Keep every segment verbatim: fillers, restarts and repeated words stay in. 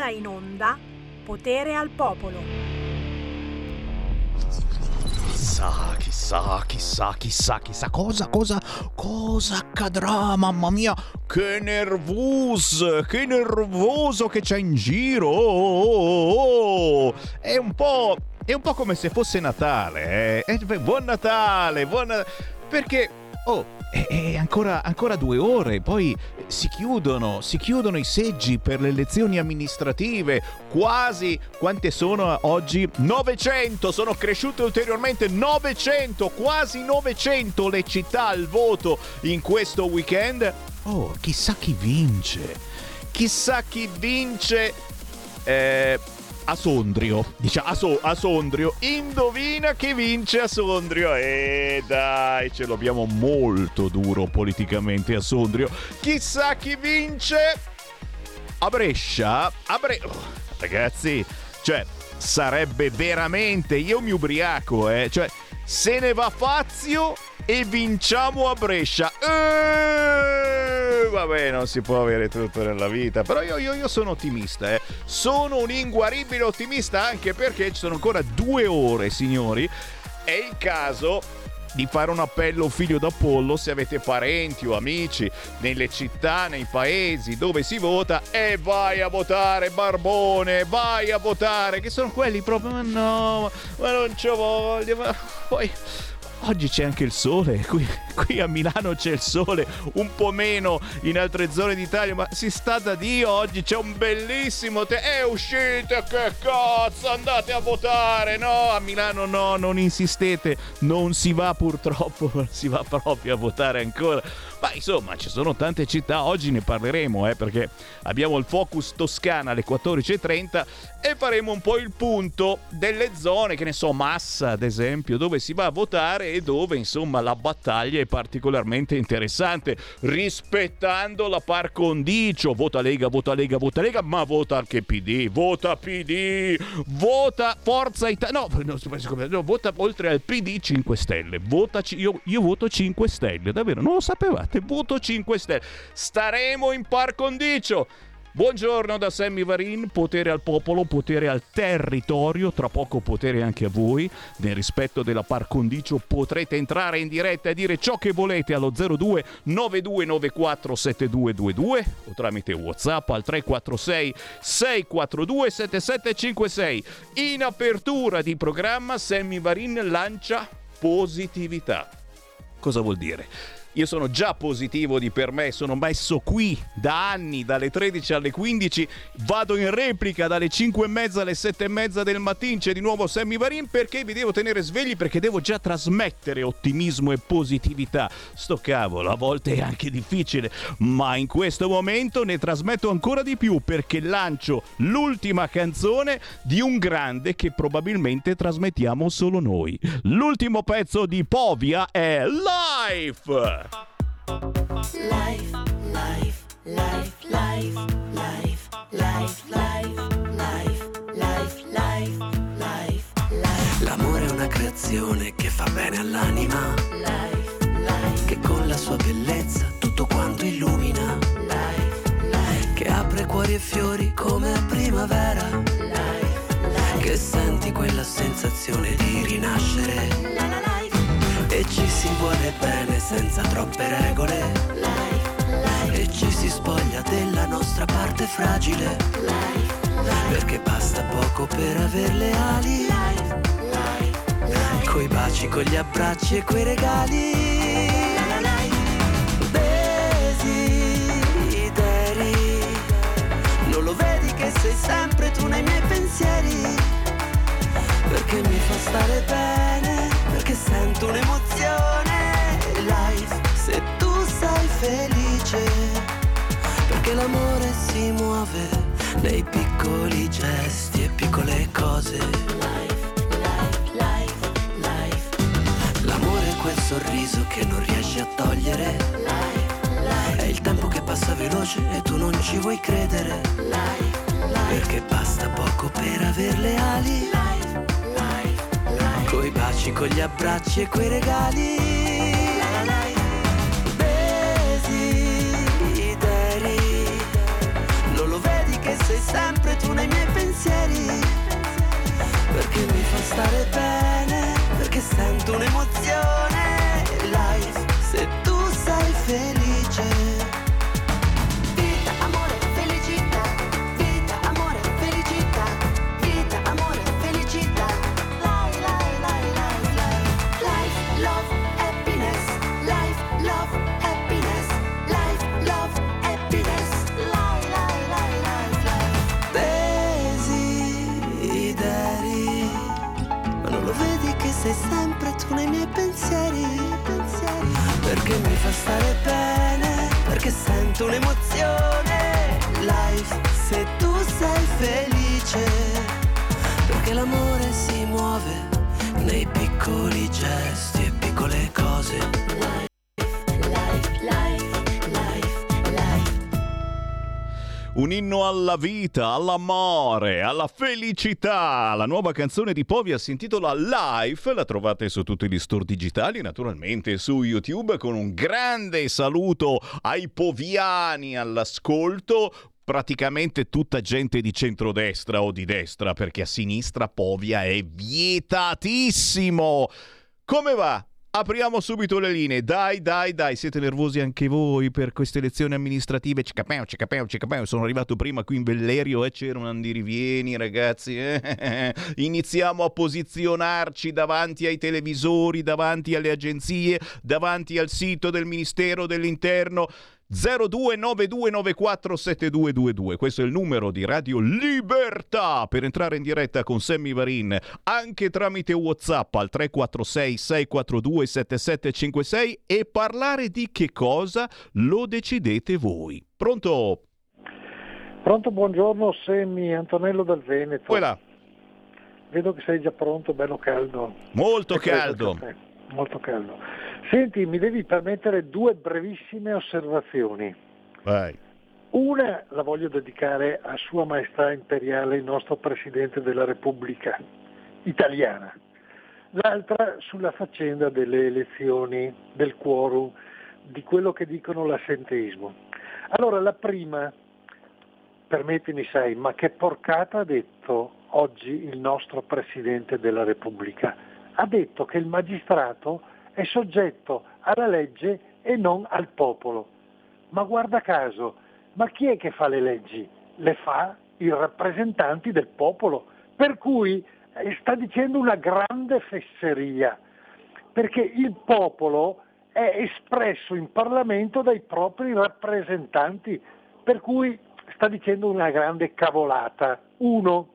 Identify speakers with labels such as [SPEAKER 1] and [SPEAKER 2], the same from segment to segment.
[SPEAKER 1] ora in onda Potere al Popolo.
[SPEAKER 2] Chissà, chissà, chissà, chissà, chissà cosa, cosa, cosa accadrà, mamma mia, che nervoso, che nervoso che c'è in giro, oh, oh, oh. È un po', è un po' come se fosse Natale, eh? Buon Natale, buon, perché, oh, è ancora, ancora due ore, poi si chiudono, si chiudono i seggi per le elezioni amministrative, quasi, quante sono oggi? novecento, sono cresciute ulteriormente, novecento, quasi novecento le città al voto in questo weekend. Oh, chissà chi vince, chissà chi vince, eh... a Sondrio, diciamo a, so, a Sondrio, indovina chi vince a Sondrio. E eh, dai, ce l'abbiamo molto duro politicamente a Sondrio. Chissà chi vince a Brescia. A Bre- oh, ragazzi, cioè sarebbe veramente, io mi ubriaco, eh, cioè se ne va Fazio e vinciamo a Brescia. Eh, vabbè, non si può avere tutto nella vita, però io, io, io sono ottimista, eh. Sono un inguaribile ottimista, anche perché ci sono ancora due ore, signori. È il caso di fare un appello figlio d'Apollo, se avete parenti o amici nelle città, nei paesi dove si vota, e vai a votare, barbone, vai a votare, che sono quelli proprio, ma no, ma non c'ho voglia, ma poi... Oggi c'è anche il sole, qui, qui a Milano c'è il sole, un po' meno in altre zone d'Italia, ma si sta da Dio, oggi c'è un bellissimo te- e uscite, che cazzo, andate a votare, no, a Milano no, non insistete, non si va purtroppo, non si va proprio a votare ancora. Ma insomma, ci sono tante città, oggi ne parleremo, eh, perché abbiamo il Focus Toscana alle quattordici e trenta e faremo un po' il punto delle zone, che ne so, Massa ad esempio, dove si va a votare e dove insomma la battaglia è particolarmente interessante, rispettando la par condicio. Vota Lega, vota Lega, vota Lega, ma vota anche P D, vota P D, vota Forza Italia, no, no, no, vota oltre al P D cinque Stelle, vota, io, io voto cinque Stelle, davvero, non lo sapevate? Voto cinque Stelle. Staremo in par condicio. Buongiorno da Sammy Varin, potere al popolo, potere al territorio, tra poco potere anche a voi. Nel rispetto della par condicio potrete entrare in diretta e dire ciò che volete allo zero due nove due nove quattro sette due due due o tramite WhatsApp al tre quattro sei sei quattro due sette sette cinque sei. In apertura di programma Sammy Varin lancia positività. Cosa vuol dire? Io sono già positivo di per me, sono messo qui da anni, dalle tredici alle quindici, vado in replica dalle cinque e mezza alle sette e mezza del mattino, c'è di nuovo Sammy Varin, perché vi devo tenere svegli, perché devo già trasmettere ottimismo e positività. Sto cavolo, a volte è anche difficile, ma in questo momento ne trasmetto ancora di più, perché lancio l'ultima canzone di un grande che probabilmente trasmettiamo solo noi. L'ultimo pezzo di Povia è Life!
[SPEAKER 3] Life, life, life, life, life, life, life, life, life, life, life, life. L'amore è una creazione che fa bene all'anima. Life, life. Che con la sua bellezza tutto quanto illumina. Life, life. Che apre cuori e fiori come a primavera. Life, life. Che senti quella sensazione di rinascere. La, la, life. E ci si vuole bene senza troppe regole. Life, life. E ci si spoglia della nostra parte fragile. Life, life. Perché basta poco per aver le ali. Life, life, life. Coi baci, con gli abbracci e quei regali. Desideri. Non lo vedi che sei sempre tu nei miei pensieri? Perché mi fa stare bene, perché sento un'emozione. Life, se tu sei felice, perché l'amore si muove nei piccoli gesti e piccole cose. Life, life, life, life. L'amore è quel sorriso che non riesci a togliere. Life, life. È il tempo che passa veloce e tu non ci vuoi credere. Life, life. Perché basta poco per aver le ali. Life, coi baci, con gli abbracci e quei regali. Desideri. Non lo vedi che sei sempre tu nei finisco nei miei pensieri, pensieri. Perché mi fa stare bene, perché sento un'emozione. Life, se tu sei felice, perché l'amore si muove nei piccoli gesti e piccole cose. Life, life, life, life, life.
[SPEAKER 2] Un inno alla vita, all'amore, alla felicità. La nuova canzone di Povia si intitola Life, la trovate su tutti gli store digitali, naturalmente su YouTube, con un grande saluto ai poviani all'ascolto. Praticamente tutta gente di centrodestra o di destra, perché a sinistra Povia è vietatissimo. Come va? Apriamo subito le linee. Dai, dai, dai, siete nervosi anche voi per queste elezioni amministrative? Cicapeo, cicapeo, cicapeo. Sono arrivato prima qui in Vellerio e c'era un andirivieni, ragazzi. Eh, iniziamo a posizionarci davanti ai televisori, davanti alle agenzie, davanti al sito del Ministero dell'Interno. zero due nove due nove quattro sette due due due, questo è il numero di Radio Libertà per entrare in diretta con Sammy Varin anche tramite WhatsApp al tre quattro sei sei quattro due sette sette cinque sei e parlare di che cosa lo decidete voi. Pronto?
[SPEAKER 4] Pronto, buongiorno Sammy, Antonello dal Veneto.
[SPEAKER 2] Quella.
[SPEAKER 4] Vedo che sei già pronto, bello caldo.
[SPEAKER 2] Molto e caldo.
[SPEAKER 4] Molto caldo. Senti, mi devi permettere due brevissime osservazioni.
[SPEAKER 2] Vai.
[SPEAKER 4] Una la voglio dedicare a Sua Maestà Imperiale, il nostro Presidente della Repubblica Italiana. L'altra sulla faccenda delle elezioni, del quorum, di quello che dicono l'assenteismo. Allora, la prima, permettimi, sai, ma che porcata ha detto oggi il nostro Presidente della Repubblica? Ha detto che il magistrato è soggetto alla legge e non al popolo. Ma guarda caso, ma chi è che fa le leggi? Le fa i rappresentanti del popolo, per cui sta dicendo una grande fesseria, perché il popolo è espresso in Parlamento dai propri rappresentanti, per cui sta dicendo una grande cavolata. Uno.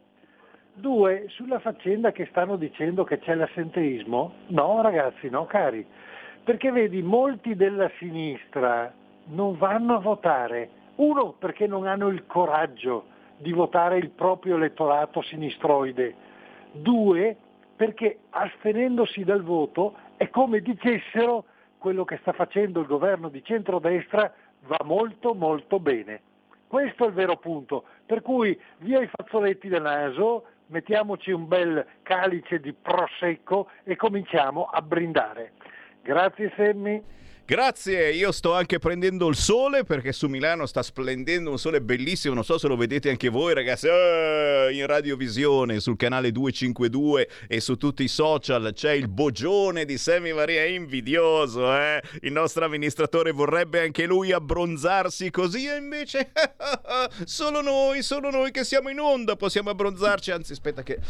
[SPEAKER 4] Due, sulla faccenda che stanno dicendo che c'è l'assenteismo, no ragazzi, no cari, perché vedi, molti della sinistra non vanno a votare, uno perché non hanno il coraggio di votare il proprio elettorato sinistroide, due perché astenendosi dal voto è come dicessero quello che sta facendo il governo di centrodestra va molto molto bene. Questo è il vero punto, per cui via i fazzoletti da naso, mettiamoci un bel calice di prosecco e cominciamo a brindare. Grazie Sammy.
[SPEAKER 2] Grazie, io sto anche prendendo il sole perché su Milano sta splendendo un sole bellissimo, non so se lo vedete anche voi ragazzi, eh, in radiovisione sul canale duecentocinquantadue e su tutti i social c'è il bogione di Sammy Varin, è invidioso, eh? Il nostro amministratore vorrebbe anche lui abbronzarsi così e invece solo noi, solo noi che siamo in onda possiamo abbronzarci, anzi aspetta che...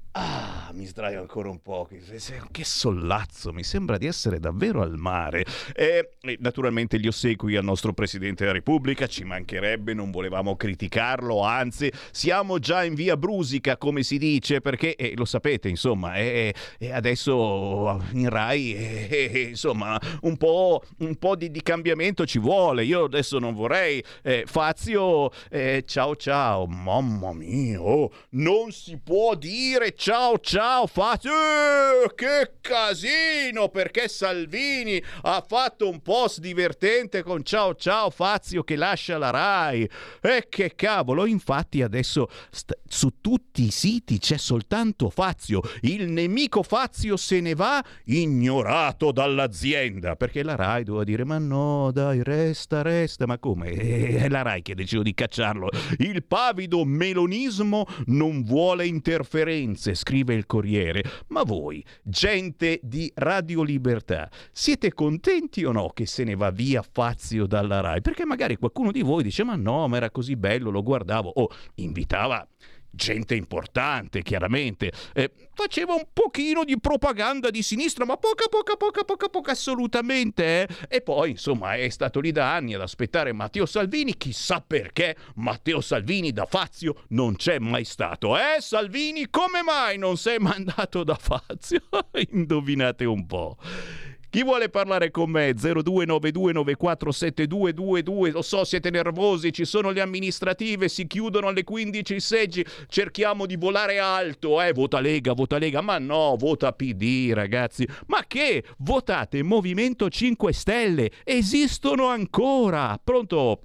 [SPEAKER 2] Ah, mi sdraio ancora un po'. Che sollazzo, mi sembra di essere davvero al mare. E, e naturalmente gli ossequi al nostro Presidente della Repubblica, ci mancherebbe, non volevamo criticarlo, anzi, siamo già in via Brusica, come si dice, perché eh, lo sapete, insomma, e eh, eh, adesso in Rai, eh, eh, insomma, un po', un po' di, di cambiamento ci vuole. Io adesso non vorrei eh, Fazio, eh, ciao ciao, mamma mia, oh, non si può dire ciao ciao Fazio, eh, che casino, perché Salvini ha fatto un post divertente con ciao ciao Fazio che lascia la Rai, e che cavolo, infatti adesso st- su tutti i siti c'è soltanto Fazio, il nemico Fazio se ne va ignorato dall'azienda, perché la Rai doveva dire ma no dai resta resta, ma come, è la Rai che ha deciso di cacciarlo. Il pavido melonismo non vuole interferenze, scrive il Corriere. Ma voi, gente di Radio Libertà, siete contenti o no che se ne va via Fazio dalla Rai? Perché magari qualcuno di voi dice ma no, ma era così bello, lo guardavo, o invitava gente importante, chiaramente, eh, faceva un pochino di propaganda di sinistra, ma poca, poca, poca, poca, poca, assolutamente. Eh? E poi, insomma, è stato lì da anni ad aspettare Matteo Salvini, chissà perché Matteo Salvini da Fazio non c'è mai stato. Eh, Salvini, come mai non sei mandato da Fazio? Indovinate un po'. Chi vuole parlare con me? zero due nove due nove quattro sette due due due. Lo so, siete nervosi, ci sono le amministrative, si chiudono alle quindici i seggi, cerchiamo di volare alto, eh, vota Lega, vota Lega, ma no, vota P D, ragazzi. Ma che? Votate Movimento cinque Stelle, esistono ancora. Pronto?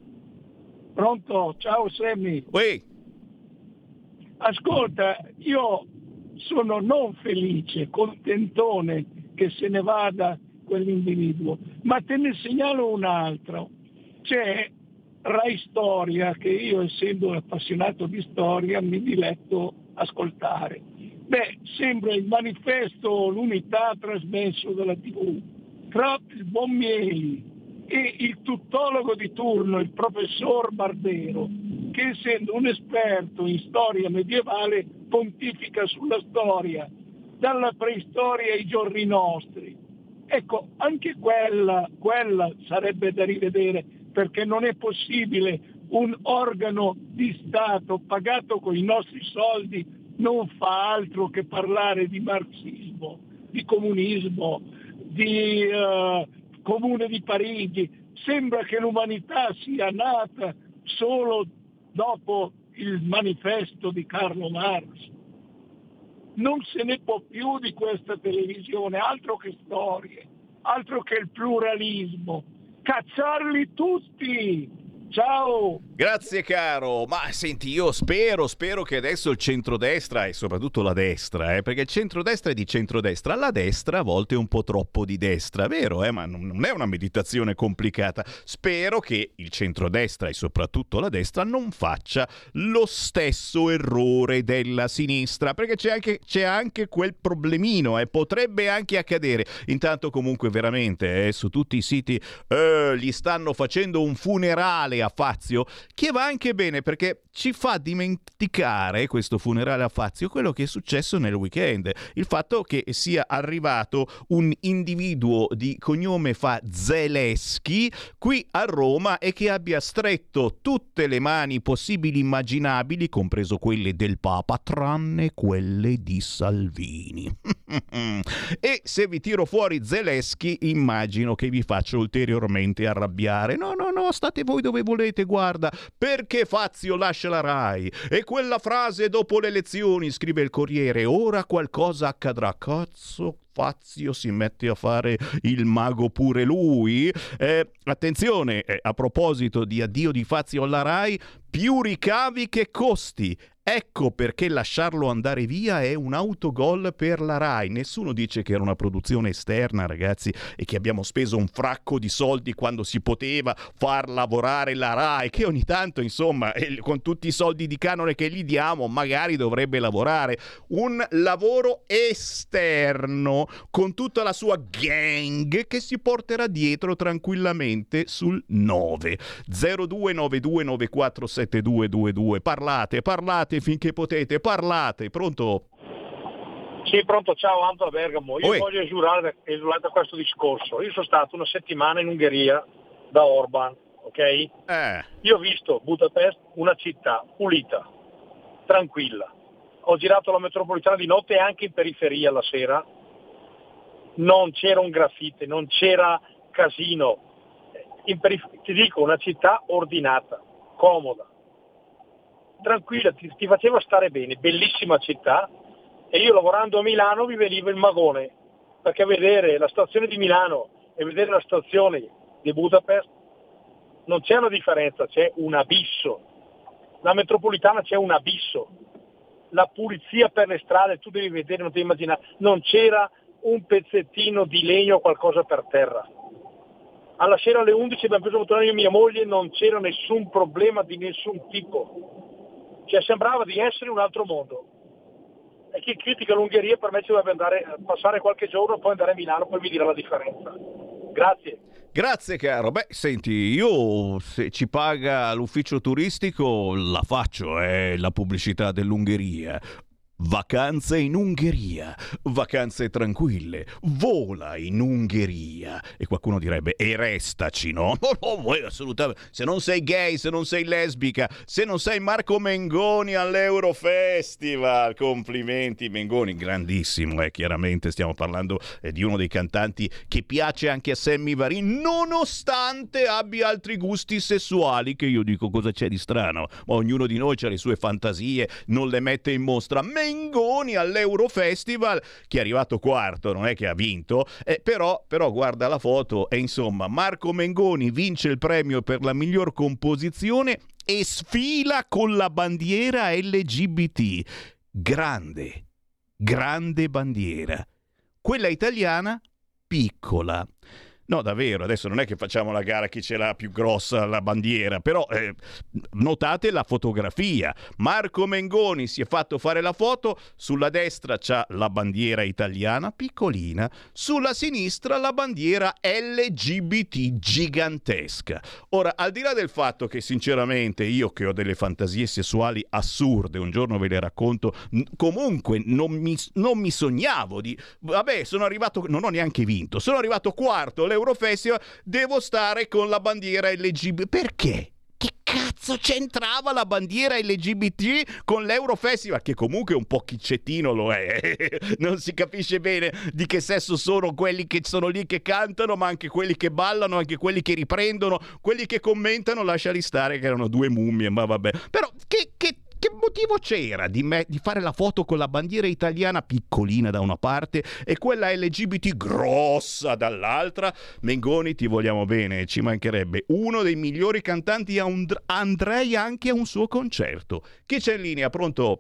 [SPEAKER 5] Pronto? Ciao Sammy.
[SPEAKER 2] Uè.
[SPEAKER 5] Ascolta, io sono non felice, contentone che se ne vada quell'individuo, ma te ne segnalo un altro. C'è Rai Storia, che io, essendo appassionato di storia, mi diletto ascoltare. Beh, sembra il manifesto, l'unità trasmesso dalla tivù, tra il buon Mieli e il tuttologo di turno, il professor Barbero, che essendo un esperto in storia medievale pontifica sulla storia, dalla preistoria ai giorni nostri. Ecco, anche quella, quella sarebbe da rivedere, perché non è possibile un organo di Stato pagato con i nostri soldi non fa altro che parlare di marxismo, di comunismo, di uh, Comune di Parigi. Sembra che l'umanità sia nata solo dopo il manifesto di Carlo Marx. Non se ne può più di questa televisione, altro che storie, altro che il pluralismo. Cacciarli tutti! Ciao!
[SPEAKER 2] Grazie caro, ma senti, io spero, spero che adesso il centrodestra e soprattutto la destra, eh, perché il centrodestra è di centrodestra, la destra a volte è un po' troppo di destra, vero? Eh? Ma non è una meditazione complicata. Spero che il centrodestra e soprattutto la destra non faccia lo stesso errore della sinistra, perché c'è anche, c'è anche quel problemino, eh, potrebbe anche accadere. Intanto comunque veramente eh, su tutti i siti eh, gli stanno facendo un funerale a Fazio, che va anche bene perché ci fa dimenticare, questo funerale a Fazio, quello che è successo nel weekend, il fatto che sia arrivato un individuo di cognome fa Zelensky qui a Roma e che abbia stretto tutte le mani possibili immaginabili, compreso quelle del Papa, tranne quelle di Salvini. E se vi tiro fuori Zelensky immagino che vi faccio ulteriormente arrabbiare. No, no, no, state voi dove volete, guarda, perché Fazio lascia la Rai? E quella frase dopo le elezioni, scrive il Corriere, ora qualcosa accadrà. Cazzo, Fazio si mette a fare il mago pure lui? Eh, attenzione, eh, a proposito di addio di Fazio alla Rai, più ricavi che costi. Ecco perché lasciarlo andare via è un autogol per la Rai. Nessuno dice che era una produzione esterna, ragazzi, e che abbiamo speso un fracco di soldi quando si poteva far lavorare la Rai, che ogni tanto, insomma, con tutti i soldi di canone che gli diamo, magari dovrebbe lavorare. Un lavoro esterno, con tutta la sua gang che si porterà dietro tranquillamente sul nove. zero due nove due nove quattro sette due due due. Parlate, parlate finché potete, parlate. Pronto?
[SPEAKER 6] Sì, pronto, ciao, Anto da Bergamo. Io
[SPEAKER 2] Oi.
[SPEAKER 6] voglio esulare, esulare da questo discorso. Io sono stato una settimana in Ungheria da Orban, ok?
[SPEAKER 2] Eh.
[SPEAKER 6] Io ho visto Budapest una città pulita, tranquilla. Ho girato la metropolitana di notte e anche in periferia la sera. Non c'era un graffite, non c'era casino. In perif- ti dico, una città ordinata, comoda, tranquilla, ti, ti faceva stare bene, bellissima città. E io lavorando a Milano mi veniva il magone, perché vedere la stazione di Milano e vedere la stazione di Budapest non c'è una differenza, c'è un abisso. La metropolitana c'è un abisso. La pulizia per le strade, tu devi vedere, non devi immaginare, non c'era un pezzettino di legno o qualcosa per terra. Alla sera alle undici abbiamo preso io e mia moglie, non c'era nessun problema di nessun tipo. Cioè sembrava di essere un altro mondo. E chi critica l'Ungheria per me ci dovrebbe andare a passare qualche giorno, poi andare a Milano, poi mi dirà la differenza. Grazie.
[SPEAKER 2] Grazie caro. Beh, senti, io se ci paga l'ufficio turistico la faccio, è eh, la pubblicità dell'Ungheria. Vacanze in Ungheria, vacanze tranquille, vola in Ungheria. E qualcuno direbbe, e restaci, no? No, no, assolutamente. Se non sei gay, se non sei lesbica, se non sei Marco Mengoni all'Eurofestival, complimenti Mengoni, grandissimo, eh, chiaramente stiamo parlando eh, di uno dei cantanti che piace anche a Sammy Varin, nonostante abbia altri gusti sessuali, che io dico cosa c'è di strano, ma ognuno di noi ha le sue fantasie, non le mette in mostra. Mengoni all'Eurofestival, che è arrivato quarto, non è che ha vinto, eh, però, però guarda la foto e insomma Marco Mengoni vince il premio per la miglior composizione e sfila con la bandiera L G B T. Grande, grande bandiera. Quella italiana piccola. No, davvero, adesso non è che facciamo la gara chi ce l'ha più grossa la bandiera, però eh, notate la fotografia. Marco Mengoni si è fatto fare la foto, sulla destra c'ha la bandiera italiana piccolina, sulla sinistra la bandiera L G B T gigantesca. Ora, al di là del fatto che sinceramente io che ho delle fantasie sessuali assurde, un giorno ve le racconto, n- comunque non mi, non mi sognavo di... Vabbè, sono arrivato, non ho neanche vinto, sono arrivato quarto Eurofestival, devo stare con la bandiera L G B T. Perché? Che cazzo c'entrava la bandiera L G B T con l'Eurofestival? Che comunque un po' chiccettino lo è. Non si capisce bene di che sesso sono quelli che sono lì che cantano, ma anche quelli che ballano, anche quelli che riprendono, quelli che commentano, lasciali stare che erano due mummie, ma vabbè. Però che, che Che motivo c'era di, me, di fare la foto con la bandiera italiana piccolina da una parte e quella L G B T grossa dall'altra? Mengoni, ti vogliamo bene, ci mancherebbe. Uno dei migliori cantanti, andrei anche a un suo concerto. Chi c'è in linea? Pronto?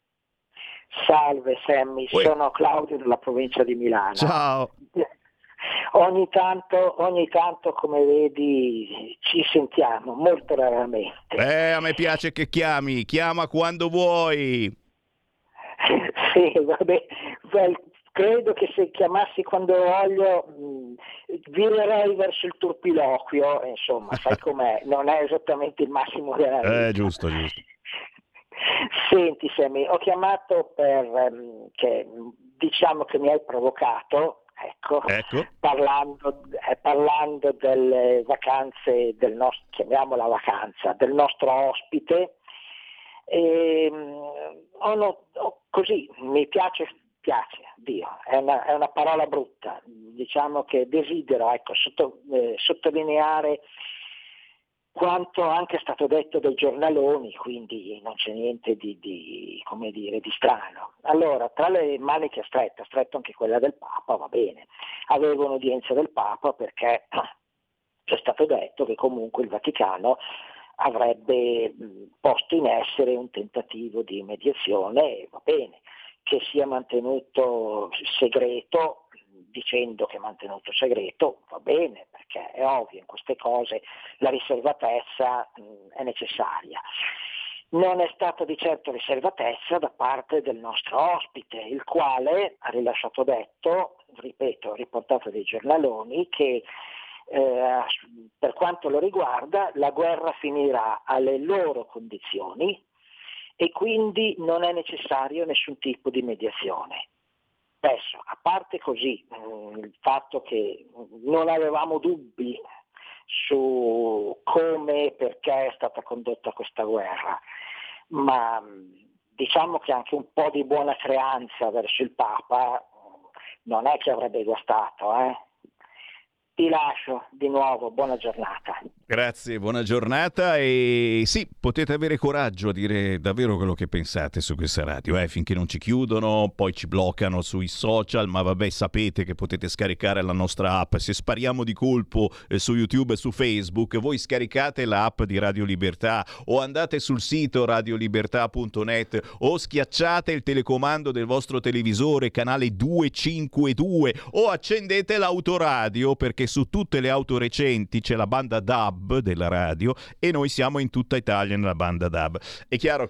[SPEAKER 7] Salve Sammy,
[SPEAKER 2] Uè.
[SPEAKER 7] Sono Claudio della provincia di Milano.
[SPEAKER 2] Ciao.
[SPEAKER 7] Ogni tanto, ogni tanto, come vedi, ci sentiamo, molto raramente.
[SPEAKER 2] Eh, a me piace che chiami, chiama quando vuoi.
[SPEAKER 7] Sì, vabbè, well, credo che se chiamassi quando voglio mh, virerei verso il turpiloquio, insomma, sai com'è, non è esattamente il massimo della vita.
[SPEAKER 2] Eh, giusto, giusto.
[SPEAKER 7] Senti Sammy, ho chiamato per, um, che, diciamo che mi hai provocato. Ecco,
[SPEAKER 2] ecco.
[SPEAKER 7] Parlando, eh, parlando delle vacanze del nostro, chiamiamola vacanza, del nostro ospite, e, oh no, oh, così mi piace, piace, Dio, è una, è una parola brutta, diciamo che desidero ecco, sotto, eh, sottolineare quanto anche è stato detto dai giornaloni, quindi non c'è niente di, di, come dire, di strano. Allora, tra le maniche strette, stretto anche quella del Papa, va bene. Avevo un'udienza del Papa perché c'è stato detto che comunque il Vaticano avrebbe posto in essere un tentativo di mediazione, e va bene, che sia mantenuto segreto. Dicendo che è mantenuto segreto, va bene, perché è ovvio, in queste cose la riservatezza mh, è necessaria. Non è stata di certo riservatezza da parte del nostro ospite, il quale ha rilasciato detto, ripeto, riportato dai giornaloni, che eh, per quanto lo riguarda la guerra finirà alle loro condizioni e quindi non è necessario nessun tipo di mediazione. Adesso, a parte così, il fatto che non avevamo dubbi su come e perché è stata condotta questa guerra, ma diciamo che anche un po' di buona creanza verso il Papa non è che avrebbe guastato, eh? Ti lascio di nuovo, buona giornata.
[SPEAKER 2] Grazie, buona giornata e sì, potete avere coraggio a dire davvero quello che pensate su questa radio, eh? Finché non ci chiudono, poi ci bloccano sui social, ma vabbè, sapete che potete scaricare la nostra app. Se spariamo di colpo eh, su YouTube e su Facebook, voi scaricate l'app di Radio Libertà o andate sul sito radio libertà punto net o schiacciate il telecomando del vostro televisore, canale duecentocinquantadue, o accendete l'autoradio, perché su tutte le auto recenti c'è la banda D A B della radio e noi siamo in tutta Italia nella banda D A B. È chiaro che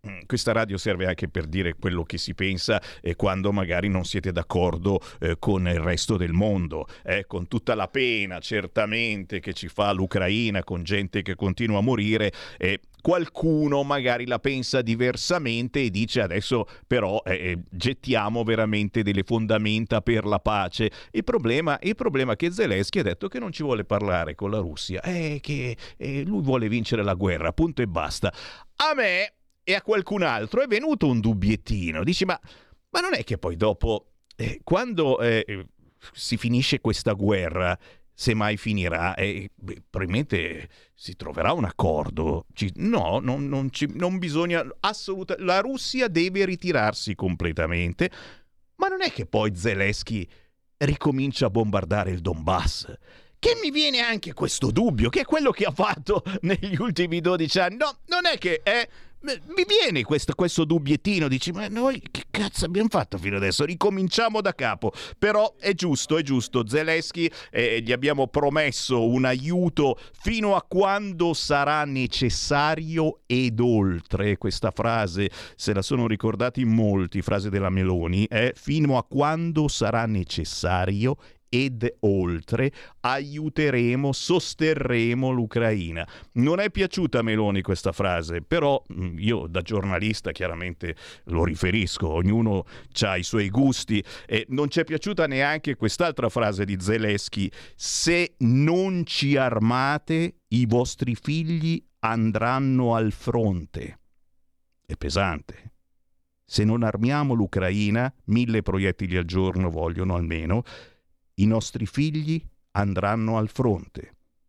[SPEAKER 2] questa radio serve anche per dire quello che si pensa eh, quando magari non siete d'accordo eh, con il resto del mondo, eh, con tutta la pena certamente che ci fa l'Ucraina, con gente che continua a morire, eh, qualcuno magari la pensa diversamente e dice adesso però eh, gettiamo veramente delle fondamenta per la pace. Il problema, il problema è che Zelensky ha detto che non ci vuole parlare con la Russia, è che eh, lui vuole vincere la guerra, punto e basta. A me e a qualcun altro è venuto un dubbiettino, dici ma, ma non è che poi dopo eh, quando eh, si finisce questa guerra, se mai finirà, eh, beh, probabilmente si troverà un accordo. Ci, no, non, non, ci, non bisogna assolutamente, la Russia deve ritirarsi completamente, ma non è che poi Zelensky ricomincia a bombardare il Donbass. Che mi viene anche questo dubbio, che è quello che ha fatto negli ultimi dodici anni. No, non è che è... Mi viene questo, questo dubbiettino, dici ma noi che cazzo abbiamo fatto fino adesso? Ricominciamo da capo. Però è giusto, è giusto, Zelensky eh, gli abbiamo promesso un aiuto fino a quando sarà necessario ed oltre. Questa frase se la sono ricordati in molti, frase della Meloni, è eh, fino a quando sarà necessario ed oltre aiuteremo, sosterremo l'Ucraina. Non è piaciuta a Meloni questa frase, però io da giornalista chiaramente lo riferisco, ognuno ha i suoi gusti, e non ci è piaciuta neanche quest'altra frase di Zelensky: se non ci armate i vostri figli andranno al fronte. È pesante. Se non armiamo l'Ucraina, mille proiettili al giorno vogliono almeno, i nostri figli andranno al fronte.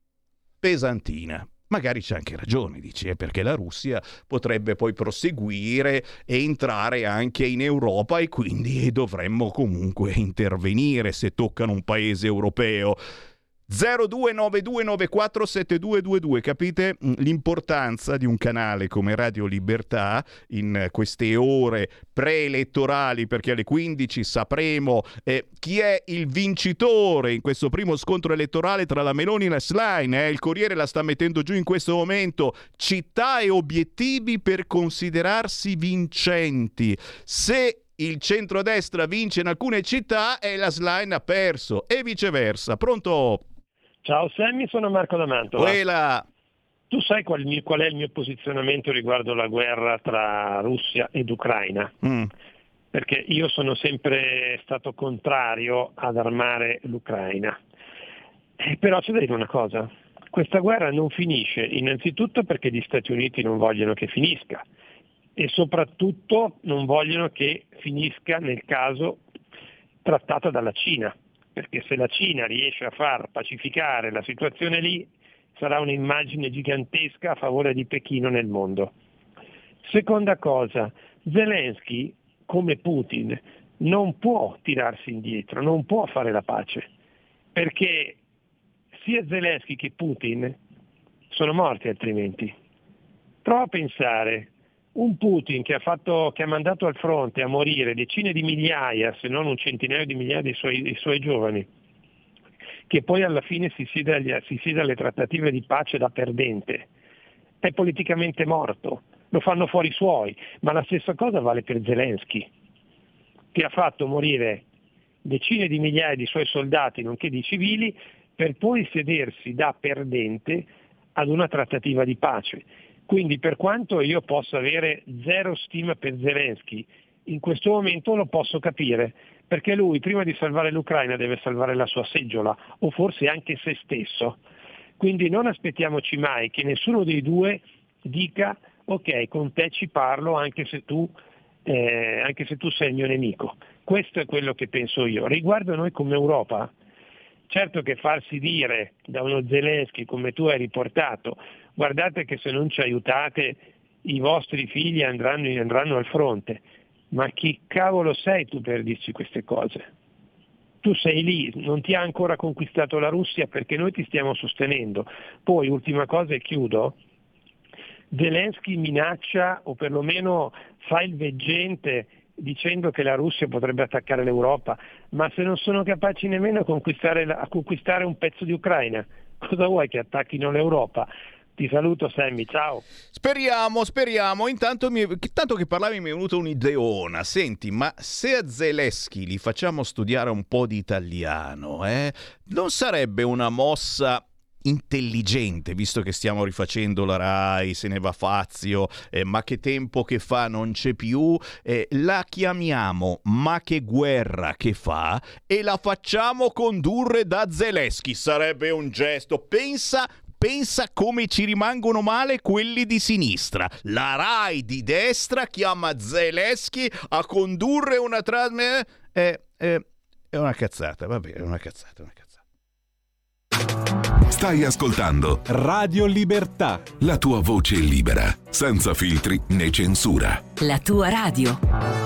[SPEAKER 2] Pesantina. Magari c'è anche ragione, dici, eh, perché la Russia potrebbe poi proseguire e entrare anche in Europa e quindi dovremmo comunque intervenire se toccano un paese europeo. zero due nove due nove quattro sette due due due. Capite l'importanza di un canale come Radio Libertà in queste ore preelettorali, perché alle quindici sapremo eh, chi è il vincitore in questo primo scontro elettorale tra la Meloni e la Schlein. Eh. Il Corriere la sta mettendo giù in questo momento: città e obiettivi per considerarsi vincenti. Se il centrodestra vince in alcune città e la Schlein ha perso, e viceversa. Pronto?
[SPEAKER 8] Ciao Sammy, sono Marco da Mantova.
[SPEAKER 2] Quella.
[SPEAKER 8] Tu sai qual, qual è il mio posizionamento riguardo la guerra tra Russia ed Ucraina? Mm. Perché io sono sempre stato contrario ad armare l'Ucraina. Eh, però c'è da dire una cosa: questa guerra non finisce innanzitutto perché gli Stati Uniti non vogliono che finisca, e soprattutto non vogliono che finisca nel caso trattata dalla Cina, perché se la Cina riesce a far pacificare la situazione lì sarà un'immagine gigantesca a favore di Pechino nel mondo. Seconda cosa, Zelensky, come Putin, non può tirarsi indietro, non può fare la pace, perché sia Zelensky che Putin sono morti altrimenti. Prova a pensare, un Putin che ha, fatto, che ha mandato al fronte a morire decine di migliaia, se non un centinaio di migliaia dei suoi, dei suoi giovani, che poi alla fine si siede, agli, si siede alle trattative di pace da perdente, è politicamente morto, lo fanno fuori i suoi. Ma la stessa cosa vale per Zelensky, che ha fatto morire decine di migliaia di suoi soldati, nonché di civili, per poi sedersi da perdente ad una trattativa di pace. Quindi per quanto io possa avere zero stima per Zelensky, in questo momento lo posso capire, perché lui prima di salvare l'Ucraina deve salvare la sua seggiola, o forse anche se stesso. Quindi non aspettiamoci mai che nessuno dei due dica ok, con te ci parlo anche se tu, eh, anche se tu sei il mio nemico. Questo è quello che penso io. Riguardo noi come Europa, certo che farsi dire da uno Zelensky come tu hai riportato: guardate che se non ci aiutate i vostri figli andranno, andranno al fronte. Ma chi cavolo sei tu per dirci queste cose? Tu sei lì, non ti ha ancora conquistato la Russia perché noi ti stiamo sostenendo. Poi, ultima cosa e chiudo, Zelensky minaccia o perlomeno fa il veggente dicendo che la Russia potrebbe attaccare l'Europa, ma se non sono capaci nemmeno a conquistare, a conquistare un pezzo di Ucraina, cosa vuoi che attacchino l'Europa? Ti saluto Sammy, ciao.
[SPEAKER 2] Speriamo, speriamo. Intanto, mi, tanto che parlavi mi è venuta un'ideona. Senti, ma se a Zelensky li facciamo studiare un po' di italiano, eh, non sarebbe una mossa intelligente, visto che stiamo rifacendo la Rai, se ne va Fazio, eh, ma che tempo che fa non c'è più, eh, la chiamiamo Ma che guerra che fa e la facciamo condurre da Zelensky. Sarebbe un gesto. Pensa Pensa come ci rimangono male quelli di sinistra. La Rai di destra chiama Zelensky a condurre una trasmissione. È, è, è una cazzata, va bene, è una cazzata, una cazzata.
[SPEAKER 9] Stai ascoltando
[SPEAKER 10] Radio Libertà.
[SPEAKER 9] La tua voce libera, senza filtri né censura.
[SPEAKER 11] La tua radio.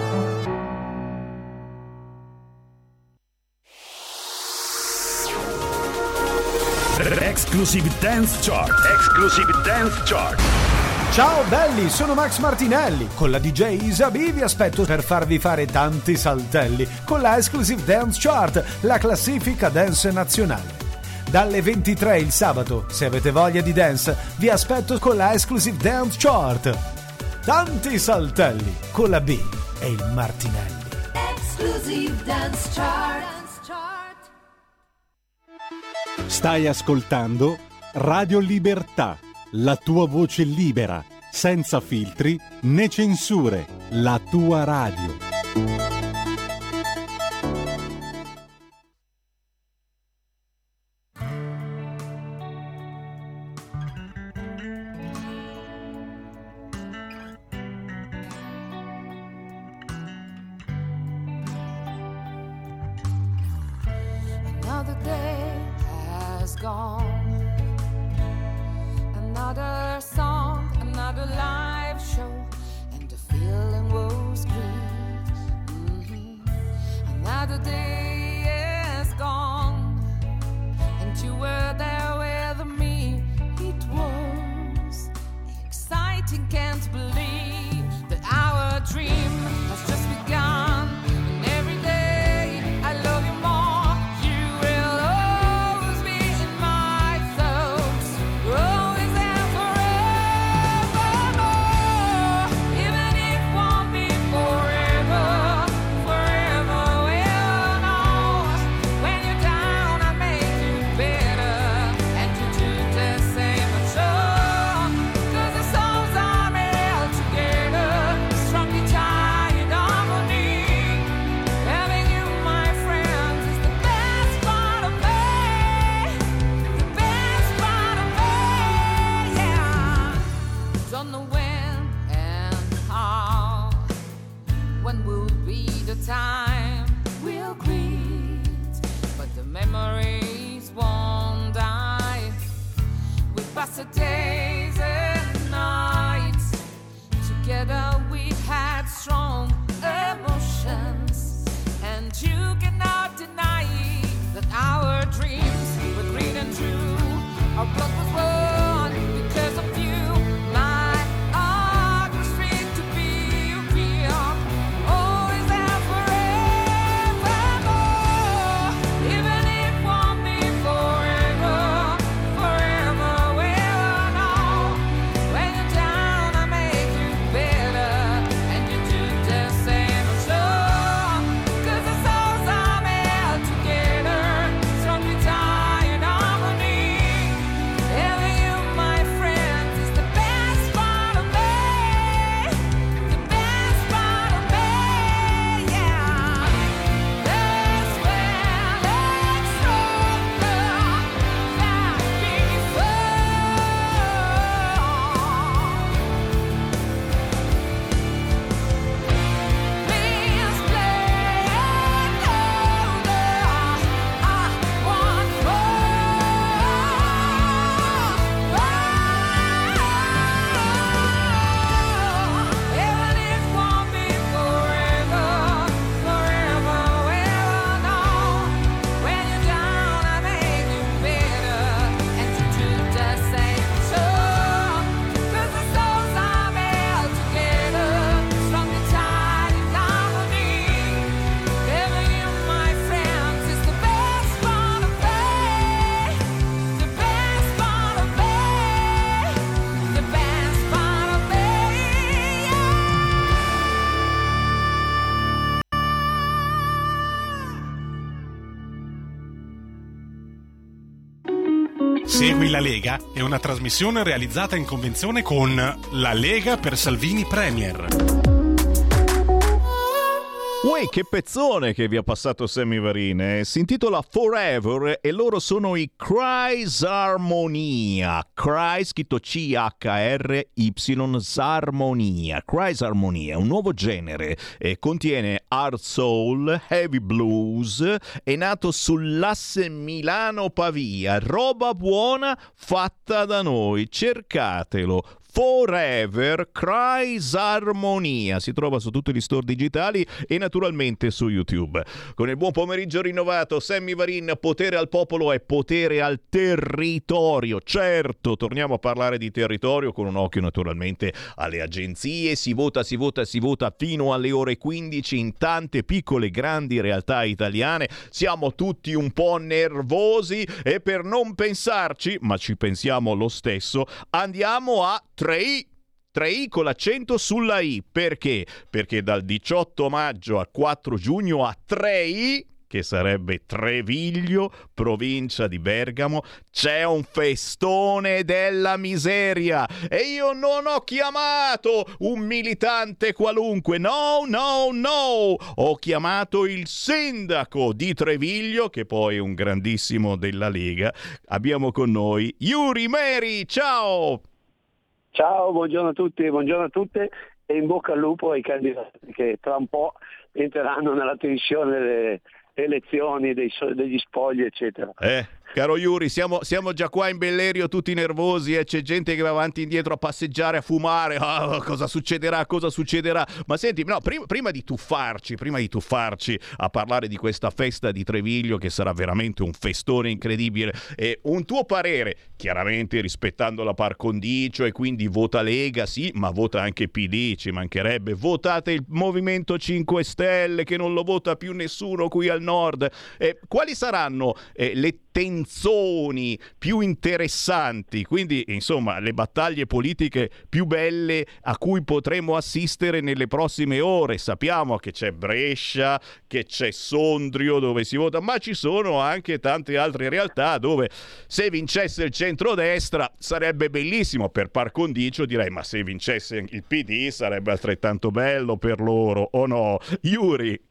[SPEAKER 12] Exclusive Dance Chart. Exclusive Dance Chart.
[SPEAKER 10] Ciao belli, sono Max Martinelli. Con la D J Isa B vi aspetto per farvi fare tanti saltelli con la Exclusive Dance Chart, la classifica dance nazionale. Dalle ventitré il sabato, se avete voglia di dance, vi aspetto con la Exclusive Dance Chart. Tanti saltelli con la B e il Martinelli.
[SPEAKER 3] Exclusive Dance Chart.
[SPEAKER 10] Stai ascoltando Radio Libertà, la tua voce libera, senza filtri né censure, la tua radio.
[SPEAKER 13] Another day has gone. Another song, another live show, and the feeling was great. Mm-hmm. Another day is gone, and you were there with me. It was exciting, can't believe that our dream has just begun. And every day I love you more. Time will greet, but the memories won't die. We pass the days and nights together. We had strong emotions, and you cannot deny that our dreams were green and true. Our blood was born because of you. My heart was free to be real. Even if won't be forever, forever will know.
[SPEAKER 14] Segui la Lega è una trasmissione realizzata in convenzione con La Lega per Salvini Premier.
[SPEAKER 2] Uè, che pezzone che vi ha passato Sammy Varin, eh? Si intitola Forever e loro sono i Cries Armonia. Cries scritto C H R Y Armonia. Cries Armonia, un nuovo genere, eh, contiene hard soul, heavy blues, è nato sull'asse Milano-Pavia, roba buona fatta da noi, cercatelo. Forever Cries Armonia, si trova su tutti gli store digitali e naturalmente su YouTube. Con il buon pomeriggio rinnovato, Sammy Varin, potere al popolo e potere al territorio. Certo, torniamo a parlare di territorio con un occhio naturalmente alle agenzie. Si vota, si vota, si vota fino alle ore quindici in tante piccole e grandi realtà italiane. Siamo tutti un po' nervosi e per non pensarci, ma ci pensiamo lo stesso, andiamo a tre i. tre i con l'accento sulla I. Perché? Perché dal diciotto maggio al quattro giugno a tre i, che sarebbe Treviglio, provincia di Bergamo, c'è un festone della miseria. E io non ho chiamato un militante qualunque, no, no, no! Ho chiamato il sindaco di Treviglio, che poi è un grandissimo della Lega. Abbiamo con noi Yuri Meri, ciao!
[SPEAKER 15] Ciao, buongiorno a tutti, buongiorno a tutte e in bocca al lupo ai candidati che tra un po' entreranno nella tensione delle elezioni, dei, degli spogli, eccetera.
[SPEAKER 2] Eh, caro Yuri, siamo, siamo già qua in Bellerio tutti nervosi e c'è gente che va avanti e indietro a passeggiare, a fumare. Oh, cosa succederà, cosa succederà? Ma senti, no, prima, prima di tuffarci, prima di tuffarci a parlare di questa festa di Treviglio che sarà veramente un festone incredibile, eh, un tuo parere, chiaramente rispettando la par condicio e quindi vota Lega, sì, ma vota anche P D, ci mancherebbe. Votate il Movimento cinque Stelle che non lo vota più nessuno qui al nord. Eh, quali saranno eh, le tensioni più interessanti, quindi insomma le battaglie politiche più belle a cui potremo assistere nelle prossime ore? Sappiamo che c'è Brescia, che c'è Sondrio dove si vota, ma ci sono anche tante altre realtà dove se vincesse il centrodestra sarebbe bellissimo. Per par condicio direi, ma se vincesse il P D sarebbe altrettanto bello per loro, o no? Yuri?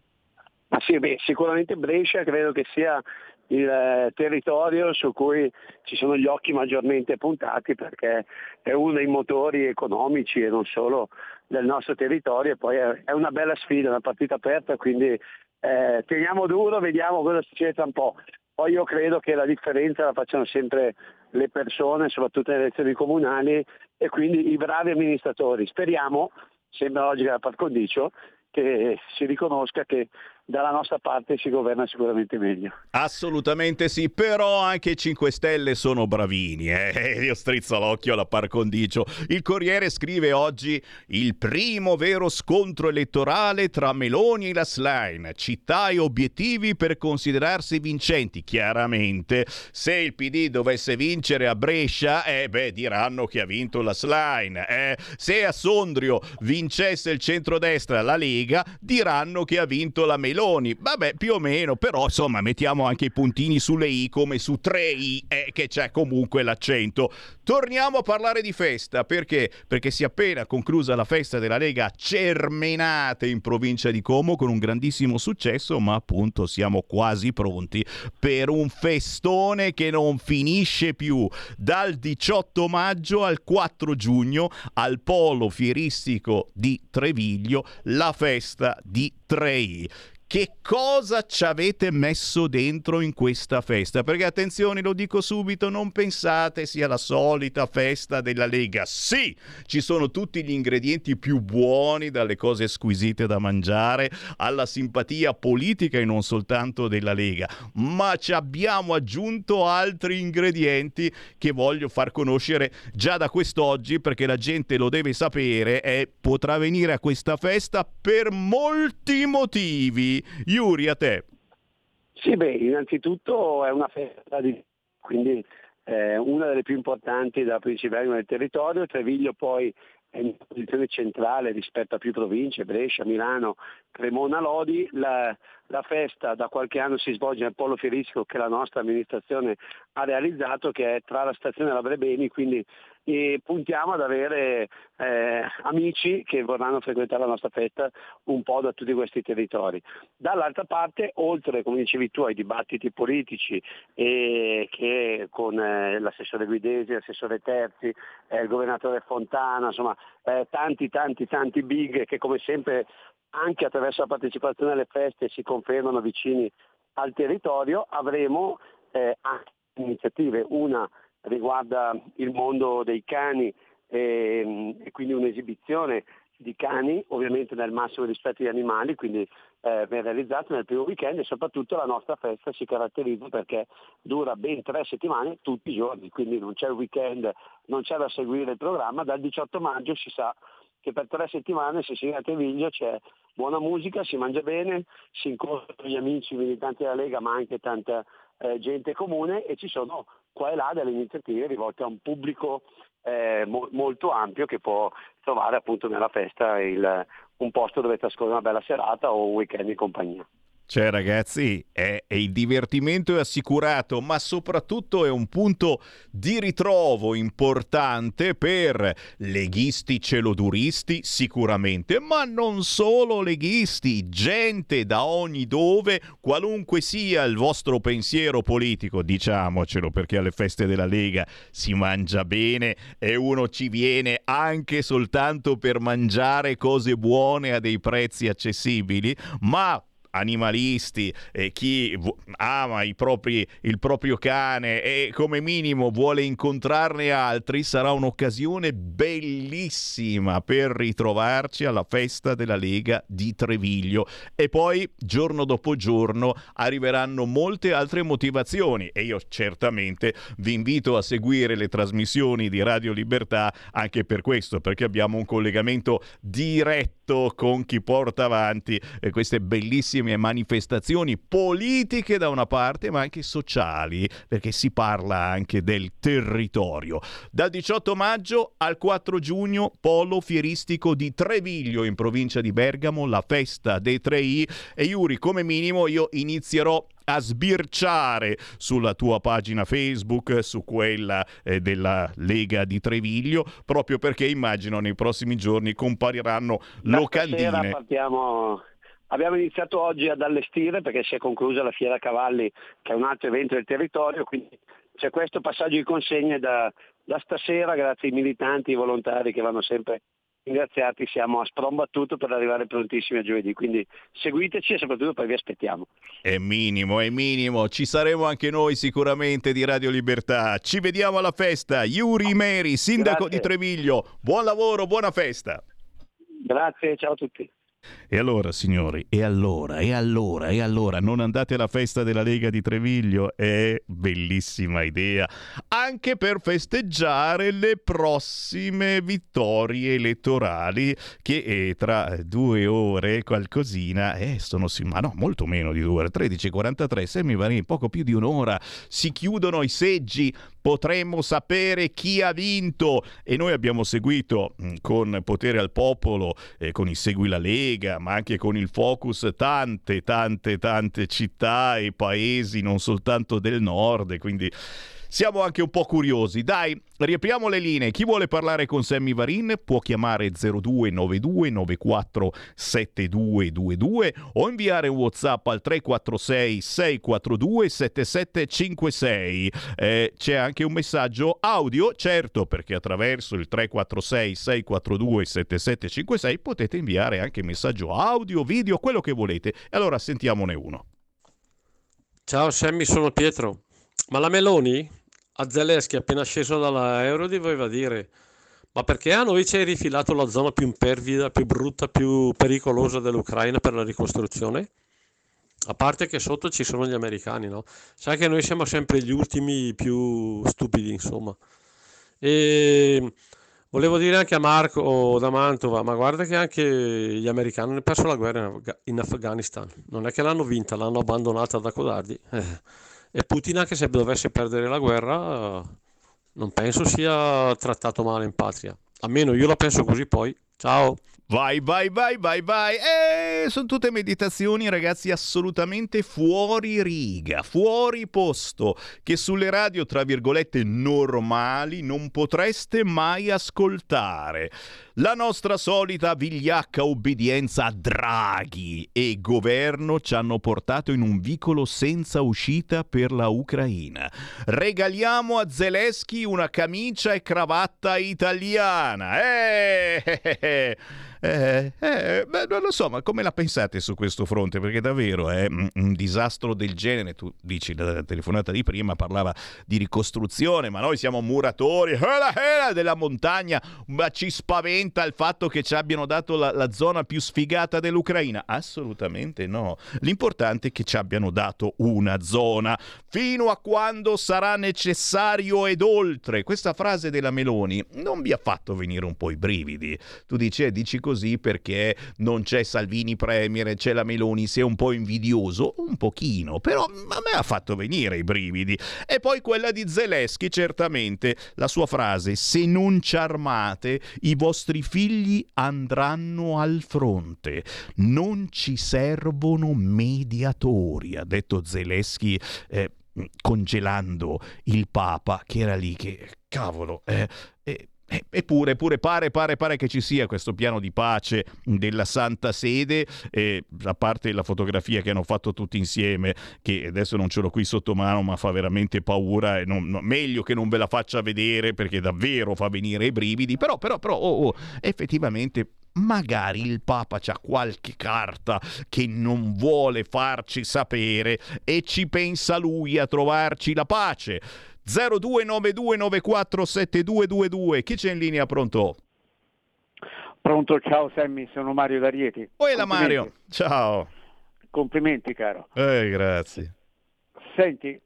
[SPEAKER 15] Ma sì, beh, sicuramente Brescia credo che sia il eh, territorio su cui ci sono gli occhi maggiormente puntati, perché è uno dei motori economici e non solo del nostro territorio, e poi è, è una bella sfida, una partita aperta, quindi eh, teniamo duro, vediamo cosa succede tra un po'. Poi io credo che la differenza la facciano sempre le persone, soprattutto nelle elezioni comunali, e quindi i bravi amministratori. Speriamo, sembra oggi da par condicio, che si riconosca che dalla nostra parte si governa sicuramente meglio.
[SPEAKER 2] Assolutamente sì, però anche i cinque Stelle sono bravini, eh? Io strizzo l'occhio alla par condicio. Il Corriere scrive oggi: il primo vero scontro elettorale tra Meloni e la Schlein, città e obiettivi per considerarsi vincenti. Chiaramente se il P D dovesse vincere a Brescia, eh beh, diranno che ha vinto la Schlein, eh? Se a Sondrio vincesse il centrodestra, la Lega, diranno che ha vinto la Meloni. Vabbè, più o meno, però insomma mettiamo anche i puntini sulle i come su tre i, eh, che c'è comunque l'accento. Torniamo a parlare di festa, perché? Perché si è appena conclusa la festa della Lega a Cermenate in provincia di Como con un grandissimo successo, ma appunto siamo quasi pronti per un festone che non finisce più. Dal diciotto maggio al quattro giugno al Polo Fieristico di Treviglio, la festa di tre i. Che cosa ci avete messo dentro in questa festa? Perché attenzione, lo dico subito, non pensate sia la solita festa della Lega. Sì, ci sono tutti gli ingredienti più buoni, dalle cose squisite da mangiare alla simpatia politica e non soltanto della Lega, ma ci abbiamo aggiunto altri ingredienti che voglio far conoscere già da quest'oggi, perché la gente lo deve sapere e potrà venire a questa festa per molti motivi. Yuri, a te.
[SPEAKER 15] Sì, beh, innanzitutto è una festa, di, quindi eh, una delle più importanti della Principe del territorio. Treviglio poi è in posizione centrale rispetto a più province, Brescia, Milano, Cremona, Lodi. La, la festa da qualche anno si svolge nel polo fieristico che la nostra amministrazione ha realizzato, che è tra la stazione della Brebeni, quindi e puntiamo ad avere eh, amici che vorranno frequentare la nostra festa un po' da tutti questi territori. Dall'altra parte, oltre, come dicevi tu, ai dibattiti politici e che con eh, l'assessore Guidesi, l'assessore Terzi, eh, il governatore Fontana, insomma eh, tanti tanti tanti big che come sempre anche attraverso la partecipazione alle feste si confermano vicini al territorio, avremo eh, anche iniziative. Una riguarda il mondo dei cani e, e quindi un'esibizione di cani, ovviamente nel massimo rispetto agli animali, quindi eh, ben realizzato nel primo weekend, e soprattutto la nostra festa si caratterizza perché dura ben tre settimane tutti i giorni, quindi non c'è il weekend, non c'è da seguire il programma. Dal diciotto maggio si sa che per tre settimane se si viene a Treviglio c'è buona musica, si mangia bene, si incontrano gli amici militanti della Lega, ma anche tanta eh, gente comune, e ci sono qua e là delle iniziative rivolte a un pubblico eh, mo- molto ampio che può trovare appunto nella festa il, un posto dove trascorrere una bella serata o un weekend in compagnia.
[SPEAKER 2] Cioè ragazzi, è, è il divertimento è assicurato, ma soprattutto è un punto di ritrovo importante per leghisti celoduristi sicuramente, ma non solo leghisti, gente da ogni dove, qualunque sia il vostro pensiero politico, diciamocelo, perché alle feste della Lega si mangia bene e uno ci viene anche soltanto per mangiare cose buone a dei prezzi accessibili, ma animalisti, eh, chi v- ama i propri, il proprio cane e come minimo vuole incontrarne altri, sarà un'occasione bellissima per ritrovarci alla festa della Lega di Treviglio. E poi giorno dopo giorno arriveranno molte altre motivazioni, e io certamente vi invito a seguire le trasmissioni di Radio Libertà anche per questo, perché abbiamo un collegamento diretto con chi porta avanti eh, queste bellissime manifestazioni politiche da una parte, ma anche sociali, perché si parla anche del territorio. Dal diciotto maggio al quattro giugno, polo fieristico di Treviglio in provincia di Bergamo, la festa dei tre I. E Yuri, come minimo io inizierò a sbirciare sulla tua pagina Facebook, su quella eh, della Lega di Treviglio, proprio perché immagino nei prossimi giorni compariranno locandine.
[SPEAKER 15] Stasera partiamo. Abbiamo iniziato oggi ad allestire perché si è conclusa la Fiera Cavalli, che è un altro evento del territorio, quindi c'è questo passaggio di consegne da, da stasera, grazie ai militanti e ai volontari che vanno sempre ringraziati. Siamo a sprombattuto per arrivare prontissimi a giovedì, quindi seguiteci e soprattutto poi vi aspettiamo.
[SPEAKER 2] È minimo, è minimo, ci saremo anche noi sicuramente di Radio Libertà. Ci vediamo alla festa. Yuri Meri, sindaco Grazie. Di Treviglio, buon lavoro, buona festa.
[SPEAKER 15] Grazie, ciao a tutti.
[SPEAKER 2] E allora signori, e allora, e allora, e allora, non andate alla festa della Lega di Treviglio? È bellissima idea, anche per festeggiare le prossime vittorie elettorali che eh, tra due ore qualcosina, eh, sono sì, ma no, molto meno di due ore, tredici e quarantatré, Sammy Varin, poco più di un'ora, si chiudono i seggi, potremmo sapere chi ha vinto, e noi abbiamo seguito mh, con Potere al Popolo, eh, con i Segui la Lega, ma anche con il Focus, tante, tante, tante città e paesi, non soltanto del nord, quindi siamo anche un po' curiosi. Dai, riapriamo le linee. Chi vuole parlare con Sammy Varin può chiamare zero due nove due nove quattro sette due due due o inviare un WhatsApp al tre quattro sei sei quattro due sette sette cinque sei. Eh, c'è anche un messaggio audio, certo, perché attraverso il tre quattro sei sei quattro due sette sette cinque sei potete inviare anche messaggio audio, video, quello che volete. E allora sentiamone uno.
[SPEAKER 16] Ciao Sammy, sono Pietro. Ma la Meloni a Zelensky appena sceso dall'aereo doveva dire: ma perché a noi ci hai rifilato la zona più impervida, più brutta, più pericolosa dell'Ucraina per la ricostruzione? A parte che sotto ci sono gli americani, no? Sai che noi siamo sempre gli ultimi più stupidi, insomma. E volevo dire anche a Marco da Mantova, ma guarda che anche gli americani hanno perso la guerra in, Afga- in Afghanistan. Non è che l'hanno vinta, l'hanno abbandonata da codardi. Eh. E Putin, anche se dovesse perdere la guerra, non penso sia trattato male in patria. Almeno io la penso così poi. Ciao.
[SPEAKER 2] Vai, vai, vai, vai, vai. Eh, sono tutte meditazioni, ragazzi, assolutamente fuori riga, fuori posto, che sulle radio, tra virgolette, normali non potreste mai ascoltare. La nostra solita vigliacca obbedienza a Draghi e governo ci hanno portato in un vicolo senza uscita per la Ucraina. Regaliamo a Zelensky una camicia e cravatta italiana. Eh, eh, eh. Eh, eh, beh, non lo so, ma come la pensate su questo fronte? Perché davvero è eh, un disastro del genere. Tu dici, la telefonata di prima parlava di ricostruzione, ma noi siamo muratori ela, ela, della montagna, ma ci spaventa il fatto che ci abbiano dato la, la zona più sfigata dell'Ucraina? Assolutamente no. L'importante è che ci abbiano dato una zona fino a quando sarà necessario ed oltre. Questa frase della Meloni non vi ha fatto venire un po' i brividi? Tu dici, eh, dici così perché non c'è Salvini premier, c'è la Meloni, sei un po' invidioso, un pochino, però a me ha fatto venire i brividi. E poi quella di Zelensky, certamente, la sua frase: se non ci armate i vostri figli andranno al fronte, non ci servono mediatori, ha detto Zelensky, eh, congelando il Papa che era lì, che cavolo, eh, eh, eppure pure pare, pare, pare che ci sia questo piano di pace della Santa Sede, eh, a parte la fotografia che hanno fatto tutti insieme, che adesso non ce l'ho qui sotto mano ma fa veramente paura, e non, no, meglio che non ve la faccia vedere perché davvero fa venire i brividi, però, però, però oh, oh, effettivamente magari il Papa c'ha qualche carta che non vuole farci sapere e ci pensa lui a trovarci la pace. zero due nove due nove quattro sette due due due. Chi c'è in linea? Pronto?
[SPEAKER 17] Pronto, ciao Sammy, sono Mario da Rieti.
[SPEAKER 2] Poi la Mario, ciao.
[SPEAKER 17] Complimenti caro.
[SPEAKER 2] Eh, grazie.
[SPEAKER 17] Senti,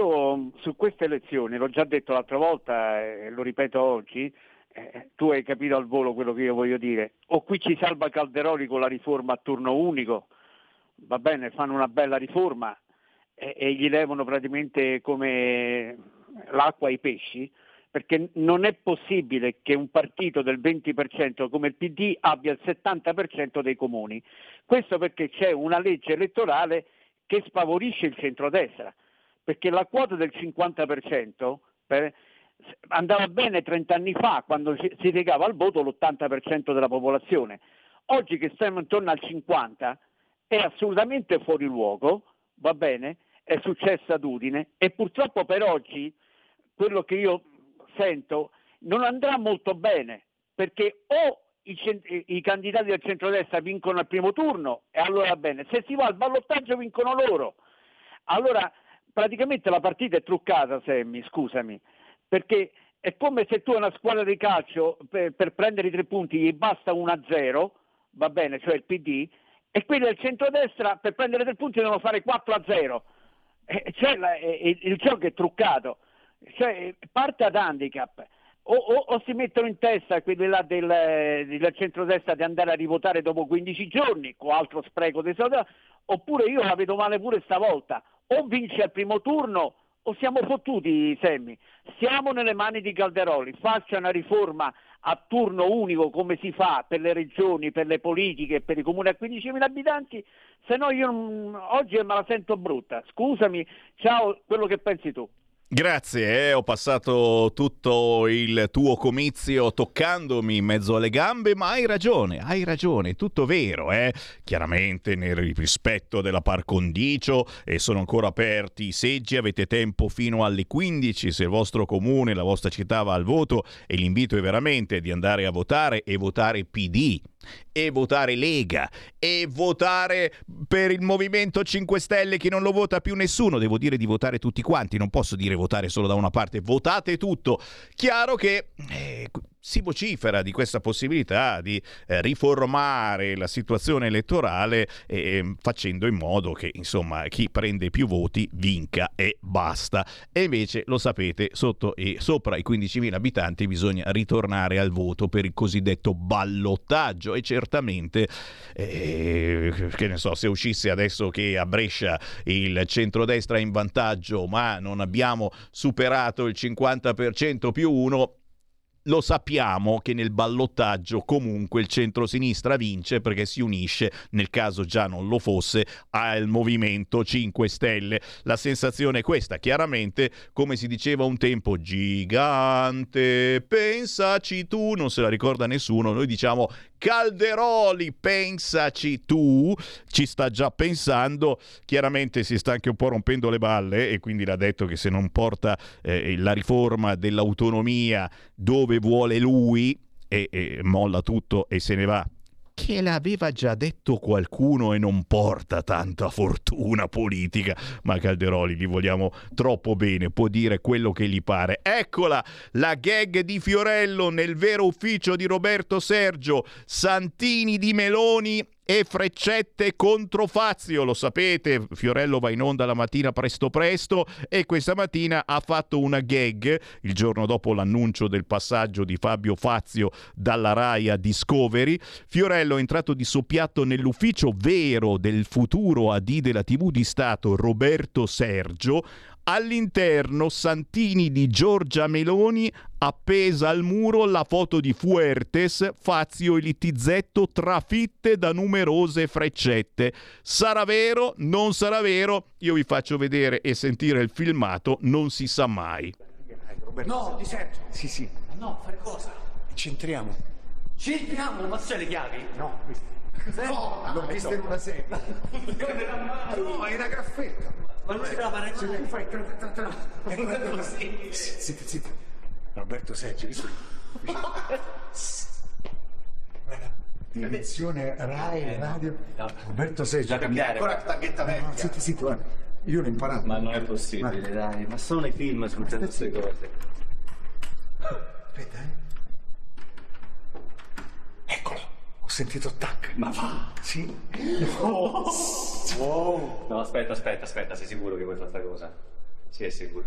[SPEAKER 17] io su queste elezioni, l'ho già detto l'altra volta e lo ripeto oggi, eh, tu hai capito al volo quello che io voglio dire. O qui ci salva Calderoli con la riforma a turno unico, va bene, fanno una bella riforma e, e gli levano praticamente come l'acqua ai pesci, perché non è possibile che un partito del venti per cento come il P D abbia il settanta per cento dei comuni. Questo perché c'è una legge elettorale che sfavorisce il centrodestra, perché la quota del cinquanta per cento per, andava bene trenta anni fa, quando si legava al voto l'ottanta per cento della popolazione. Oggi che stiamo intorno al cinquanta è assolutamente fuori luogo, va bene? È successo ad Udine e purtroppo per oggi quello che io sento non andrà molto bene, perché o i, cent- i candidati del centrodestra vincono al primo turno e allora va bene, se si va al ballottaggio vincono loro. Allora praticamente la partita è truccata, Sammy, scusami, perché è come se tu a una squadra di calcio per, per prendere i tre punti gli basta uno a zero, va bene, cioè il P D, e quelli del centrodestra per prendere tre punti devono fare quattro a zero. Eh, cioè la, eh, il gioco è truccato, cioè parte ad handicap. O, o, o si mettono in testa quelli là del, del centrodestra di andare a rivotare dopo quindici giorni con altro spreco dei soldi, oppure io la vedo male pure stavolta, o vince al primo turno o siamo fottuti, Sammy. Siamo nelle mani di Calderoli, faccia una riforma a turno unico come si fa per le regioni, per le politiche, per i comuni a quindicimila abitanti, se no io non, oggi me la sento brutta, scusami, ciao, quello che pensi tu.
[SPEAKER 2] Grazie, eh, ho passato tutto il tuo comizio toccandomi in mezzo alle gambe, ma hai ragione, hai ragione, tutto vero, eh? Chiaramente nel rispetto della par condicio, e sono ancora aperti i seggi, avete tempo fino alle quindici se il vostro comune, la vostra città va al voto, e l'invito è veramente di andare a votare e votare P D. E votare Lega e votare per il Movimento cinque Stelle, che non lo vota più nessuno. Devo dire di votare tutti quanti, non posso dire votare solo da una parte, votate tutto. Chiaro che eh, si vocifera di questa possibilità di eh, riformare la situazione elettorale eh, facendo in modo che insomma chi prende più voti vinca e basta. E invece lo sapete, sotto e sopra i quindicimila abitanti bisogna ritornare al voto per il cosiddetto ballottaggio. E certamente eh, che ne so, se uscisse adesso che a Brescia il centrodestra è in vantaggio ma non abbiamo superato il cinquanta per cento più uno, lo sappiamo che nel ballottaggio comunque il centrosinistra vince perché si unisce, nel caso già non lo fosse, al Movimento cinque Stelle. La sensazione è questa, chiaramente, come si diceva un tempo, gigante, pensaci tu, non se la ricorda nessuno, noi diciamo Calderoli, pensaci tu, ci sta già pensando, chiaramente si sta anche un po' rompendo le balle e quindi l'ha detto che se non porta eh, la riforma dell'autonomia dove vuole lui e, e molla tutto e se ne va. Che l'aveva già detto qualcuno e non porta tanta fortuna politica, ma Calderoli gli vogliamo troppo bene, può dire quello che gli pare. Eccola la gag di Fiorello nel vero ufficio di Roberto Sergio, Santini di Meloni e freccette contro Fazio, lo sapete, Fiorello va in onda la mattina presto presto e questa mattina ha fatto una gag il giorno dopo l'annuncio del passaggio di Fabio Fazio dalla Rai a Discovery. Fiorello è entrato di soppiatto nell'ufficio vero del futuro A D della tivù di Stato Roberto Sergio. All'interno Santini di Giorgia Meloni, appesa al muro la foto di Fuertes, Fazio e Littizzetto trafitte da numerose freccette. Sarà vero? Non sarà vero? Io vi faccio vedere e sentire il filmato, non si sa mai.
[SPEAKER 18] No, di Sergio.
[SPEAKER 19] Sì, sì.
[SPEAKER 18] No, fare cosa?
[SPEAKER 19] Centriamo.
[SPEAKER 18] Centriamo, ma c'è le chiavi?
[SPEAKER 19] No, queste.
[SPEAKER 18] No,
[SPEAKER 19] l'ho vista in una serie. No, è una graffetta.
[SPEAKER 18] Ma non si trova neanche.
[SPEAKER 19] Se tu fai tra tra tra tra. Zitti, zitti. Roberto Sergio, visto? Direzione Rai, radio. Roberto Sergio.
[SPEAKER 18] Da cambiare. Ancora targhetta vecchia.
[SPEAKER 19] No, zitti, zitti, guarda. Io l'ho imparato.
[SPEAKER 18] Ma non è possibile, guarda. Dai. Ma sono i film su tutte queste cose.
[SPEAKER 19] Aspetta, eh. Eccolo. Ho sentito tac.
[SPEAKER 18] Ma va?
[SPEAKER 19] Sì.
[SPEAKER 18] Oh. Wow. No, aspetta, aspetta, aspetta, sei sicuro che vuoi fare sta cosa? Sì, è sicuro.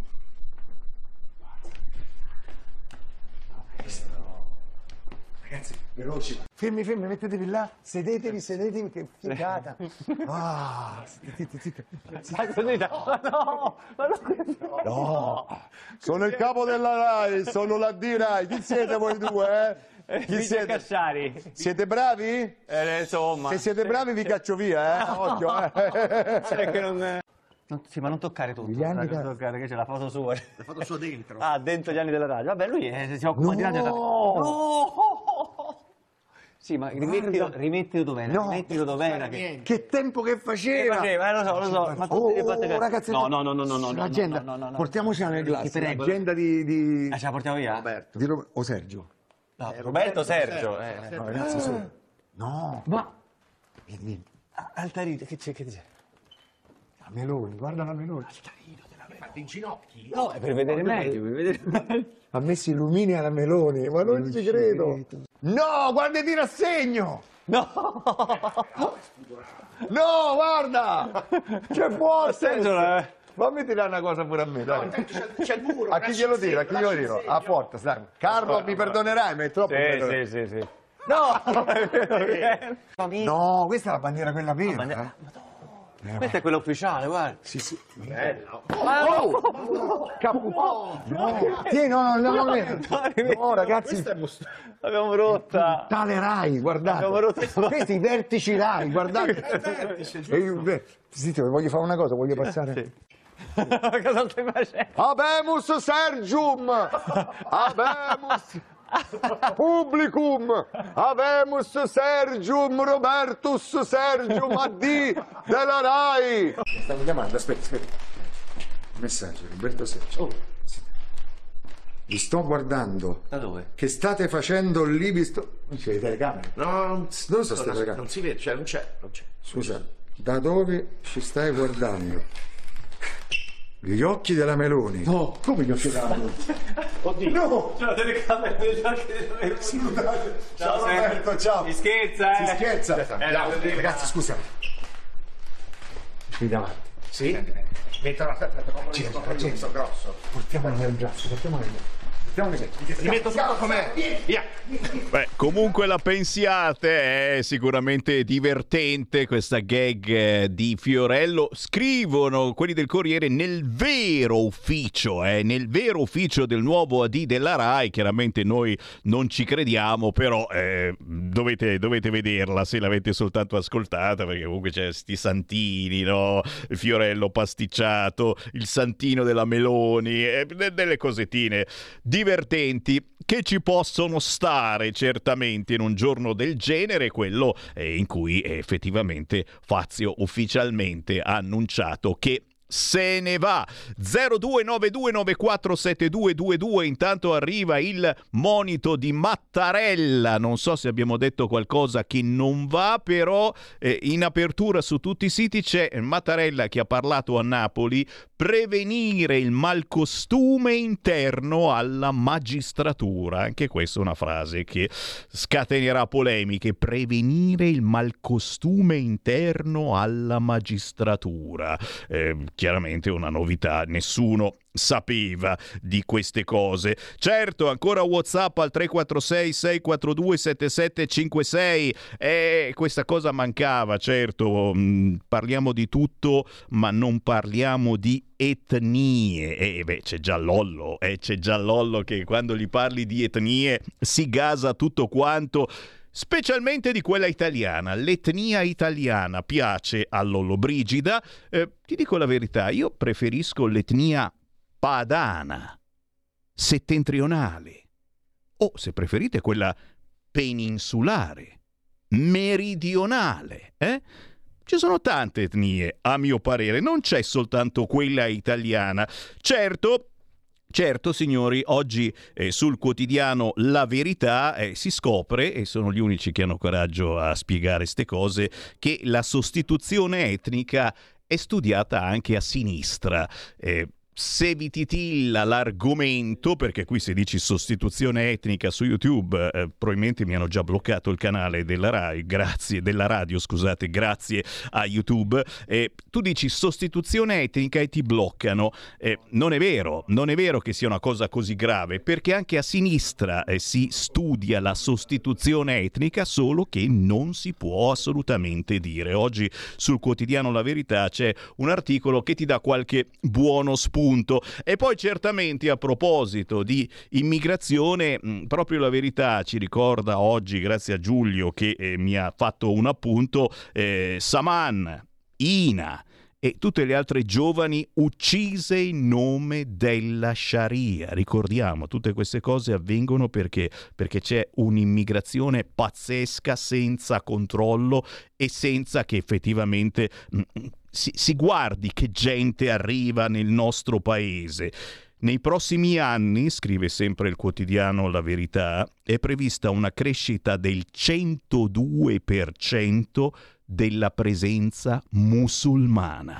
[SPEAKER 19] Ragazzi, veloci. Fermi, fermi, mettetevi là, sedetevi, sedetevi, che figata. Ah, zitti, zitti.
[SPEAKER 18] No,
[SPEAKER 19] no, sono il capo della Rai, sono la D Rai. Chi siete voi due, eh? Chi siete?
[SPEAKER 18] Cassari.
[SPEAKER 19] Siete bravi?
[SPEAKER 18] Eh, insomma.
[SPEAKER 19] Se siete bravi vi caccio via, eh? Occhio, eh?
[SPEAKER 18] Cioè che non... non... Sì, ma non toccare tutto.
[SPEAKER 19] Gli anni
[SPEAKER 18] non
[SPEAKER 19] da...
[SPEAKER 18] toccare, che c'è la foto sua.
[SPEAKER 19] La foto sua dentro.
[SPEAKER 18] Ah, dentro gli anni della radio. Vabbè, lui è, si occupa
[SPEAKER 19] no!
[SPEAKER 18] di radio. Da... No! Sì, ma rimettilo, rimettilo dov'era, no, rimettilo dov'era. Che...
[SPEAKER 19] che tempo che faceva!
[SPEAKER 18] Che faceva, eh, lo so, lo so. Ma
[SPEAKER 19] oh, oh, ragazzi,
[SPEAKER 18] no, no, no, no, no, no,
[SPEAKER 19] l'agenda,
[SPEAKER 18] no, no, no, no.
[SPEAKER 19] Portiamocela nel glass, l'agenda di... di...
[SPEAKER 18] Ah, ce la portiamo via?
[SPEAKER 19] Roberto. Di Ro... O Sergio.
[SPEAKER 18] No, eh, Roberto, Roberto Sergio. Sergio. Eh.
[SPEAKER 19] No, ragazzi, su. No.
[SPEAKER 18] Ma...
[SPEAKER 19] Vieni, vieni.
[SPEAKER 18] Altarino, che c'è, che c'è?
[SPEAKER 19] La Meloni, guarda la Meloni.
[SPEAKER 18] Altarino della Meloni.
[SPEAKER 19] Fatti in ginocchi?
[SPEAKER 18] No, è per vedere no, meglio, per vedere meglio.
[SPEAKER 19] Ha messo i lumini alla Meloni, ma non, non ci credo. credo. No, guarda di rassegno!
[SPEAKER 18] No!
[SPEAKER 19] No, guarda! C'è fuori!
[SPEAKER 18] Sergio, eh.
[SPEAKER 19] Fammi tirare una cosa pure a me, dai.
[SPEAKER 18] C'è, c'è il muro.
[SPEAKER 19] A chi glielo tiro? A chi glielo tiro? A porta, sai. Carlo, mi perdonerai, ma è troppo.
[SPEAKER 18] Sì, sì, sì, sì. No!
[SPEAKER 19] No, questa è la bandiera quella vera.
[SPEAKER 18] Bandiera... Eh, questa è quella ufficiale, guarda.
[SPEAKER 19] Sì, sì.
[SPEAKER 18] Bella.
[SPEAKER 19] Oh! Oh! Capo! No! Sì, no, no, no, no, no, ragazzi.
[SPEAKER 18] L'abbiamo rotta.
[SPEAKER 19] Tale Rai, guardate.
[SPEAKER 18] L'abbiamo rotta.
[SPEAKER 19] Questi i vertici Rai, guardate. E io, senti, voglio fare una cosa, voglio passare.
[SPEAKER 18] Sì. Cosa stai facendo?
[SPEAKER 19] Habemus Sergium! Habemus Publicum! Habemus Sergium Robertus Sergium A D della Rai! Stanno chiamando, aspetta, aspetta. Messaggio, Roberto Sergio. Oh. Vi sto guardando.
[SPEAKER 18] Da dove?
[SPEAKER 19] Che state facendo lì? Vi sto... Non c'è le telecamere?
[SPEAKER 18] No, non,
[SPEAKER 19] non so ste telecamere.
[SPEAKER 18] Non si vede, cioè non c'è, non c'è.
[SPEAKER 19] Scusa, da dove ci stai guardando? Gli occhi della Meloni.
[SPEAKER 18] No.
[SPEAKER 19] Come gli occhi della Meloni?
[SPEAKER 18] Oddio.
[SPEAKER 19] No.
[SPEAKER 18] C'è la telecamera degli occhi della Meloni.
[SPEAKER 19] Scusate.
[SPEAKER 18] Ciao, ciao Roberto, ciao. Si scherza, eh.
[SPEAKER 19] Si scherza.
[SPEAKER 18] Eh,
[SPEAKER 19] no, ragazzi, scusa. Qui davanti.
[SPEAKER 18] Sì? Metto la testa.
[SPEAKER 19] Grosso. Portiamolo nel braccio, portiamolo nel braccio. Ti metto tutto com'è. Via.
[SPEAKER 2] Beh, comunque la pensiate, è sicuramente divertente questa gag eh, di Fiorello. Scrivono quelli del Corriere nel vero ufficio, eh, nel vero ufficio del nuovo A D della Rai. Chiaramente noi non ci crediamo, però eh, dovete, dovete vederla se l'avete soltanto ascoltata, perché comunque c'è sti santini, no? Fiorello pasticciato, il santino della Meloni, eh, delle cosettine divertenti che ci possono stare certamente in un giorno del genere, quello eh, in cui eh, effettivamente Fazio ufficialmente ha annunciato che se ne va. Zero due nove due nove quattro sette due due due. Intanto arriva il monito di Mattarella. Non so se abbiamo detto qualcosa che non va, però eh, in apertura su tutti i siti c'è Mattarella che ha parlato a Napoli. Prevenire il malcostume interno alla magistratura. Anche questa è una frase che scatenerà polemiche. Prevenire il malcostume interno alla magistratura. Eh, chiaramente una novità, nessuno sapeva di queste cose. Certo, ancora WhatsApp al tre quattro sei sei quattro due sette sette cinque sei. E questa cosa mancava, certo. Mh, parliamo di tutto, ma non parliamo di etnie. E beh, c'è già Lollo, eh, c'è già Lollo che quando gli parli di etnie si gasa tutto quanto, specialmente di quella italiana. L'etnia italiana piace a Lollobrigida. Eh, ti dico la verità, io preferisco l'etnia padana, settentrionale, o se preferite quella peninsulare, meridionale. Eh? Ci sono tante etnie, a mio parere, non c'è soltanto quella italiana. Certo, Certo, signori, oggi eh, sul quotidiano La Verità eh, si scopre, e sono gli unici che hanno coraggio a spiegare ste cose, che la sostituzione etnica è studiata anche a sinistra. Eh, se vi titilla l'argomento, perché qui se dici sostituzione etnica su YouTube eh, probabilmente mi hanno già bloccato il canale della Rai, grazie, della radio, scusate, grazie a YouTube. Eh, tu dici sostituzione etnica e ti bloccano. Eh, non è vero, non è vero che sia una cosa così grave, perché anche a sinistra eh, si studia la sostituzione etnica, solo che non si può assolutamente dire. Oggi sul quotidiano La Verità c'è un articolo che ti dà qualche buono spunto. E poi certamente, a proposito di immigrazione, mh, proprio La Verità ci ricorda oggi, grazie a Giulio che eh, mi ha fatto un appunto, eh, Saman, Ina e tutte le altre giovani uccise in nome della Sharia. Ricordiamo, tutte queste cose avvengono perché, perché c'è un'immigrazione pazzesca, senza controllo e senza che effettivamente mh, si, si guardi che gente arriva nel nostro paese. Nei prossimi anni, scrive sempre il quotidiano La Verità, è prevista una crescita del centodue per cento della presenza musulmana.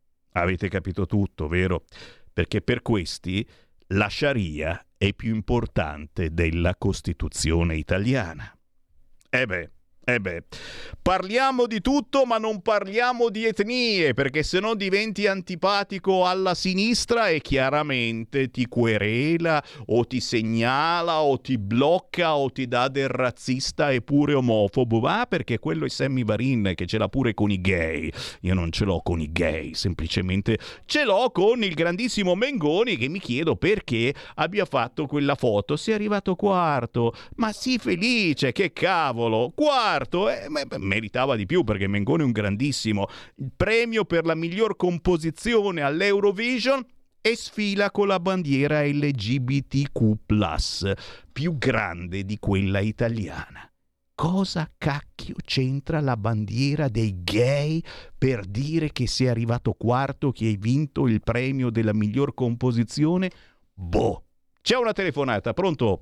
[SPEAKER 2] Avete capito tutto, vero? Perché per questi la Sharia è più importante della Costituzione italiana. Eh beh, Eh beh, parliamo di tutto ma non parliamo di etnie, perché se no diventi antipatico alla sinistra e chiaramente ti querela o ti segnala o ti blocca o ti dà del razzista e pure omofobo. Ah, perché quello è Sammy Varin che ce l'ha pure con i gay. Io non ce l'ho con i gay, semplicemente ce l'ho con il grandissimo Mengoni, che mi chiedo perché abbia fatto quella foto. Si è arrivato quarto, ma sii felice, che cavolo, quarto. Eh, meritava di più, perché Mengoni è un grandissimo. Il premio per la miglior composizione all'Eurovision e sfila con la bandiera L G B T Q plus, più grande di quella italiana. Cosa cacchio c'entra la bandiera dei gay per dire che sei arrivato quarto, che hai vinto il premio della miglior composizione? Boh. C'è una telefonata, pronto?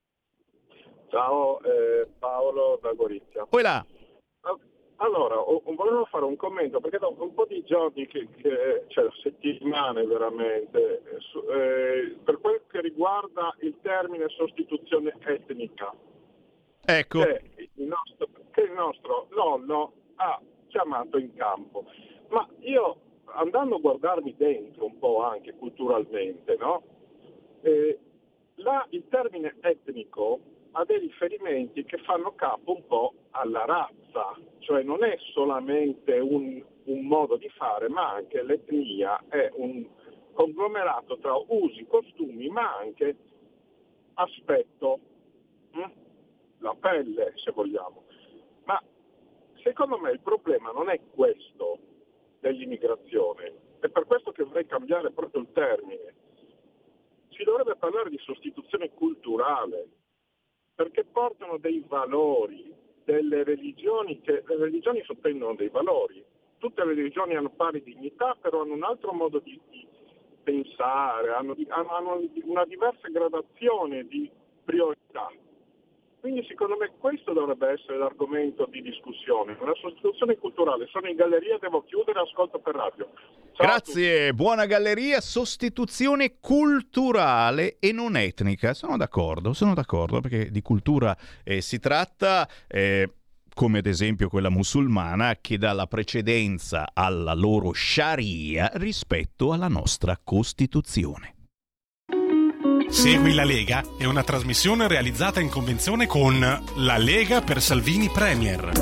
[SPEAKER 20] Ciao, eh, Paolo da Gorizia.
[SPEAKER 2] Poi là.
[SPEAKER 20] Allora, ho, volevo fare un commento, perché dopo un po' di giorni, che, che, cioè settimane veramente, su, eh, per quel che riguarda il termine sostituzione etnica,
[SPEAKER 2] ecco,
[SPEAKER 20] che il nostro, che il nostro nonno ha chiamato in campo. Ma io, andando a guardarmi dentro un po' anche culturalmente, no? Eh, la, il termine etnico ha dei riferimenti che fanno capo un po' alla razza, cioè non è solamente un, un modo di fare, ma anche l'etnia è un conglomerato tra usi, costumi, ma anche aspetto, hm? la pelle se vogliamo. Ma secondo me il problema non è questo dell'immigrazione, è per questo che vorrei cambiare proprio il termine. Si dovrebbe parlare di sostituzione culturale, perché portano dei valori, delle religioni, che le religioni sottendono dei valori. Tutte le religioni hanno pari dignità, però hanno un altro modo di, di pensare, hanno, hanno, hanno una diversa gradazione di priorità. Quindi secondo me questo dovrebbe essere l'argomento di discussione. Una sostituzione culturale. Sono in galleria, devo chiudere, ascolto per radio. Ciao.
[SPEAKER 2] Grazie, buona galleria. Sostituzione culturale e non etnica. Sono d'accordo, sono d'accordo, perché di cultura eh, si tratta... Eh, come ad esempio quella musulmana, che dà la precedenza alla loro Sharia rispetto alla nostra Costituzione.
[SPEAKER 14] Segui la Lega è una trasmissione realizzata in convenzione con La Lega per Salvini Premier.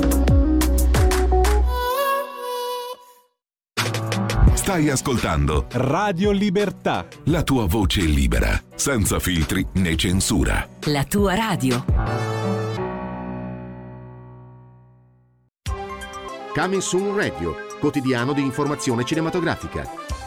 [SPEAKER 9] Stai ascoltando
[SPEAKER 12] Radio Libertà,
[SPEAKER 9] la tua voce libera, senza filtri né censura.
[SPEAKER 11] La tua radio.
[SPEAKER 21] Coming Soon Radio, quotidiano di informazione cinematografica.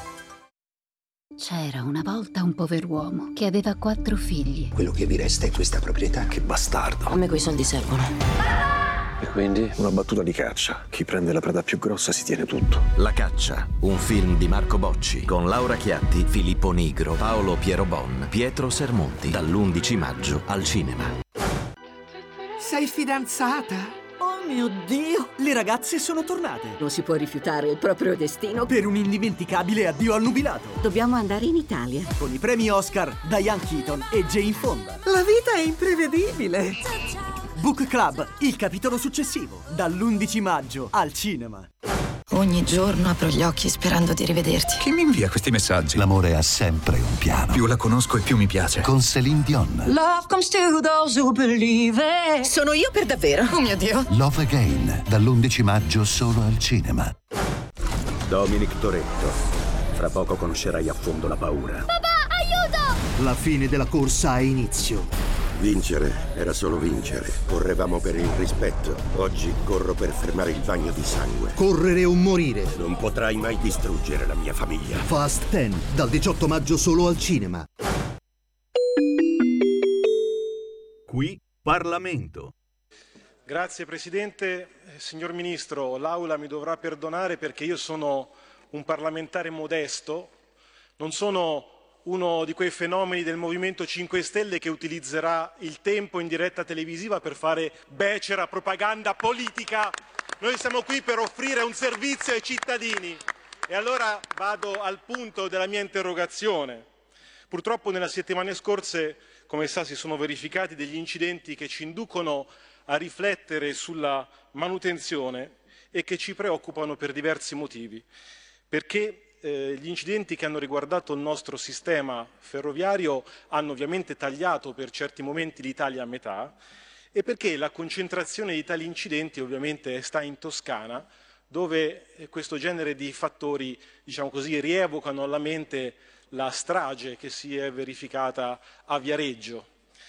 [SPEAKER 22] C'era una volta un pover'uomo che aveva quattro figli.
[SPEAKER 23] Quello che vi resta è questa proprietà. Che bastardo.
[SPEAKER 22] A me quei soldi servono.
[SPEAKER 23] E quindi una battuta di caccia. Chi prende la preda più grossa si tiene tutto.
[SPEAKER 24] La caccia, un film di Marco Bocci con Laura Chiatti, Filippo Nigro, Paolo Pierobon, Pietro Sermonti, dall'undici maggio al cinema.
[SPEAKER 25] Sei fidanzata?
[SPEAKER 26] Oh mio Dio, le ragazze sono tornate.
[SPEAKER 22] Non si può rifiutare il proprio destino
[SPEAKER 26] Per un indimenticabile addio al nubilato.
[SPEAKER 22] Dobbiamo andare in Italia.
[SPEAKER 26] Con i premi Oscar, Diane Keaton e Jane Fonda.
[SPEAKER 25] La vita è imprevedibile.
[SPEAKER 26] Book Club, il capitolo successivo, dall'undici maggio al cinema.
[SPEAKER 22] Ogni giorno apro gli occhi sperando di rivederti.
[SPEAKER 23] Chi mi invia questi messaggi?
[SPEAKER 27] L'amore ha sempre un piano.
[SPEAKER 23] Più la conosco e più mi piace.
[SPEAKER 27] Con Céline Dion.
[SPEAKER 22] Love comes to those who believe it. Sono io per davvero? Oh mio Dio.
[SPEAKER 27] Love Again, dall'undici maggio solo al cinema.
[SPEAKER 23] Dominic Toretto. Fra poco conoscerai a fondo la paura.
[SPEAKER 22] Papà, aiuto!
[SPEAKER 27] La fine della corsa ha inizio.
[SPEAKER 23] Vincere era solo vincere. Correvamo per il rispetto. Oggi corro per fermare il bagno di sangue.
[SPEAKER 27] Correre o morire.
[SPEAKER 23] Non potrai mai distruggere la mia famiglia.
[SPEAKER 27] Fast dieci, dal diciotto maggio solo al cinema.
[SPEAKER 12] Qui Parlamento.
[SPEAKER 28] Grazie Presidente. Signor Ministro, l'Aula mi dovrà perdonare perché io sono un parlamentare modesto, non sono uno di quei fenomeni del Movimento cinque Stelle che utilizzerà il tempo in diretta televisiva per fare becera propaganda politica. Noi siamo qui per offrire un servizio ai cittadini. E allora vado al punto della mia interrogazione. Purtroppo nelle settimane scorse, come sa, si sono verificati degli incidenti che ci inducono a riflettere sulla manutenzione e che ci preoccupano per diversi motivi. Perché Eh, gli incidenti che hanno riguardato il nostro sistema ferroviario hanno ovviamente tagliato per certi momenti l'Italia a metà, e perché la concentrazione di tali incidenti ovviamente sta in Toscana, dove questo genere di fattori, diciamo così, rievocano alla mente la strage che si è verificata a Viareggio.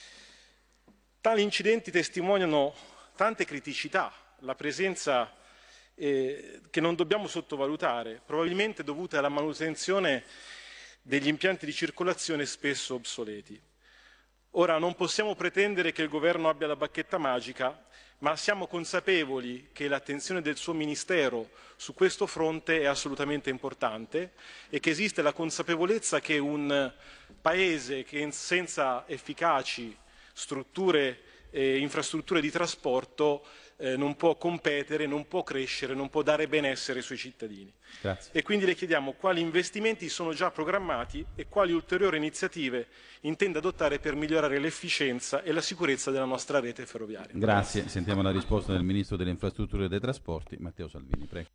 [SPEAKER 28] Tali incidenti testimoniano tante criticità, la presenza Eh, che non dobbiamo sottovalutare, probabilmente dovute alla manutenzione degli impianti di circolazione spesso obsoleti. Ora, non possiamo pretendere che il Governo abbia la bacchetta magica, ma siamo consapevoli che l'attenzione del suo Ministero su questo fronte è assolutamente importante e che esiste la consapevolezza che un Paese che senza efficaci strutture e infrastrutture di trasporto Eh, non può competere, non può crescere, non può dare benessere ai suoi cittadini.
[SPEAKER 29] Grazie.
[SPEAKER 28] E quindi le chiediamo quali investimenti sono già programmati e quali ulteriori iniziative intende adottare per migliorare l'efficienza e la sicurezza della nostra rete ferroviaria.
[SPEAKER 29] Grazie. Sentiamo la risposta del Ministro delle Infrastrutture e dei Trasporti, Matteo Salvini. Prego.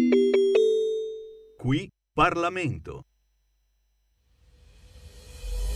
[SPEAKER 12] Qui Parlamento.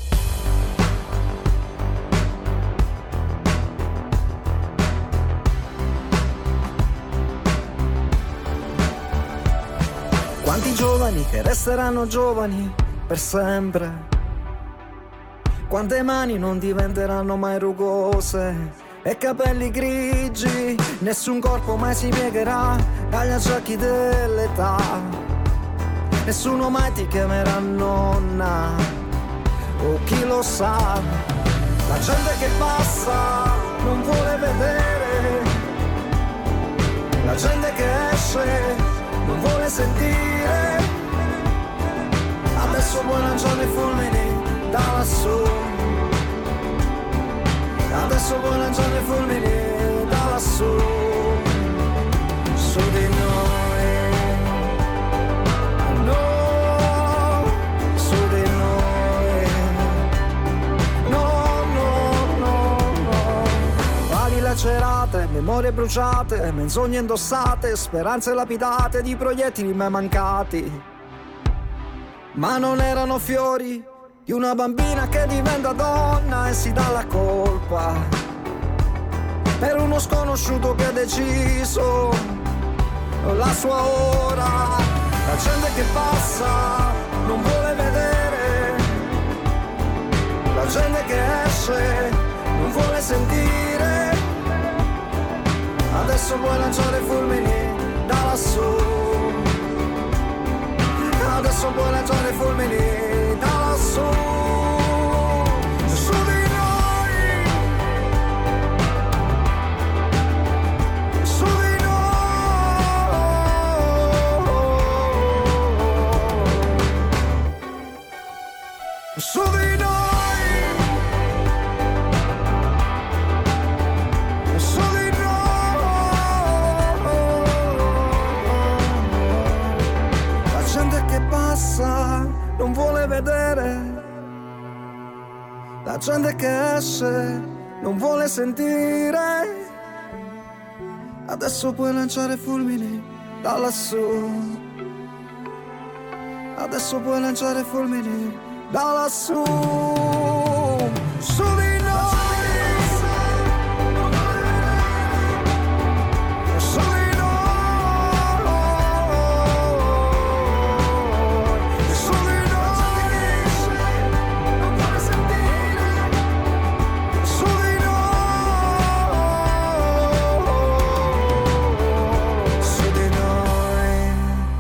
[SPEAKER 1] giovani che resteranno giovani per sempre. Quante mani non diventeranno mai rugose e capelli grigi, nessun corpo mai si piegherà agli acciacchi dell'età. Nessuno mai ti chiamerà nonna, o chi lo sa. La gente che passa non vuole vedere, la gente che esce non vuole sentire. Adesso puoi lanciare i fulmini da lassù, adesso puoi lanciare i fulmini da lassù, su di noi, no, su di noi, no, no, no, no. Ali lacerate, memorie bruciate, menzogne indossate, speranze lapidate di proiettili mai mancati. Ma non erano fiori di una bambina che diventa donna e si dà la colpa per uno sconosciuto che ha deciso la sua ora. La gente che passa non vuole vedere, la gente che esce non vuole sentire. Adesso puoi lanciare fulmini da lassù, adesso puoi lanciare fulmini da lassù, su di noi, su di noi, su di noi, su di noi. La gente che passa non vuole vedere, la gente che esce non vuole sentire. Adesso puoi lanciare fulmini da lassù, adesso puoi lanciare fulmini da lassù, su di noi, su di noi, su di noi, non vuole sentire, su di noi, su di noi.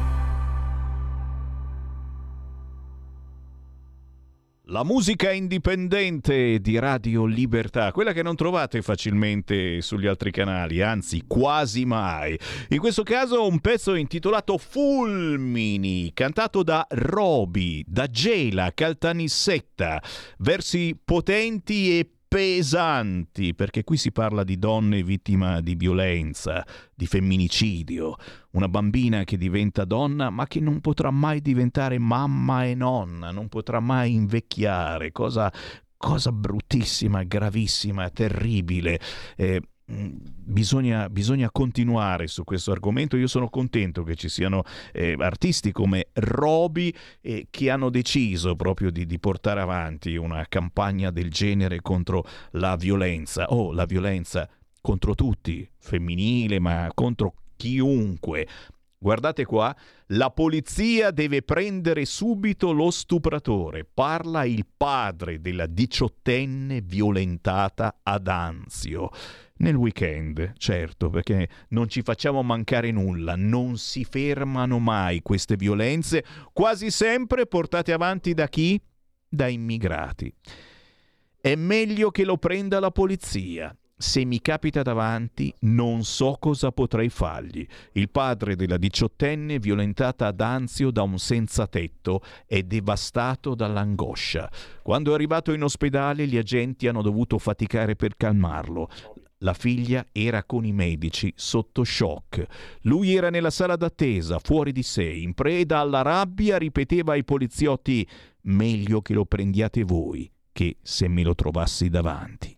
[SPEAKER 2] La musica indipendente di Radio Libertà, quella che non trovate facilmente sugli altri canali, anzi quasi mai. In questo caso un pezzo intitolato Fulmini, cantato da Roby, da Gela Caltanissetta, versi potenti e pesanti, perché qui si parla di donne vittime di violenza, di femminicidio, una bambina che diventa donna ma che non potrà mai diventare mamma e nonna, non potrà mai invecchiare, cosa, cosa bruttissima, gravissima, terribile. Eh, Bisogna, bisogna continuare su questo argomento. Io sono contento che ci siano eh, artisti come Roby eh, che hanno deciso proprio di, di portare avanti una campagna del genere contro la violenza, o oh, la violenza contro tutti, femminile, ma contro chiunque. Guardate qua, la polizia deve prendere subito lo stupratore. Parla il padre della diciottenne violentata ad Anzio. Nel weekend, certo, perché non ci facciamo mancare nulla, non si fermano mai queste violenze, quasi sempre portate avanti da chi? Da immigrati. È meglio che lo prenda la polizia. Se mi capita davanti, non so cosa potrei fargli. Il padre della diciottenne violentata ad Anzio da un senza tetto è devastato dall'angoscia. Quando è arrivato in ospedale, gli agenti hanno dovuto faticare per calmarlo. La figlia era con i medici, sotto shock. Lui era nella sala d'attesa, fuori di sé, in preda alla rabbia, ripeteva ai poliziotti: meglio che lo prendiate voi, che se me lo trovassi davanti.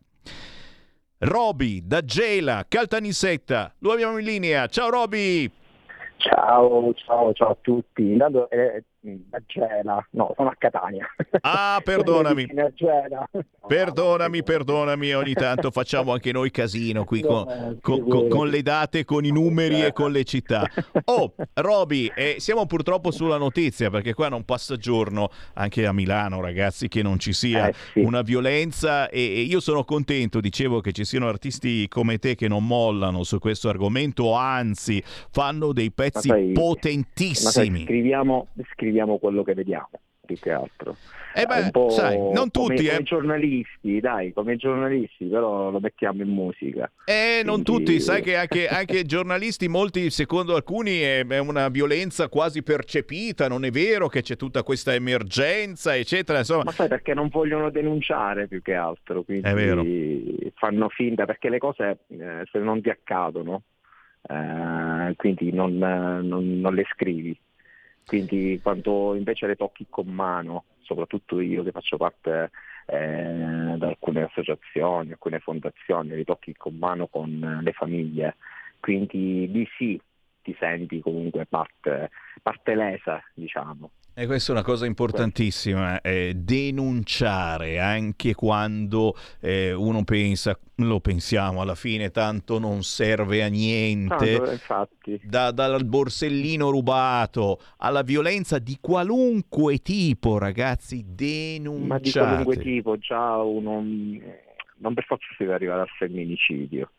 [SPEAKER 2] Roby, da Gela, Caltanissetta, lo abbiamo in linea. Ciao Roby!
[SPEAKER 3] Ciao, ciao, ciao a tutti. Intanto è a Gela, no, sono a Catania.
[SPEAKER 2] Ah, perdonami.
[SPEAKER 3] A Gela.
[SPEAKER 2] Perdonami, perdonami, ogni tanto facciamo anche noi casino qui con,
[SPEAKER 3] No,
[SPEAKER 2] con- con- con le date, con i numeri e con le città. Oh, Roby, eh, siamo purtroppo sulla notizia perché qua non passa giorno, anche a Milano, ragazzi, che non ci sia
[SPEAKER 3] Eh, sì.
[SPEAKER 2] una violenza e, e io sono contento, dicevo, che ci siano artisti come te che non mollano su questo argomento, anzi fanno dei pezzi
[SPEAKER 3] Ma sai- Ma sai,
[SPEAKER 2] potentissimi.
[SPEAKER 3] scriviamo, scriviamo quello che vediamo, più che altro.
[SPEAKER 2] Eh beh,
[SPEAKER 3] un po'
[SPEAKER 2] sai, non
[SPEAKER 3] come,
[SPEAKER 2] tutti,
[SPEAKER 3] come
[SPEAKER 2] eh.
[SPEAKER 3] giornalisti, dai, come giornalisti, però lo mettiamo in musica.
[SPEAKER 2] Eh, non
[SPEAKER 3] Quindi-
[SPEAKER 2] tutti, sai che anche, anche giornalisti, molti, secondo alcuni, è, è una violenza quasi percepita, non è vero che c'è tutta questa emergenza, eccetera, insomma.
[SPEAKER 3] Ma sai, perché non vogliono denunciare più che altro, quindi
[SPEAKER 2] È vero.
[SPEAKER 3] fanno finta, perché le cose eh, se non ti accadono, eh, quindi non, non- non le scrivi. Quindi quando invece le tocchi con mano, soprattutto io che faccio parte eh, da alcune associazioni, alcune fondazioni, le tocchi con mano con le famiglie, quindi lì sì ti senti comunque parte, parte lesa, diciamo.
[SPEAKER 2] E questa è una cosa importantissima, eh, denunciare anche quando eh, uno pensa, lo pensiamo alla fine, tanto non serve a niente,
[SPEAKER 3] Tanto, infatti.
[SPEAKER 2] da- dal borsellino rubato alla violenza di qualunque tipo, ragazzi, denunciate.
[SPEAKER 3] Ma di qualunque tipo, già uno, non per forza si deve arrivare al femminicidio,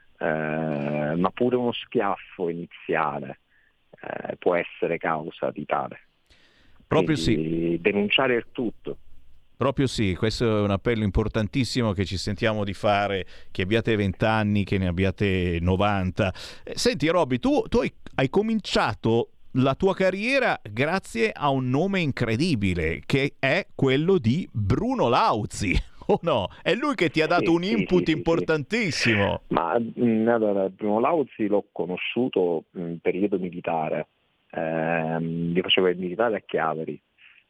[SPEAKER 3] eh, ma pure uno schiaffo iniziale eh, può essere causa di tale.
[SPEAKER 2] Proprio
[SPEAKER 3] Quindi denunciare il tutto.
[SPEAKER 2] Proprio sì, questo è un appello importantissimo che ci sentiamo di fare, che abbiate venti anni, che ne abbiate novanta. Eh, Senti Roby, tu, tu hai, hai cominciato la tua carriera grazie a un nome incredibile, che è quello di Bruno Lauzi. Oh no, è lui che ti ha dato
[SPEAKER 3] Sì,
[SPEAKER 2] un
[SPEAKER 3] sì,
[SPEAKER 2] input
[SPEAKER 3] sì, sì,
[SPEAKER 2] importantissimo.
[SPEAKER 3] Ma mh, allora, Bruno Lauzi l'ho conosciuto in periodo militare, ehm, io facevo il militare a Chiavari,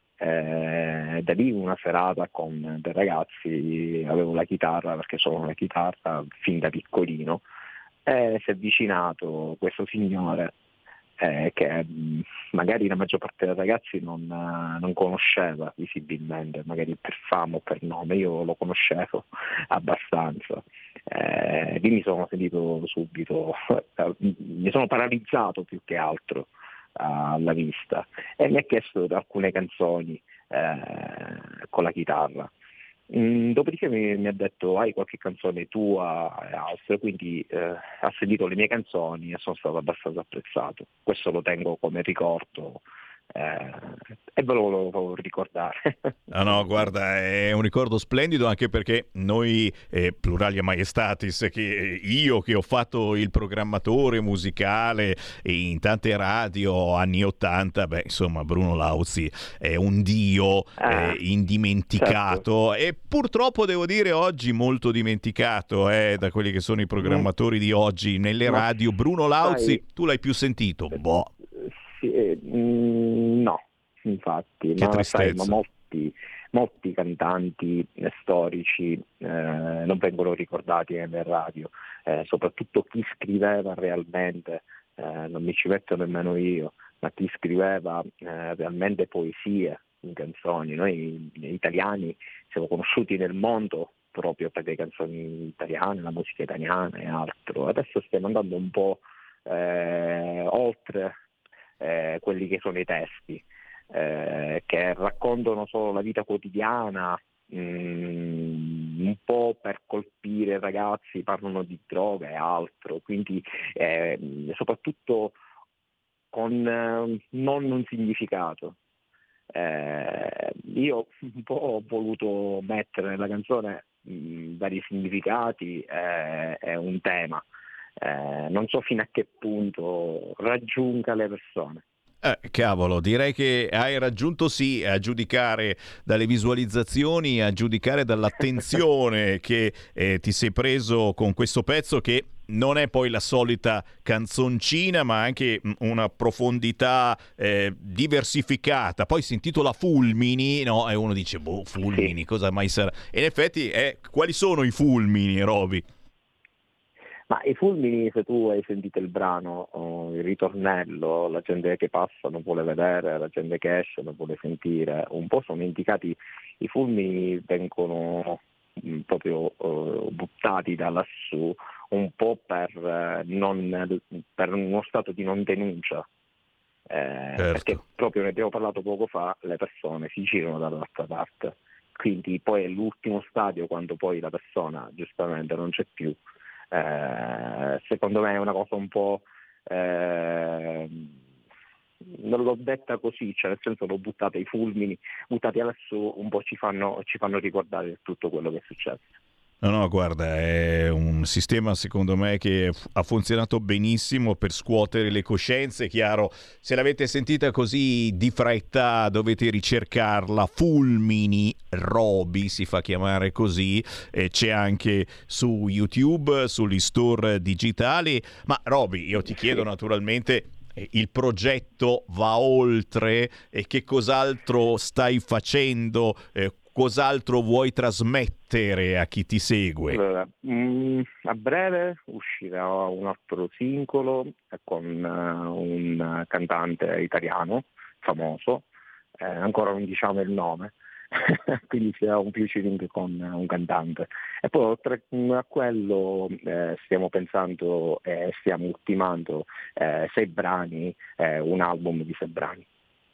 [SPEAKER 3] eh, da lì una serata con dei ragazzi, avevo la chitarra perché suono la chitarra fin da piccolino, e si è avvicinato questo signore eh, che mh, magari la maggior parte dei ragazzi non, eh, non conosceva visibilmente, magari per fama o per nome, io lo conoscevo abbastanza. Eh, lì mi sono sentito subito, mi sono paralizzato più che altro alla vista e mi ha chiesto alcune canzoni eh, con la chitarra. Mm, dopodiché mi, mi ha detto hai qualche canzone tua e altre, quindi eh, ha sentito le mie canzoni e sono stato abbastanza apprezzato. Questo lo tengo come ricordo eh, e ve lo volevo ricordare.
[SPEAKER 2] Ah no, guarda, è un ricordo splendido anche perché noi, eh, Pluralia Majestatis, che io che ho fatto il programmatore musicale in tante radio anni ottanta, beh insomma Bruno Lauzi è un dio
[SPEAKER 3] Ah,
[SPEAKER 2] eh, indimenticato e purtroppo devo dire oggi molto dimenticato eh, da quelli che sono i programmatori di oggi nelle
[SPEAKER 3] Ma
[SPEAKER 2] radio. Bruno Lauzi,
[SPEAKER 3] sai-
[SPEAKER 2] tu l'hai più sentito? Boh.
[SPEAKER 3] Sì, eh, mm, no, infatti,
[SPEAKER 2] Che
[SPEAKER 3] ma, sai, ma
[SPEAKER 2] tristezza.
[SPEAKER 3] molti, molti cantanti eh, storici eh, non vengono ricordati nelle radio, eh, soprattutto chi scriveva realmente, eh, non mi ci metto nemmeno io, ma chi scriveva eh, realmente poesie in canzoni. Noi italiani siamo conosciuti nel mondo proprio per le canzoni italiane, la musica italiana e altro. Adesso stiamo andando un po' eh, oltre eh, quelli che sono i testi, eh, che raccontano solo la vita quotidiana, mm, un po' per colpire i ragazzi, parlano di droga e altro, quindi eh, soprattutto con eh, non un significato. Eh, io un po' ho voluto mettere nella canzone mh, vari significati e eh, un tema. Eh, non so fino a che punto raggiunga le persone.
[SPEAKER 2] Eh, cavolo, direi che hai raggiunto sì, a giudicare dalle visualizzazioni, a giudicare dall'attenzione che eh, ti sei preso con questo pezzo, che non è poi la solita canzoncina, ma anche mh, una profondità eh, diversificata. Poi si intitola Fulmini, no? E uno dice, boh, Fulmini, cosa mai sarà? E in effetti, eh, quali sono i fulmini, Roby?
[SPEAKER 3] Ma i fulmini, se tu hai sentito il brano, oh, il ritornello, la gente che passa non vuole vedere, la gente che esce non vuole sentire, un po' sono indicati, i fulmini vengono mh, proprio uh, buttati da lassù, un po' per, uh, non, per uno stato di non denuncia. Eh,
[SPEAKER 2] certo.
[SPEAKER 3] Perché proprio ne abbiamo parlato poco fa, le persone si girano dall'altra parte, quindi poi è l'ultimo stadio quando poi la persona giustamente non c'è più. Eh, secondo me è una cosa un po' eh, non l'ho detta così, cioè nel senso l'ho buttata i fulmini buttati lassù, un po' ci fanno, ci fanno ricordare tutto quello che è successo.
[SPEAKER 2] No, no, guarda, è un sistema secondo me che ha funzionato benissimo per scuotere le coscienze. Chiaro, se l'avete sentita così di fretta dovete ricercarla. Fulmini Roby si fa chiamare così, e c'è anche su YouTube, sugli store digitali. Ma Roby, io ti chiedo naturalmente, il progetto va oltre, e che cos'altro stai facendo? Eh, Cos'altro vuoi trasmettere a chi ti segue?
[SPEAKER 3] Allora, mh, a breve uscirà un altro singolo con uh, un cantante italiano famoso, eh, ancora non diciamo il nome, quindi sarà un featuring con un cantante. E poi oltre a quello eh, stiamo pensando e eh, stiamo ultimando eh, sei brani, eh, un album di sei brani.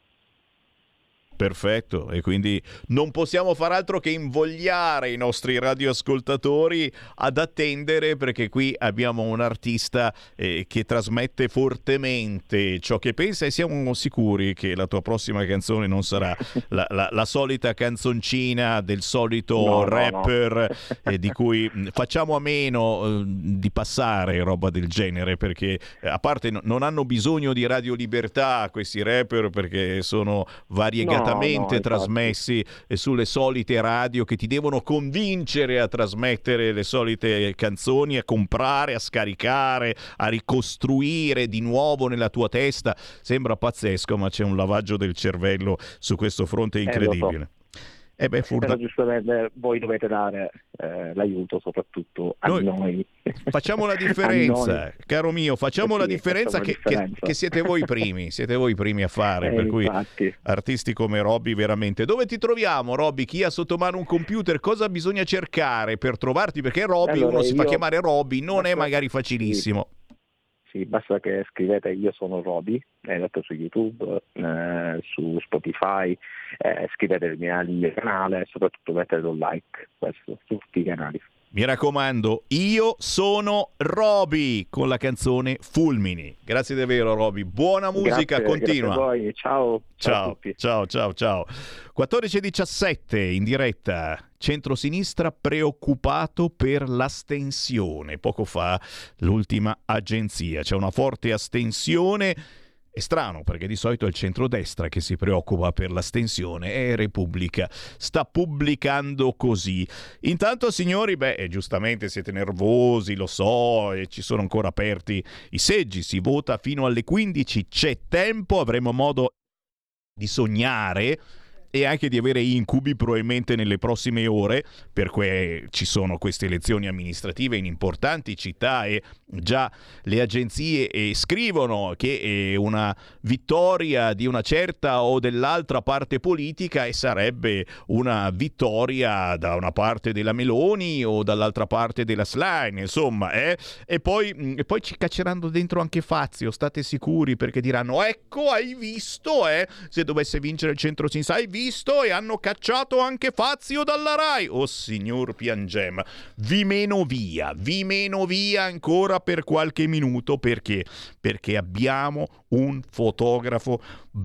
[SPEAKER 2] Perfetto, e quindi non possiamo far altro che invogliare i nostri radioascoltatori ad attendere, perché qui abbiamo un artista eh, che trasmette fortemente ciò che pensa, e siamo sicuri che la tua prossima canzone non sarà la, la, la solita canzoncina del solito
[SPEAKER 3] no,
[SPEAKER 2] rapper
[SPEAKER 3] no, no.
[SPEAKER 2] Eh, di cui facciamo a meno eh, di passare roba del genere, perché eh, a parte no, non hanno bisogno di Radio Libertà questi rapper, perché sono variegati
[SPEAKER 3] No, no,
[SPEAKER 2] trasmessi sulle solite radio che ti devono convincere a trasmettere le solite canzoni, a comprare, a scaricare, a ricostruire di nuovo nella tua testa. Sembra pazzesco, ma c'è un lavaggio del cervello su questo fronte incredibile.
[SPEAKER 3] Eh,
[SPEAKER 2] Eh beh, furda...
[SPEAKER 3] Però giustamente voi dovete dare eh, l'aiuto soprattutto a noi. noi.
[SPEAKER 2] Facciamo la differenza,
[SPEAKER 3] noi.
[SPEAKER 2] Caro mio, facciamo
[SPEAKER 3] sì,
[SPEAKER 2] la differenza,
[SPEAKER 3] facciamo
[SPEAKER 2] che,
[SPEAKER 3] la differenza.
[SPEAKER 2] Che, che siete voi primi, siete voi primi a fare,
[SPEAKER 3] Eh,
[SPEAKER 2] per cui
[SPEAKER 3] infatti.
[SPEAKER 2] artisti come Roby veramente. Dove ti troviamo, Roby? Chi ha sotto mano un computer? Cosa bisogna cercare per trovarti? Perché Roby,
[SPEAKER 3] Allora,
[SPEAKER 2] uno si fa
[SPEAKER 3] io-
[SPEAKER 2] chiamare Roby, non
[SPEAKER 3] basta-
[SPEAKER 2] è magari facilissimo.
[SPEAKER 3] Sì, basta che scrivete Io sono Roby, è detto su YouTube, eh, su Spotify, eh, scrivete il mio, il mio canale e soprattutto mettete un like, questo, su tutti i canali.
[SPEAKER 2] Mi raccomando, Io sono Roby con la canzone Fulmini. Grazie davvero, Roby. Buona musica,
[SPEAKER 3] Grazie,
[SPEAKER 2] continua.
[SPEAKER 3] grazie a voi, ciao. Ciao, a
[SPEAKER 2] Ciao,
[SPEAKER 3] tutti.
[SPEAKER 2] ciao, ciao, ciao. quattordici e diciassette in diretta. Centrosinistra preoccupato per l'astensione. Poco fa l'ultima agenzia. C'è una forte astensione. È strano, perché di solito è il centrodestra che si preoccupa per l'astensione, e Repubblica sta pubblicando così. Intanto, signori, beh, eh, giustamente siete nervosi, lo so, e ci sono ancora aperti i seggi, si vota fino alle quindici, c'è tempo, avremo modo di sognare e anche di avere incubi probabilmente nelle prossime ore, perché ci sono queste elezioni amministrative in importanti città e già le agenzie eh, scrivono che è una vittoria di una certa o dell'altra parte politica, e sarebbe una vittoria da una parte della Meloni o dall'altra parte della Schlein, insomma, eh? e, poi, e poi ci cacceranno dentro anche Fazio, state sicuri, perché diranno: ecco, hai visto, eh? Se dovesse vincere il centro-sinistra, hai visto, e hanno cacciato anche Fazio dalla Rai. Oh signor Piangem, vi meno via, vi meno via ancora per qualche minuto, perché? Perché abbiamo un fotografo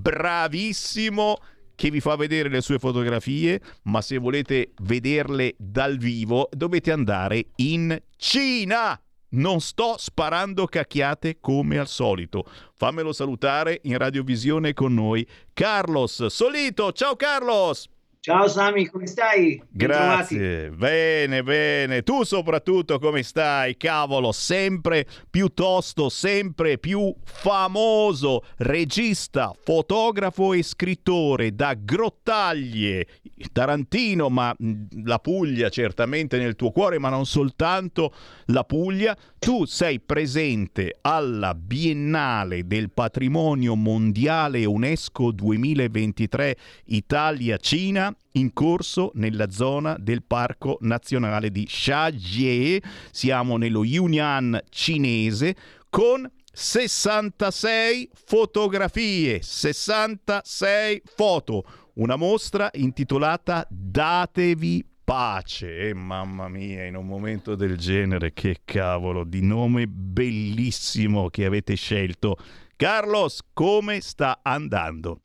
[SPEAKER 2] bravissimo che vi fa vedere le sue fotografie, ma se volete vederle dal vivo dovete andare in Cina. Non sto sparando cacchiate come al solito. Fammelo salutare in radiovisione con noi Carlos Solito. Ciao Carlos!
[SPEAKER 4] Ciao Sami, come stai? Bentrovati.
[SPEAKER 2] Grazie, bene, bene. Tu soprattutto come stai? Cavolo, sempre piuttosto, sempre più famoso regista, fotografo e scrittore da Grottaglie, Tarantino, ma la Puglia certamente nel tuo cuore, ma non soltanto la Puglia. Tu sei presente alla Biennale del Patrimonio Mondiale UNESCO duemilaventitré Italia-Cina, in corso nella zona del Parco Nazionale di Shajie. Siamo nello Yunnan cinese, con sessantasei fotografie, sessantasei foto, una mostra intitolata Datevi pace. E mamma mia, in un momento del genere, che cavolo di nome bellissimo che avete scelto. Carlos, come sta andando?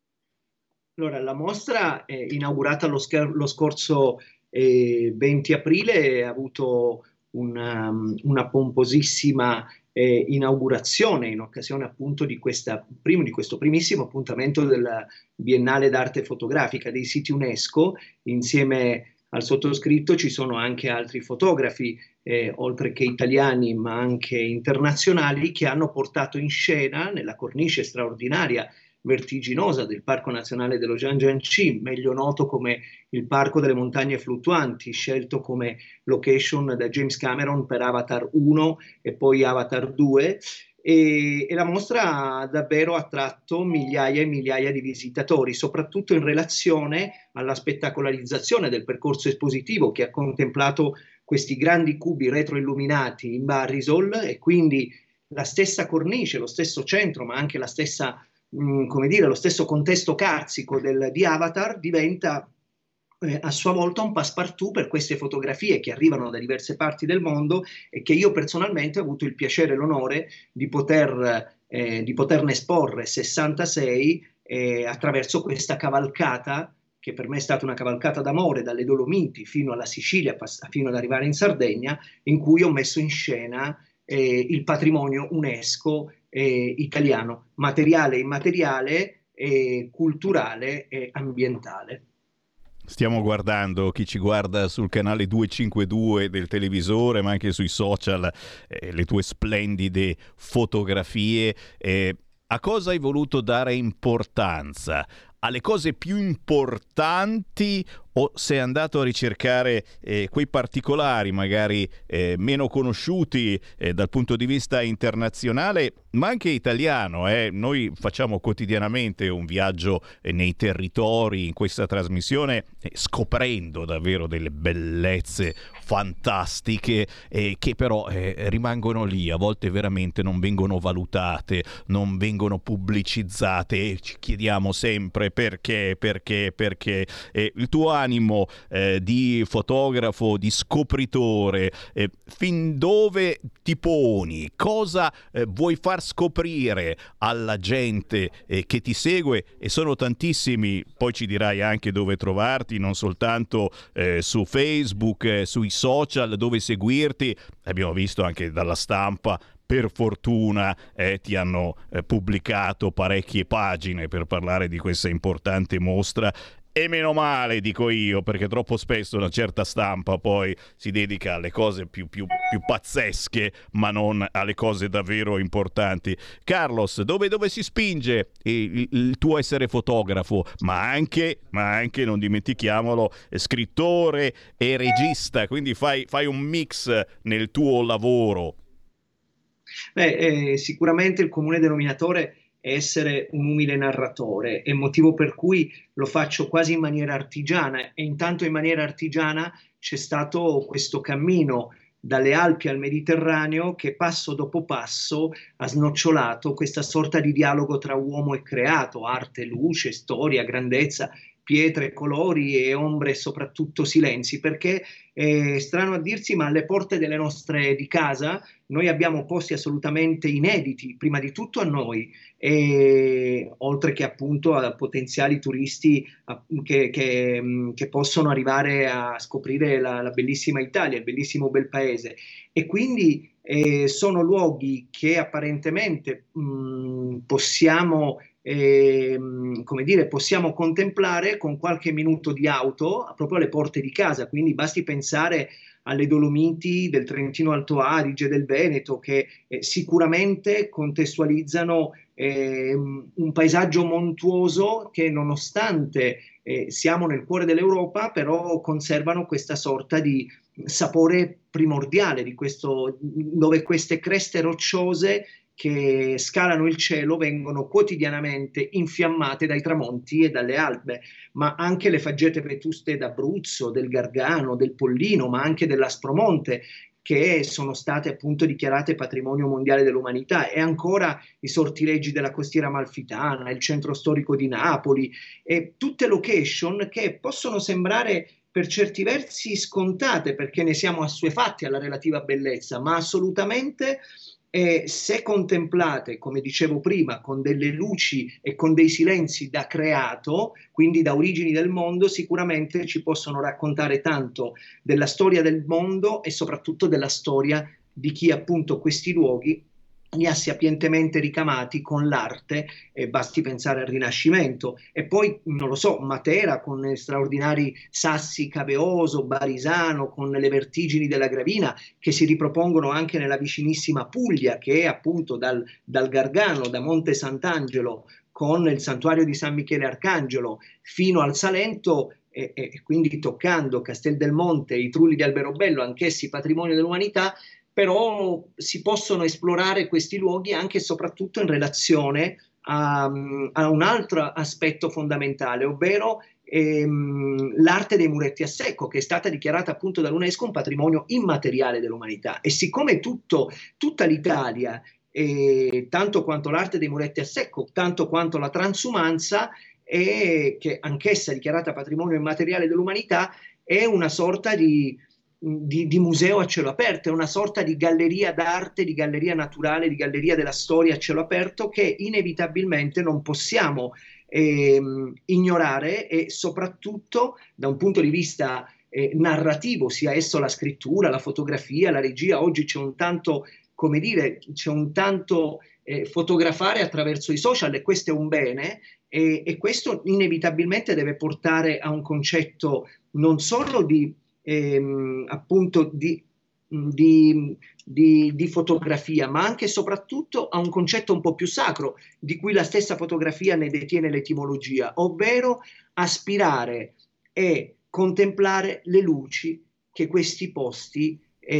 [SPEAKER 4] Allora, la mostra è inaugurata lo, scher- lo scorso eh, venti aprile, ha avuto una, una pomposissima eh, inaugurazione in occasione appunto di, questa, primo, di questo primissimo appuntamento della Biennale d'Arte Fotografica dei siti UNESCO. Insieme al sottoscritto ci sono anche altri fotografi, eh, oltre che italiani ma anche internazionali, che hanno portato in scena nella cornice straordinaria, vertiginosa del Parco Nazionale dello Zhangjiajie, meglio noto come il Parco delle Montagne Fluttuanti, scelto come location da James Cameron per Avatar uno e poi Avatar due, e, e la mostra ha davvero attratto migliaia e migliaia di visitatori, soprattutto in relazione alla spettacolarizzazione del percorso espositivo, che ha contemplato questi grandi cubi retroilluminati in Barrisol, e quindi la stessa cornice, lo stesso centro, ma anche la stessa come dire, lo stesso contesto carsico del, di Avatar diventa eh, a sua volta un passepartout per queste fotografie che arrivano da diverse parti del mondo e che io personalmente ho avuto il piacere e l'onore di, poter, eh, di poterne esporre sessantasei eh, attraverso questa cavalcata, che per me è stata una cavalcata d'amore dalle Dolomiti fino alla Sicilia, pass- fino ad arrivare in Sardegna, in cui ho messo in scena eh, il patrimonio UNESCO Eh, italiano, materiale, immateriale, eh, culturale e ambientale.
[SPEAKER 2] Stiamo guardando, chi ci guarda sul canale duecentocinquantadue del televisore, ma anche sui social, eh, le tue splendide fotografie. Eh, a cosa hai voluto dare importanza? Alle cose più importanti, o sei andato a ricercare eh, quei particolari magari eh, meno conosciuti eh, dal punto di vista internazionale ma anche italiano? Eh? Noi facciamo quotidianamente un viaggio eh, nei territori in questa trasmissione, eh, scoprendo davvero delle bellezze fantastiche eh, che però eh, rimangono lì, a volte veramente non vengono valutate, non vengono pubblicizzate, e ci chiediamo sempre perché, perché, perché. Eh, il tuo animo eh, di fotografo, di scopritore, eh, fin dove ti poni? Cosa eh, vuoi far scoprire alla gente eh, che ti segue? E sono tantissimi, poi ci dirai anche dove trovarti, non soltanto eh, su Facebook, eh, sui social, dove seguirti. Abbiamo visto anche dalla stampa, per fortuna eh, ti hanno eh, pubblicato parecchie pagine per parlare di questa importante mostra. E meno male, dico io, perché troppo spesso una certa stampa poi si dedica alle cose più, più, più pazzesche, ma non alle cose davvero importanti. Carlos, dove, dove si spinge il, il tuo essere fotografo, ma anche, ma anche, non dimentichiamolo, scrittore e regista, quindi fai, fai un mix nel tuo lavoro?
[SPEAKER 4] Beh, eh, sicuramente il comune denominatore essere un umile narratore, è motivo per cui lo faccio quasi in maniera artigiana, e intanto in maniera artigiana c'è stato questo cammino dalle Alpi al Mediterraneo che passo dopo passo ha snocciolato questa sorta di dialogo tra uomo e creato, arte, luce, storia, grandezza, pietre, colori e ombre e soprattutto silenzi, perché è strano a dirsi, ma alle porte delle nostre di casa noi abbiamo posti assolutamente inediti, prima di tutto a noi, e oltre che appunto a potenziali turisti a, che, che, che possono arrivare a scoprire la, la bellissima Italia, il bellissimo bel paese. E quindi eh, sono luoghi che apparentemente mh, possiamo eh, come dire, possiamo contemplare con qualche minuto di auto proprio alle porte di casa, quindi basti pensare alle Dolomiti del Trentino Alto Adige, del Veneto, che eh, sicuramente contestualizzano eh, un paesaggio montuoso che, nonostante eh, siamo nel cuore dell'Europa, però conservano questa sorta di sapore primordiale di questo, dove queste creste rocciose che scalano il cielo vengono quotidianamente infiammate dai tramonti e dalle albe, ma anche le faggete vetuste d'Abruzzo, del Gargano, del Pollino, ma anche dell'Aspromonte, che sono state appunto dichiarate patrimonio mondiale dell'umanità, e ancora i sortileggi della costiera amalfitana, il centro storico di Napoli, e tutte location che possono sembrare per certi versi scontate perché ne siamo assuefatti alla relativa bellezza, ma assolutamente eh, se contemplate, come dicevo prima, con delle luci e con dei silenzi da creato, quindi da origini del mondo, sicuramente ci possono raccontare tanto della storia del mondo e soprattutto della storia di chi appunto questi luoghi li ha sapientemente ricamati con l'arte, e basti pensare al Rinascimento. E poi, non lo so, Matera con straordinari sassi Caveoso, Barisano, con le vertigini della Gravina, che si ripropongono anche nella vicinissima Puglia, che è appunto dal, dal Gargano, da Monte Sant'Angelo, con il santuario di San Michele Arcangelo, fino al Salento, e, e quindi toccando Castel del Monte, i Trulli di Alberobello, anch'essi patrimonio dell'umanità. Però si possono esplorare questi luoghi anche e soprattutto in relazione a, a un altro aspetto fondamentale, ovvero ehm, l'arte dei muretti a secco, che è stata dichiarata appunto dall'UNESCO un patrimonio immateriale dell'umanità. E siccome tutto, tutta l'Italia, eh, tanto quanto l'arte dei muretti a secco, tanto quanto la transumanza, è, che anch'essa dichiarata patrimonio immateriale dell'umanità, è una sorta di Di, di museo a cielo aperto, è una sorta di galleria d'arte, di galleria naturale, di galleria della storia a cielo aperto, che inevitabilmente non possiamo ehm, ignorare, e soprattutto da un punto di vista eh, narrativo, sia esso la scrittura, la fotografia, la regia. Oggi c'è un tanto, come dire, c'è un tanto eh, fotografare attraverso i social, e questo è un bene, e, e questo inevitabilmente deve portare a un concetto non solo di Ehm, appunto di, di, di, di fotografia, ma anche e soprattutto a un concetto un po' più sacro, di cui la stessa fotografia ne detiene l'etimologia, ovvero aspirare e contemplare le luci che questi posti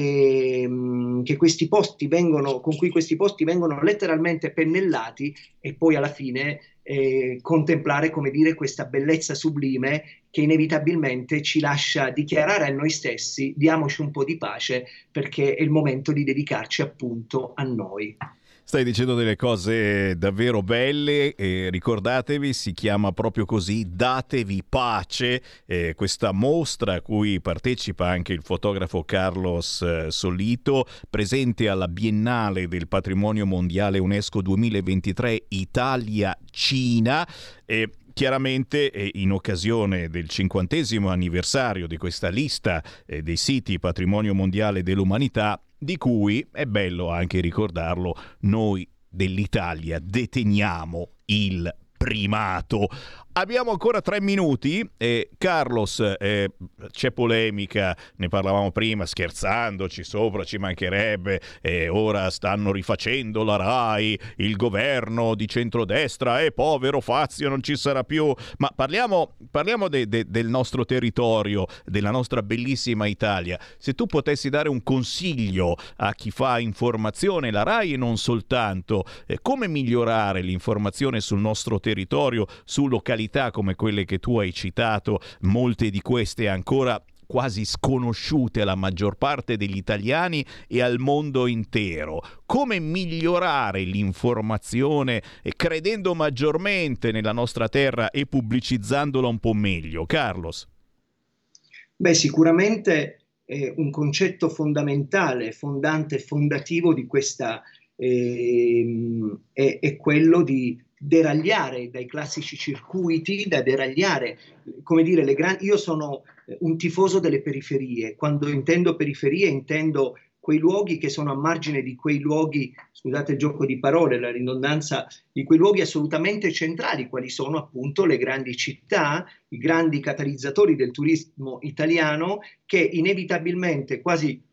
[SPEAKER 4] ehm, che questi posti vengono, con cui questi posti vengono letteralmente pennellati, e poi alla fine eh, contemplare, come dire, questa bellezza sublime che inevitabilmente ci lascia dichiarare a noi stessi: diamoci un po' di pace, perché è il momento di dedicarci appunto a noi.
[SPEAKER 2] Stai dicendo delle cose davvero belle, e ricordatevi, si chiama proprio così, Datevi Pace, eh, questa mostra a cui partecipa anche il fotografo Carlos eh, Solito, presente alla Biennale del Patrimonio Mondiale UNESCO duemilaventitré Italia-Cina. E chiaramente eh, in occasione del cinquantesimo anniversario di questa lista eh, dei siti Patrimonio Mondiale dell'Umanità, di cui, è bello anche ricordarlo, noi dell'Italia deteniamo il primato. Abbiamo ancora tre minuti e Carlos, eh, c'è polemica, ne parlavamo prima scherzandoci sopra, ci mancherebbe, e ora stanno rifacendo la RAI, il governo di centrodestra, e povero Fazio non ci sarà più, ma parliamo, parliamo de, de, del nostro territorio, della nostra bellissima Italia. Se tu potessi dare un consiglio a chi fa informazione, la RAI e non soltanto, eh, come migliorare l'informazione sul nostro territorio, su località come quelle che tu hai citato, molte di queste ancora quasi sconosciute alla maggior parte degli italiani e al mondo intero. Come migliorare l'informazione credendo maggiormente nella nostra terra e pubblicizzandola un po' meglio? Carlos?
[SPEAKER 4] Beh, sicuramente eh, un concetto fondamentale, fondante, fondativo di questa eh, è, è quello di deragliare dai classici circuiti, da deragliare, come dire, le grandi. Io sono un tifoso delle periferie. Quando intendo periferie intendo quei luoghi che sono a margine di quei luoghi, scusate il gioco di parole, la ridondanza, di quei luoghi assolutamente centrali, quali sono appunto le grandi città, i grandi catalizzatori del turismo italiano, che inevitabilmente, quasi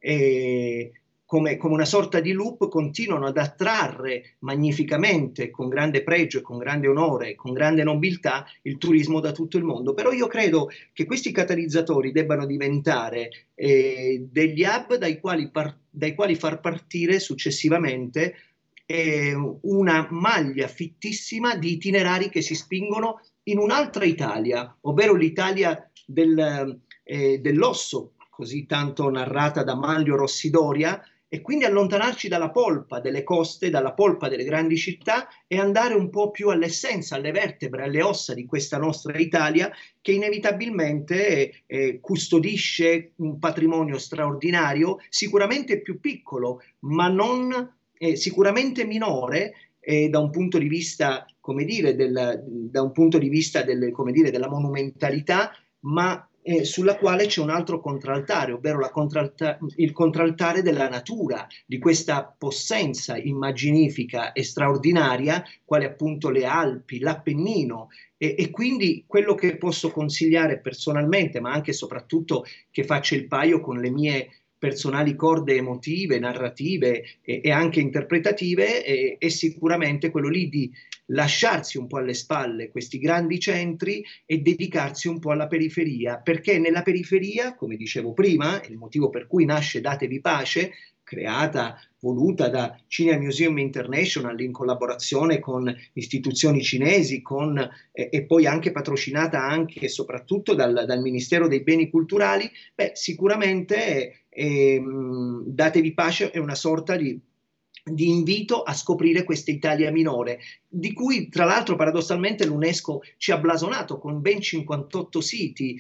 [SPEAKER 4] eh, come, come una sorta di loop, continuano ad attrarre magnificamente, con grande pregio e con grande onore, con grande nobiltà, il turismo da tutto il mondo. Però io credo che questi catalizzatori debbano diventare eh, degli hub dai quali, par- dai quali far partire successivamente eh, una maglia fittissima di itinerari che si spingono in un'altra Italia, ovvero l'Italia del, eh, dell'osso, così tanto narrata da Manlio Rossidoria, e quindi allontanarci dalla polpa delle coste, dalla polpa delle grandi città e andare un po' più all'essenza, alle vertebre, alle ossa di questa nostra Italia, che inevitabilmente eh, custodisce un patrimonio straordinario, sicuramente più piccolo, ma non eh, sicuramente minore eh, da un punto di vista, come dire, del, da un punto di vista del, come dire, della monumentalità, ma Eh, sulla quale c'è un altro contraltare, ovvero la contralta- il contraltare della natura, di questa possenza immaginifica e straordinaria, quale appunto le Alpi, l'Appennino, e, e quindi quello che posso consigliare personalmente, ma anche e soprattutto che faccia il paio con le mie personali corde emotive, narrative e, e anche interpretative, è, è sicuramente quello lì di lasciarsi un po' alle spalle questi grandi centri e dedicarsi un po' alla periferia, perché nella periferia, come dicevo prima, il motivo per cui nasce Datevi Pace, creata, voluta da Cinema Museum International in collaborazione con istituzioni cinesi, con, eh, e poi anche patrocinata anche e soprattutto dal, dal Ministero dei Beni Culturali, beh, sicuramente eh, Datevi Pace è una sorta di di invito a scoprire questa Italia minore, di cui tra l'altro paradossalmente l'UNESCO ci ha blasonato con ben cinquantotto siti,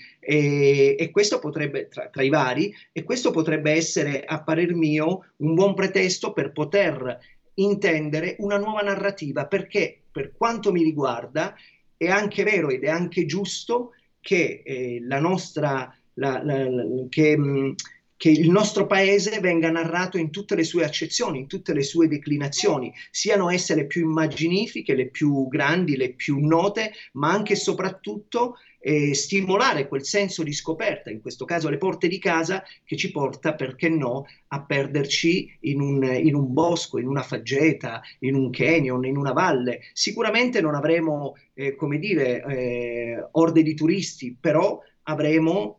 [SPEAKER 4] e, e questo potrebbe, tra, tra i vari, e questo potrebbe essere, a parer mio, un buon pretesto per poter intendere una nuova narrativa, perché per quanto mi riguarda è anche vero ed è anche giusto che eh, la nostra, la, la, la, che, mh, che il nostro paese venga narrato in tutte le sue accezioni, in tutte le sue declinazioni, siano esse le più immaginifiche, le più grandi, le più note, ma anche e soprattutto eh, stimolare quel senso di scoperta, in questo caso alle porte di casa, che ci porta, perché no, a perderci in un, in un bosco, in una faggeta, in un canyon, in una valle. Sicuramente non avremo, eh, come dire, eh, orde di turisti, però avremo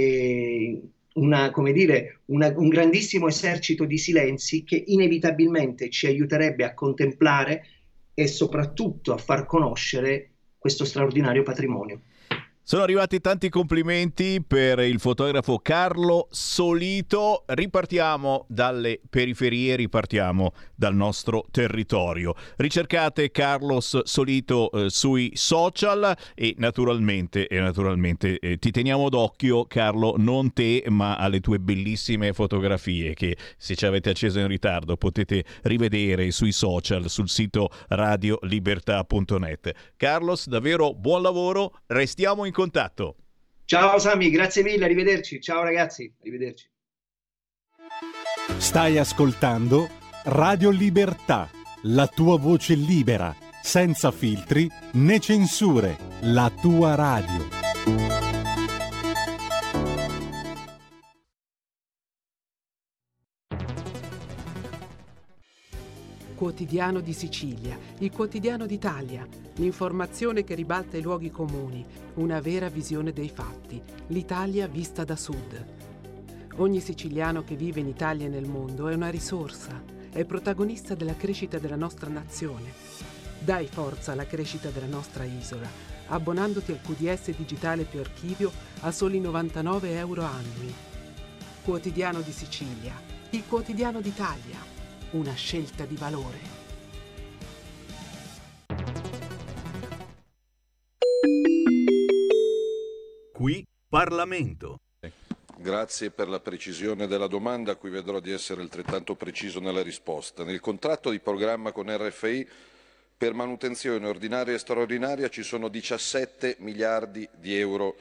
[SPEAKER 4] eh, una, come dire, una, un grandissimo esercito di silenzi che inevitabilmente ci aiuterebbe a contemplare e soprattutto a far conoscere questo straordinario patrimonio.
[SPEAKER 2] Sono arrivati tanti complimenti per il fotografo Carlo Solito. Ripartiamo dalle periferie, ripartiamo dal nostro territorio. Ricercate Carlos Solito eh, sui social e naturalmente, e naturalmente eh, ti teniamo d'occhio, Carlo, non te ma alle tue bellissime fotografie che, se ci avete acceso in ritardo, potete rivedere sui social, sul sito radio libertà punto net. Carlos, davvero buon lavoro, restiamo in contatto.
[SPEAKER 4] Ciao Sami, grazie mille, arrivederci. Ciao ragazzi, arrivederci.
[SPEAKER 12] Stai ascoltando Radio Libertà, la tua voce libera, senza filtri né censure, la tua radio.
[SPEAKER 25] Quotidiano di Sicilia, il quotidiano d'Italia, l'informazione che ribalta i luoghi comuni, una vera visione dei fatti, l'Italia vista da sud. Ogni siciliano che vive in Italia e nel mondo è una risorsa, è protagonista della crescita della nostra nazione. Dai forza alla crescita della nostra isola, abbonandoti al Q D S digitale più archivio a soli novantanove euro annui. Quotidiano di Sicilia, il quotidiano d'Italia. Una scelta di valore.
[SPEAKER 12] Qui Parlamento.
[SPEAKER 5] Grazie per la precisione della domanda, a cui vedrò di essere altrettanto preciso nella risposta. Nel contratto di programma con R F I per manutenzione ordinaria e straordinaria ci sono diciassette miliardi di euro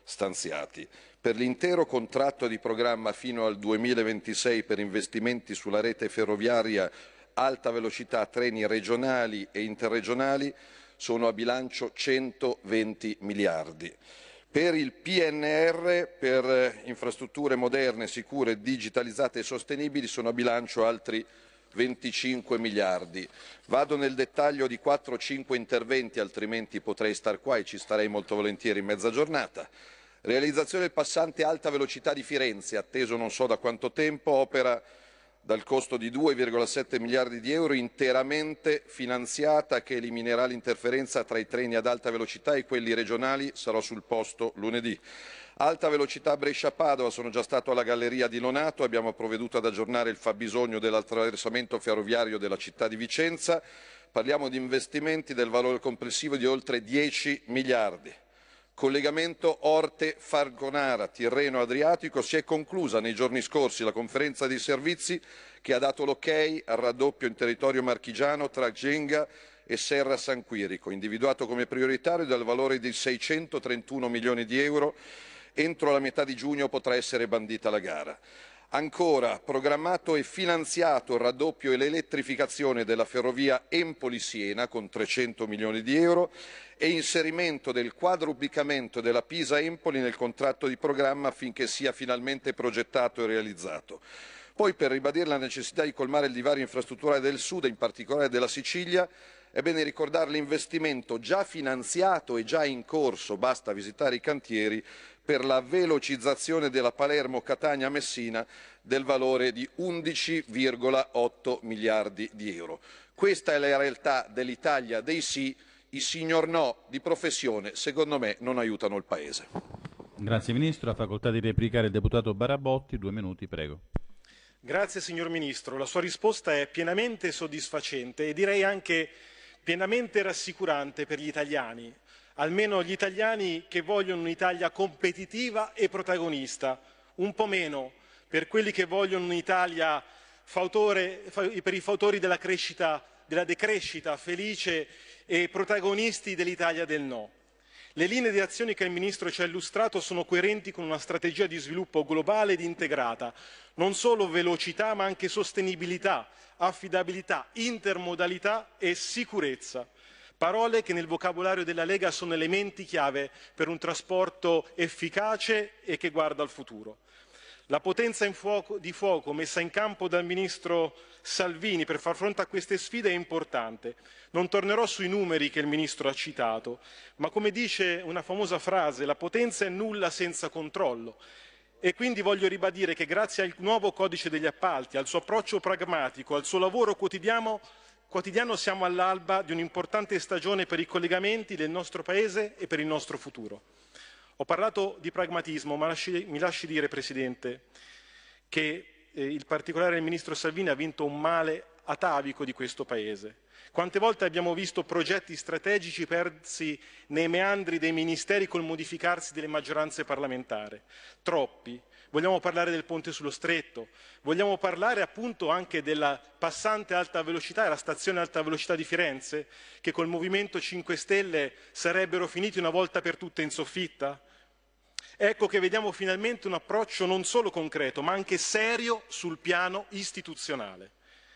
[SPEAKER 5] stanziati. Per l'intero contratto di programma fino al duemilaventisei per investimenti sulla rete ferroviaria alta velocità, treni regionali e interregionali sono a bilancio centoventi miliardi. Per il P N R, per infrastrutture moderne, sicure, digitalizzate e sostenibili, sono a bilancio altri venticinque miliardi. Vado nel dettaglio di quattro o cinque interventi, altrimenti potrei star qua e ci starei molto volentieri in mezza giornata. Realizzazione del passante alta velocità di Firenze, atteso non so da quanto tempo, opera dal costo di due virgola sette miliardi di euro, interamente finanziata, che eliminerà l'interferenza tra i treni ad alta velocità e quelli regionali. Sarò sul posto lunedì. Alta velocità Brescia-Padova, sono già stato alla Galleria di Lonato, abbiamo provveduto ad aggiornare il fabbisogno dell'attraversamento ferroviario della città di Vicenza. Parliamo di investimenti del valore complessivo di oltre dieci miliardi. Collegamento Orte-Falconara, Tirreno-Adriatico, si è conclusa nei giorni scorsi la conferenza dei servizi che ha dato l'ok al raddoppio in territorio marchigiano tra Genga e Serra San Quirico, individuato come prioritario dal valore di seicentotrentuno milioni di euro. Entro la metà di giugno potrà essere bandita la gara. Ancora, programmato e finanziato il raddoppio e l'elettrificazione della ferrovia Empoli-Siena con trecento milioni di euro e inserimento del quadruplicamento della Pisa-Empoli nel contratto di programma affinché sia finalmente progettato e realizzato. Poi, per ribadire la necessità di colmare il divario infrastrutturale del Sud, in particolare della Sicilia, è bene ricordare l'investimento già finanziato e già in corso, basta visitare i cantieri, per la velocizzazione della Palermo-Catania-Messina del valore di undici virgola otto miliardi di euro. Questa è la realtà dell'Italia dei sì. I signor no di professione, secondo me, non aiutano il Paese.
[SPEAKER 29] Grazie Ministro. La facoltà di replicare il deputato Barabotti. Due minuti, prego.
[SPEAKER 28] Grazie signor Ministro. La sua risposta è pienamente soddisfacente e direi anche pienamente rassicurante per gli italiani. Almeno gli italiani che vogliono un'Italia competitiva e protagonista, un po' meno per quelli che vogliono un'Italia fautore, per i fautori della crescita, della decrescita felice e protagonisti dell'Italia del no. Le linee di azione che il Ministro ci ha illustrato sono coerenti con una strategia di sviluppo globale ed integrata, non solo velocità ma anche sostenibilità, affidabilità, intermodalità e sicurezza. Parole che nel vocabolario della Lega sono elementi chiave per un trasporto efficace e che guarda al futuro. La potenza in fuoco, di fuoco messa in campo dal Ministro Salvini per far fronte a queste sfide è importante. Non tornerò sui numeri che il Ministro ha citato, ma come dice una famosa frase, la potenza è nulla senza controllo. E quindi voglio ribadire che grazie al nuovo codice degli appalti, al suo approccio pragmatico, al suo lavoro quotidiano, Quotidiano siamo all'alba di un'importante stagione per i collegamenti del nostro Paese e per il nostro futuro. Ho parlato di pragmatismo, ma lasci, mi lasci dire, Presidente, che eh, il particolare del Ministro Salvini ha vinto un male atavico di questo Paese. Quante volte abbiamo visto progetti strategici persi nei meandri dei ministeri col modificarsi delle maggioranze parlamentari? Troppi. Vogliamo parlare del ponte sullo Stretto, vogliamo parlare appunto anche della passante alta velocità e la stazione alta velocità di Firenze, che col Movimento cinque Stelle sarebbero finiti una volta per tutte in soffitta? Ecco che vediamo finalmente un approccio non solo concreto, ma anche serio sul piano istituzionale.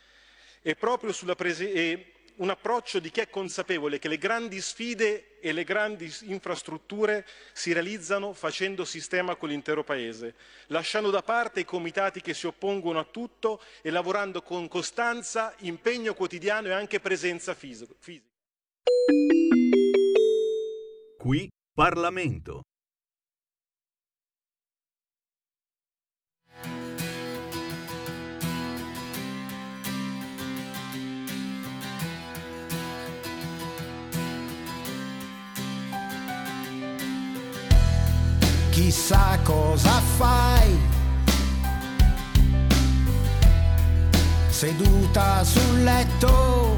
[SPEAKER 28] E proprio sulla prese- e un approccio di chi è consapevole che le grandi sfide e le grandi infrastrutture si realizzano facendo sistema con l'intero Paese, lasciando da parte i comitati che si oppongono a tutto e lavorando con costanza, impegno quotidiano e anche presenza fisica.
[SPEAKER 6] Qui Parlamento.
[SPEAKER 1] Chissà cosa fai, seduta sul letto,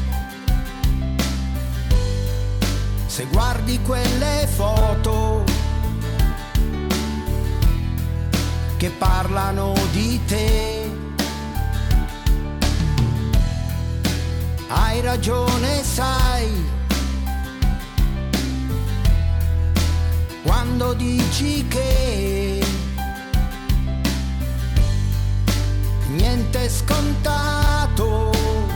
[SPEAKER 1] se guardi quelle foto che parlano di te. Hai ragione, sai, quando
[SPEAKER 7] quando dici che niente è scontato,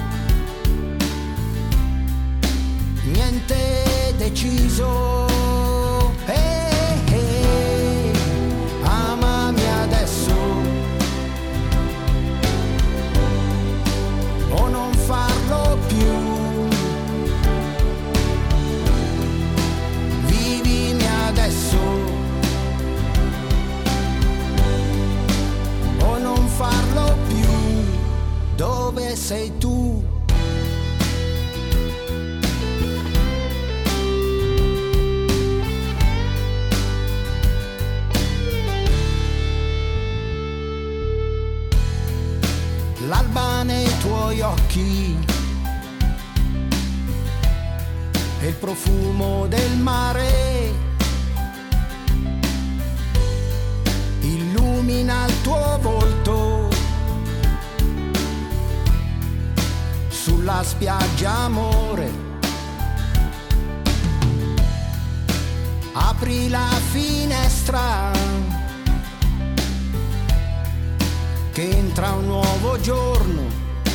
[SPEAKER 7] niente è deciso. Eh, eh, amami adesso o non farlo più. Vivimi adesso o non farlo più. Dove sei tu? L'alba nei tuoi occhi e il profumo del mare illumina il tuo volto sulla spiaggia, amore. Apri la finestra che entra un nuovo giorno.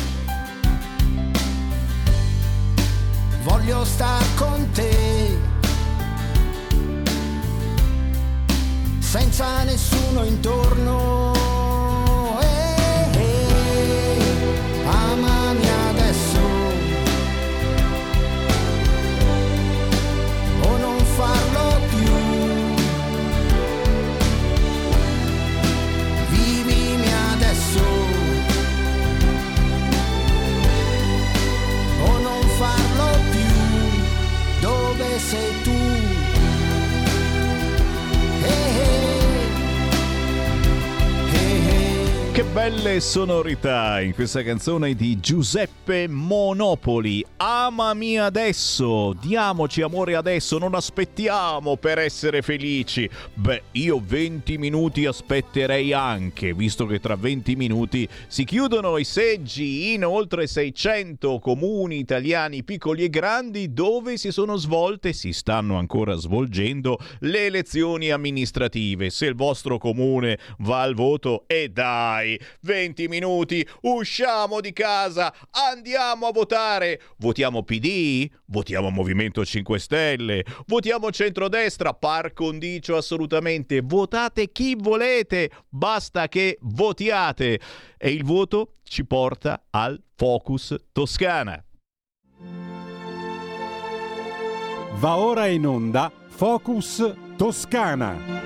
[SPEAKER 7] Voglio star con te senza nessuno intorno. Eh, eh, amami adesso o non farlo più. Sei tu. Hey, hey. Hey, hey.
[SPEAKER 2] Che belle sonorità in questa canzone di Giuseppe Monopoli. Amami adesso, diamoci amore adesso, non aspettiamo per essere felici. Beh, io venti minuti aspetterei anche, visto che tra venti minuti si chiudono i seggi in oltre seicento comuni italiani piccoli e grandi dove si sono svolte, si stanno ancora svolgendo le elezioni amministrative. Se il vostro comune va al voto, e dai, venti minuti, usciamo di casa, andiamo a votare. Votiamo P D? Votiamo Movimento cinque Stelle? Votiamo centrodestra? Par condicio assolutamente. Votate chi volete, basta che votiate. E il voto ci porta al Focus Toscana.
[SPEAKER 12] Va ora in onda Focus Toscana.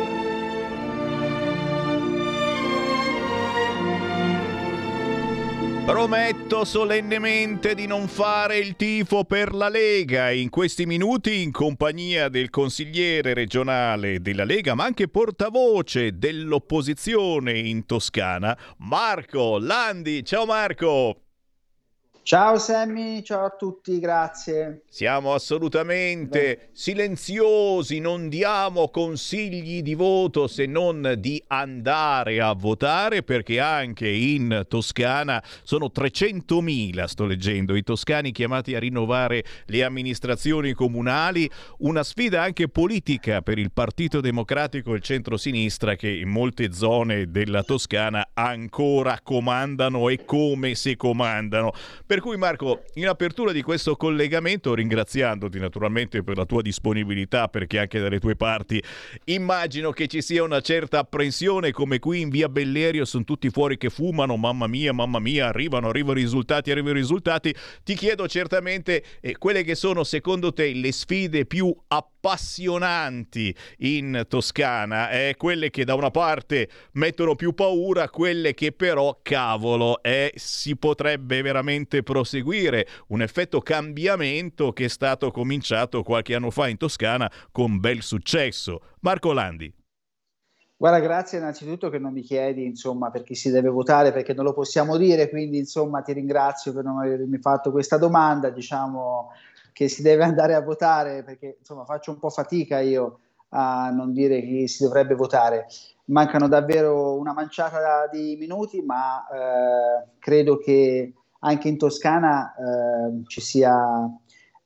[SPEAKER 2] Prometto solennemente di non fare il tifo per la Lega in questi minuti in compagnia del consigliere regionale della Lega, ma anche portavoce dell'opposizione in Toscana, Marco Landi. Ciao Marco!
[SPEAKER 8] Ciao Sammy, ciao a tutti, grazie.
[SPEAKER 2] Siamo assolutamente Beh. silenziosi, non diamo consigli di voto se non di andare a votare, perché anche in Toscana sono trecentomila, sto leggendo, i toscani chiamati a rinnovare le amministrazioni comunali, una sfida anche politica per il Partito Democratico e il centrosinistra che in molte zone della Toscana ancora comandano e come se comandano. Per cui Marco, in apertura di questo collegamento, ringraziandoti naturalmente per la tua disponibilità, perché anche dalle tue parti immagino che ci sia una certa apprensione, come qui in via Bellerio sono tutti fuori che fumano, mamma mia, mamma mia, arrivano, arrivano i risultati, arrivano i risultati. Ti chiedo certamente eh, quelle che sono secondo te le sfide più appassionanti in Toscana, eh, quelle che da una parte mettono più paura, quelle che però, cavolo, eh, si potrebbe veramente proseguire, un effetto cambiamento che è stato cominciato qualche anno fa in Toscana con bel successo. Marco Landi.
[SPEAKER 8] Guarda, grazie innanzitutto che non mi chiedi insomma per chi si deve votare, perché non lo possiamo dire, quindi insomma ti ringrazio per non avermi fatto questa domanda. Diciamo che si deve andare a votare, perché insomma faccio un po' fatica io a non dire chi si dovrebbe votare. Mancano davvero una manciata di minuti, ma eh, credo che anche in Toscana eh, ci sia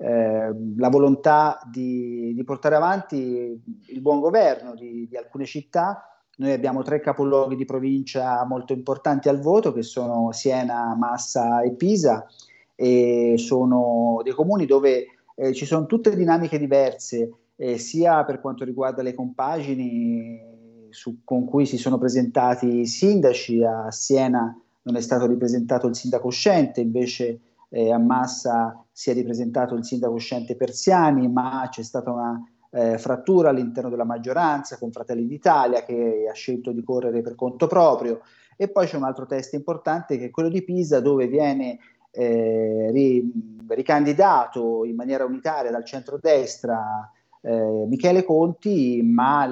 [SPEAKER 8] eh, la volontà di, di portare avanti il buon governo di, di alcune città. Noi abbiamo tre capoluoghi di provincia molto importanti al voto, che sono Siena, Massa e Pisa, e sono dei comuni dove eh, ci sono tutte dinamiche diverse, eh, sia per quanto riguarda le compagini su, con cui si sono presentati i sindaci. A Siena non è stato ripresentato il sindaco uscente, invece eh, a Massa si è ripresentato il sindaco uscente Persiani, ma c'è stata una eh, frattura all'interno della maggioranza con Fratelli d'Italia, che ha scelto di correre per conto proprio. E poi c'è un altro test importante, che è quello di Pisa, dove viene eh, ri, ricandidato in maniera unitaria dal centrodestra eh, Michele Conti, ma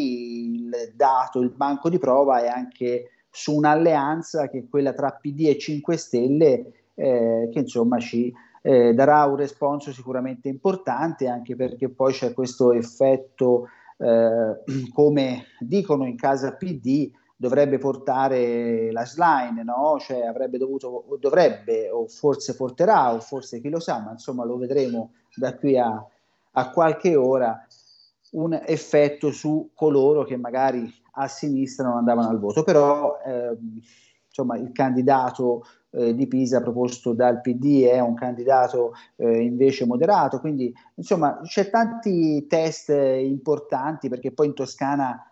[SPEAKER 8] lì il dato, il banco di prova è anche su un'alleanza che è quella tra P D e cinque Stelle, eh, che insomma ci eh, darà un responso sicuramente importante, anche perché poi c'è questo effetto, eh, come dicono in casa P D, dovrebbe portare la slime, no? Cioè avrebbe dovuto, dovrebbe, o forse porterà, o forse chi lo sa, ma insomma lo vedremo da qui a, a qualche ora, un effetto su coloro che magari a sinistra non andavano al voto. Però eh, insomma il candidato eh, di Pisa proposto dal P D è un candidato eh, invece moderato, quindi insomma c'è tanti test importanti, perché poi in Toscana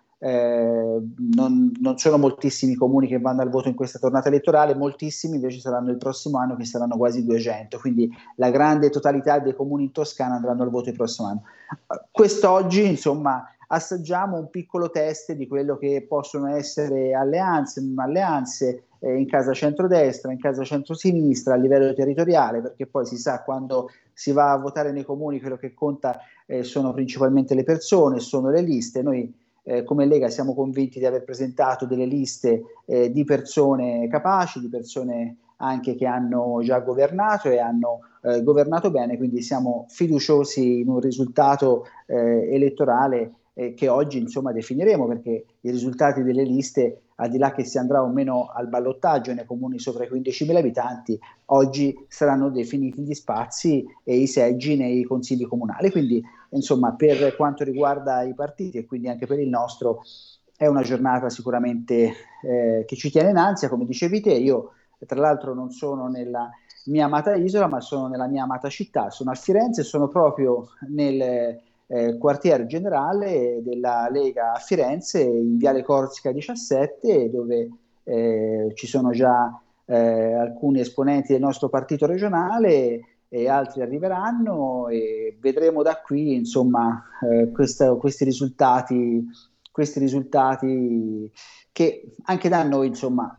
[SPEAKER 8] Eh, non, non sono moltissimi comuni che vanno al voto in questa tornata elettorale, moltissimi invece saranno il prossimo anno, che saranno quasi duecento, quindi la grande totalità dei comuni in Toscana andranno al voto il prossimo anno. Quest'oggi insomma assaggiamo un piccolo test di quello che possono essere alleanze, non alleanze, eh, in casa centrodestra, in casa centrosinistra, a livello territoriale, perché poi si sa, quando si va a votare nei comuni quello che conta eh, sono principalmente le persone, sono le liste. Noi Eh, come Lega siamo convinti di aver presentato delle liste eh, di persone capaci, di persone anche che hanno già governato e hanno eh, governato bene, quindi siamo fiduciosi in un risultato eh, elettorale eh, che oggi insomma definiremo, perché i risultati delle liste, al di là che si andrà o meno al ballottaggio nei comuni sopra i quindicimila abitanti, oggi saranno definiti gli spazi e i seggi nei consigli comunali. Quindi insomma, per quanto riguarda i partiti e quindi anche per il nostro, è una giornata sicuramente eh, che ci tiene in ansia, come dicevi te. Io tra l'altro non sono nella mia amata isola, ma sono nella mia amata città, sono a Firenze, sono proprio nel eh, quartier generale della Lega a Firenze, in Viale Corsica diciassette, dove eh, ci sono già eh, alcuni esponenti del nostro partito regionale, e altri arriveranno, e vedremo da qui insomma eh, questa, questi risultati questi risultati che anche da noi insomma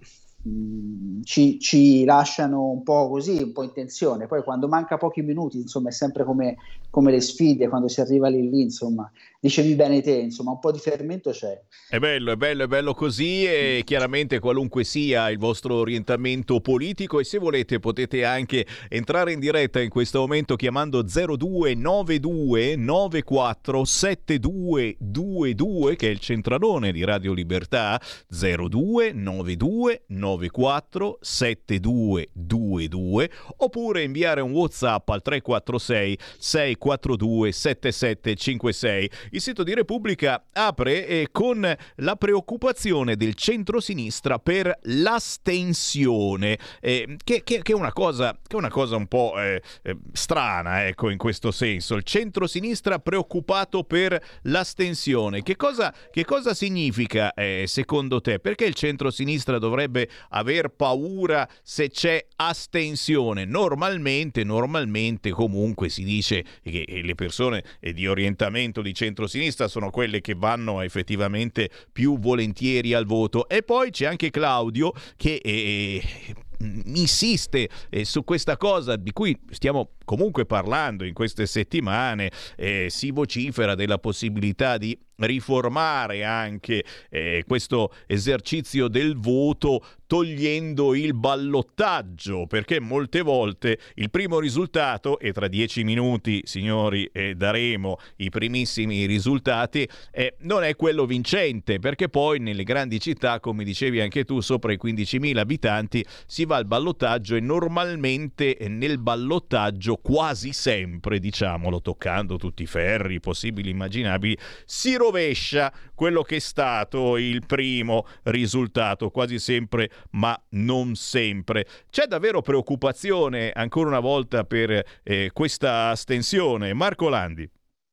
[SPEAKER 8] mh, ci, ci lasciano un po' così, un po' in tensione. Poi quando manca pochi minuti insomma è sempre come, come le sfide, quando si arriva lì lì insomma, dicevi bene te, insomma un po' di fermento c'è.
[SPEAKER 2] È bello, è bello, è bello così, e chiaramente qualunque sia il vostro orientamento politico, e se volete potete anche entrare in diretta in questo momento chiamando zero due nove due nove quattro sette due due due, che è il centralone di Radio Libertà, zero due nove due nove quattro sette due due due, oppure inviare un WhatsApp al tre quattro sei sei quattro due sette sette cinque sei. Il sito di Repubblica apre eh, con la preoccupazione del centrosinistra per l'astensione, eh, che, che, che, è una cosa, che è una cosa un po' eh, eh, strana, ecco, in questo senso. Il centrosinistra preoccupato per l'astensione. Che cosa, che cosa significa eh, secondo te? Perché il centrosinistra dovrebbe aver paura se c'è astensione? Normalmente, normalmente comunque si dice che le persone di orientamento di centrosinistra sono quelle che vanno effettivamente più volentieri al voto. E poi c'è anche Claudio che eh, insiste eh, su questa cosa di cui stiamo comunque parlando in queste settimane. Eh, si vocifera della possibilità di riformare anche eh, questo esercizio del voto togliendo il ballottaggio, perché molte volte il primo risultato, e tra dieci minuti, signori, eh, daremo i primissimi risultati, eh, non è quello vincente, perché poi nelle grandi città, come dicevi anche tu, sopra i quindicimila abitanti, si va al ballottaggio e normalmente nel ballottaggio, quasi sempre, diciamolo, toccando tutti i ferri possibili, immaginabili, si rovescia quello che è stato il primo risultato, quasi sempre, ma non sempre. C'è davvero preoccupazione ancora una volta per eh, questa astensione. Marco Landi.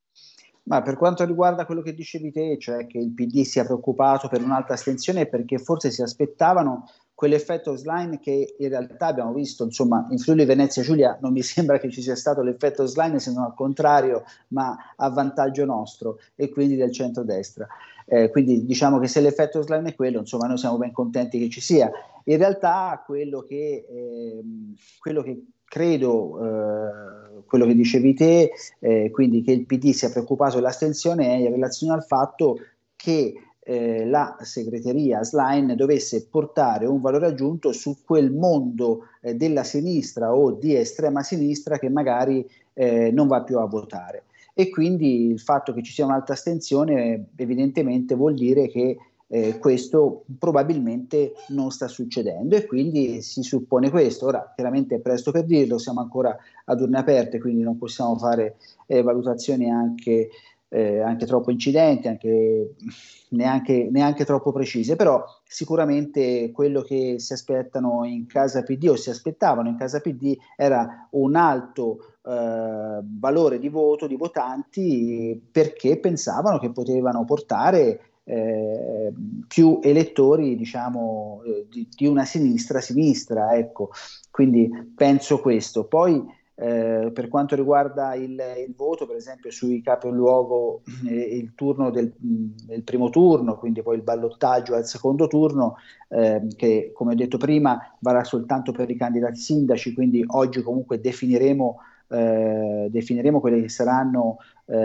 [SPEAKER 8] Ma per quanto riguarda quello che dicevi te, cioè che il P D sia preoccupato per un'alta astensione, perché forse si aspettavano quell'effetto slime che in realtà abbiamo visto, insomma, in Friuli Venezia Giulia non mi sembra che ci sia stato l'effetto slime, se non al contrario, ma a vantaggio nostro e quindi del centrodestra. Eh, quindi diciamo che se l'effetto slime è quello, insomma, noi siamo ben contenti che ci sia. In realtà quello che, eh, quello che credo, eh, quello che dicevi te, eh, quindi che il P D sia preoccupato dell'astensione, è in relazione al fatto che eh, la segreteria Schlein dovesse portare un valore aggiunto su quel mondo eh, della sinistra o di estrema sinistra che magari eh, non va più a votare. E quindi il fatto che ci sia un'alta astensione evidentemente vuol dire che eh, questo probabilmente non sta succedendo, e quindi si suppone questo. Ora chiaramente è presto per dirlo, siamo ancora ad urne aperte, quindi non possiamo fare eh, valutazioni anche, eh, anche troppo incidenti, anche, neanche, neanche troppo precise, però sicuramente quello che si aspettano in casa P D o si aspettavano in casa P D era un alto Uh, valore di voto, di votanti, perché pensavano che potevano portare eh, più elettori, diciamo, eh, di, di una sinistra sinistra, ecco. Quindi penso questo. Poi eh, per quanto riguarda il, il voto, per esempio sui capoluogo, eh, il turno del, del primo turno, quindi poi il ballottaggio al secondo turno, eh, che come ho detto prima varrà soltanto per i candidati sindaci, quindi oggi comunque definiremo Eh, definiremo quelli che saranno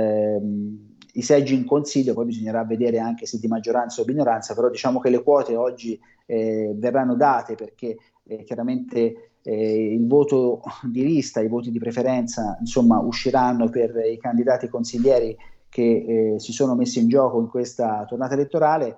[SPEAKER 8] ehm, i seggi in consiglio, poi bisognerà vedere anche se di maggioranza o minoranza, però diciamo che le quote oggi eh, verranno date, perché eh, chiaramente eh, il voto di lista, i voti di preferenza, insomma, usciranno per i candidati consiglieri che eh, si sono messi in gioco in questa tornata elettorale.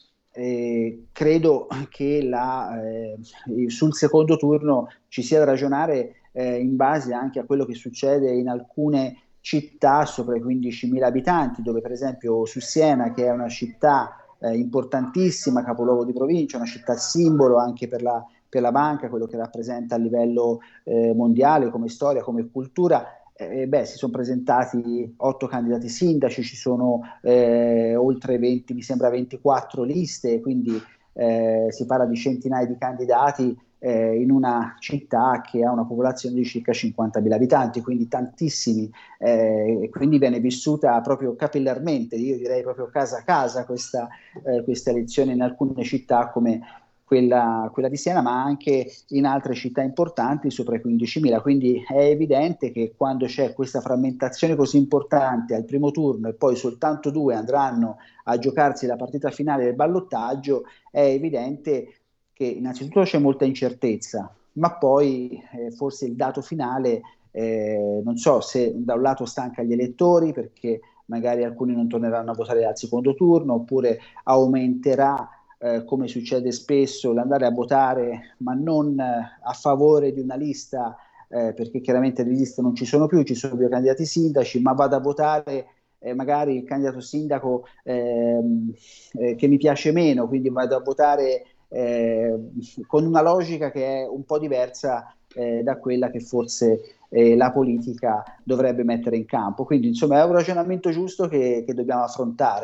[SPEAKER 8] Eh, credo che la, eh, sul secondo turno ci sia da ragionare eh, in base anche a quello che succede in alcune città sopra i quindicimila abitanti, dove per esempio su Siena, che è una città eh, importantissima, capoluogo di provincia, una città simbolo anche per la, per la banca, quello che rappresenta a livello eh, mondiale come storia, come cultura. Eh, beh, si sono presentati otto candidati sindaci, ci sono eh, oltre venti, mi sembra ventiquattro liste, quindi eh, si parla di centinaia di candidati eh, in una città che ha una popolazione di circa cinquantamila abitanti, quindi tantissimi, eh, e quindi viene vissuta proprio capillarmente, io direi proprio casa a casa questa, eh, questa elezione in alcune città come Quella, quella di Siena, ma anche in altre città importanti sopra i quindicimila, quindi è evidente che quando c'è questa frammentazione così importante al primo turno e poi soltanto due andranno a giocarsi la partita finale del ballottaggio, è evidente che innanzitutto c'è molta incertezza, ma poi eh, forse il dato finale eh, non so se da un lato stanca gli elettori, perché magari alcuni non torneranno a votare al secondo turno, oppure aumenterà Eh, come succede spesso, l'andare a votare ma non eh, a favore di una lista, eh, perché chiaramente le liste non ci sono più, ci sono più candidati sindaci, ma vado a votare eh, magari il candidato sindaco ehm, eh, che mi piace meno, quindi vado a votare eh, con una logica che è un po' diversa eh, da quella che forse eh, la politica dovrebbe mettere in campo. Quindi insomma è un ragionamento giusto che, che dobbiamo affrontare.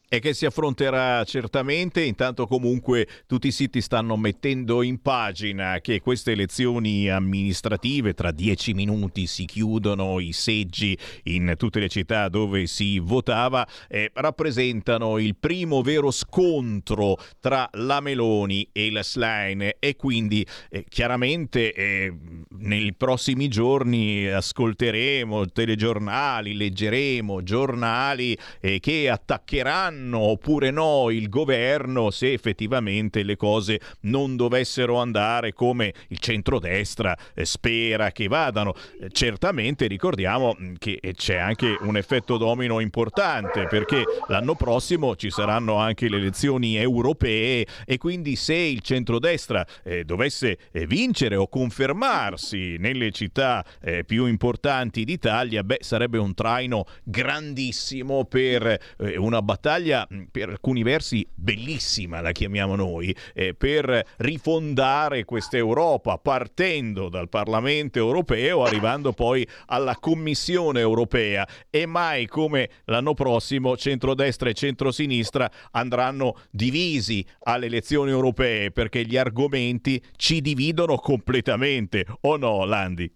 [SPEAKER 2] E che si affronterà certamente. Intanto comunque tutti i siti stanno mettendo in pagina che queste elezioni amministrative, tra dieci minuti si chiudono i seggi in tutte le città dove si votava, eh, rappresentano il primo vero scontro tra la Meloni e la Schlein, e quindi eh, chiaramente eh, nei prossimi giorni ascolteremo telegiornali, leggeremo giornali eh, che attaccheranno oppure no il governo se effettivamente le cose non dovessero andare come il centrodestra eh, spera che vadano. Eh, certamente ricordiamo che c'è anche un effetto domino importante, perché l'anno prossimo ci saranno anche le elezioni europee, e quindi se il centrodestra eh, dovesse eh, vincere o confermarsi nelle città eh, più importanti d'Italia, beh, sarebbe un traino grandissimo per eh, una battaglia per alcuni versi bellissima, la chiamiamo noi, eh, per rifondare questa Europa, partendo dal Parlamento europeo, arrivando poi alla Commissione europea. E mai come l'anno prossimo centrodestra e centrosinistra andranno divisi alle elezioni europee, perché gli argomenti ci dividono completamente, o no, Landi?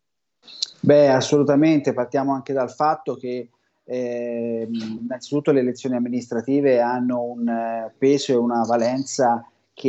[SPEAKER 8] Beh, assolutamente. Partiamo anche dal fatto che Eh, innanzitutto le elezioni amministrative hanno un eh, peso e una valenza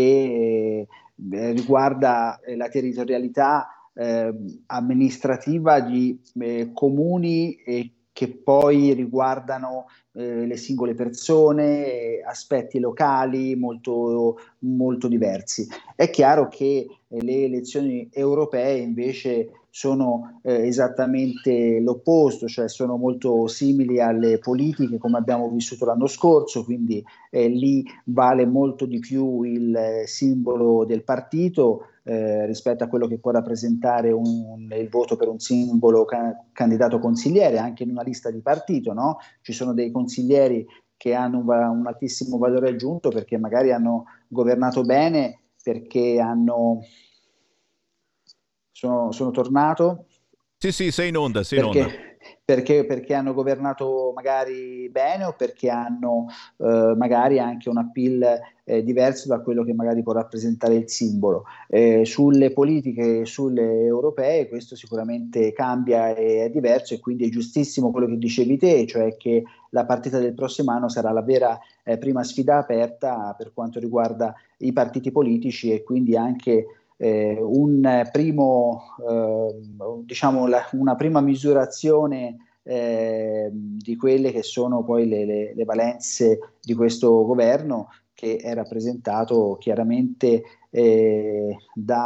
[SPEAKER 8] che eh, riguarda eh, la territorialità eh, amministrativa di eh, comuni e che poi riguardano eh, le singole persone, eh, aspetti locali molto, molto diversi. È chiaro che eh, le elezioni europee invece sono eh, esattamente l'opposto, cioè sono molto simili alle politiche come abbiamo vissuto l'anno scorso, quindi eh, lì vale molto di più il eh, simbolo del partito eh, rispetto a quello che può rappresentare un, il voto per un singolo ca- candidato consigliere, anche in una lista di partito, no? Ci sono dei consiglieri che hanno un, un altissimo valore aggiunto perché magari hanno governato bene, perché hanno... Sono, sono tornato?
[SPEAKER 2] Sì, sì, sei in onda, sei in
[SPEAKER 8] perché,
[SPEAKER 2] onda.
[SPEAKER 8] Perché, perché hanno governato magari bene, o perché hanno eh, magari anche un appeal eh, diverso da quello che magari può rappresentare il simbolo. Eh, sulle politiche, sulle europee, questo sicuramente cambia e è diverso, e quindi è giustissimo quello che dicevi te, cioè che la partita del prossimo anno sarà la vera eh, prima sfida aperta per quanto riguarda i partiti politici, e quindi anche Eh, un primo, eh, diciamo la, una prima misurazione eh, di quelle che sono poi le, le, le valenze di questo governo, che è rappresentato chiaramente eh,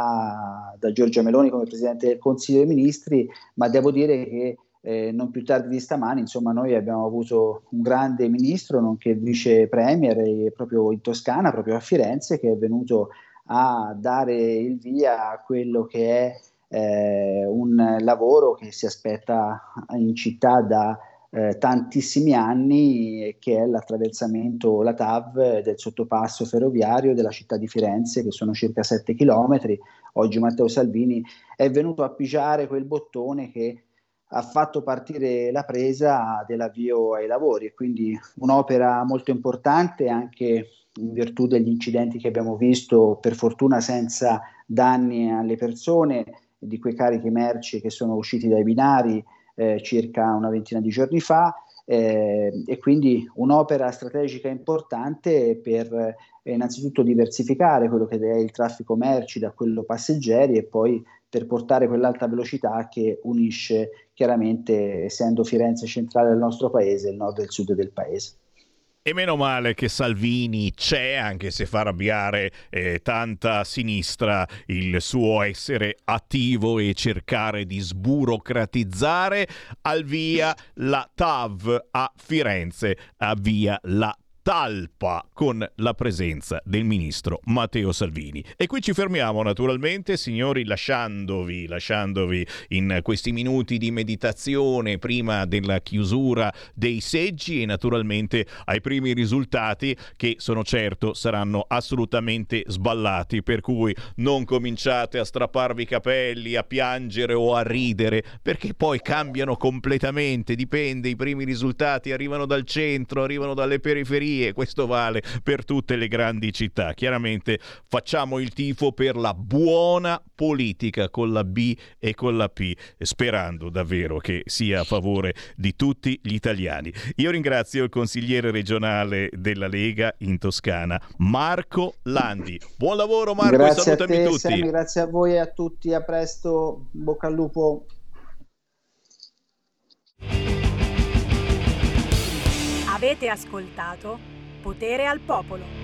[SPEAKER 8] da, da Giorgia Meloni come Presidente del Consiglio dei Ministri, ma devo dire che eh, non più tardi di stamani, insomma, noi abbiamo avuto un grande ministro, nonché vice premier, eh, proprio in Toscana, proprio a Firenze, che è venuto a dare il via a quello che è eh, un lavoro che si aspetta in città da eh, tantissimi anni, che è l'attraversamento, la T A V del sottopasso ferroviario della città di Firenze, che sono circa sette chilometri. Oggi Matteo Salvini è venuto a pigiare quel bottone che ha fatto partire la presa dell'avvio ai lavori, e quindi un'opera molto importante, anche in virtù degli incidenti che abbiamo visto, per fortuna senza danni alle persone, di quei carichi merci che sono usciti dai binari eh, circa una ventina di giorni fa, eh, e quindi un'opera strategica importante per eh, innanzitutto diversificare quello che è il traffico merci da quello passeggeri, e poi per portare quell'alta velocità che unisce chiaramente, essendo Firenze centrale del nostro paese, il nord e il sud del paese.
[SPEAKER 2] E meno male che Salvini c'è, anche se fa arrabbiare eh, tanta sinistra il suo essere attivo e cercare di sburocratizzare. Al via la T A V a Firenze, avvia la talpa con la presenza del ministro Matteo Salvini. E qui ci fermiamo naturalmente, signori, lasciandovi, lasciandovi in questi minuti di meditazione prima della chiusura dei seggi, e naturalmente ai primi risultati, che sono certo saranno assolutamente sballati, per cui non cominciate a strapparvi i capelli, a piangere o a ridere, perché poi cambiano completamente, dipende, i primi risultati arrivano dal centro, arrivano dalle periferie, e questo vale per tutte le grandi città. Chiaramente facciamo il tifo per la buona politica con la B e con la P, sperando davvero che sia a favore di tutti gli italiani. Io ringrazio il consigliere regionale della Lega in Toscana, Marco Landi. Buon lavoro Marco,
[SPEAKER 8] grazie
[SPEAKER 2] e salutami
[SPEAKER 8] a te,
[SPEAKER 2] tutti.
[SPEAKER 8] Sammy, grazie a voi e a tutti, a presto, bocca al lupo.
[SPEAKER 10] Avete ascoltato Potere al Popolo.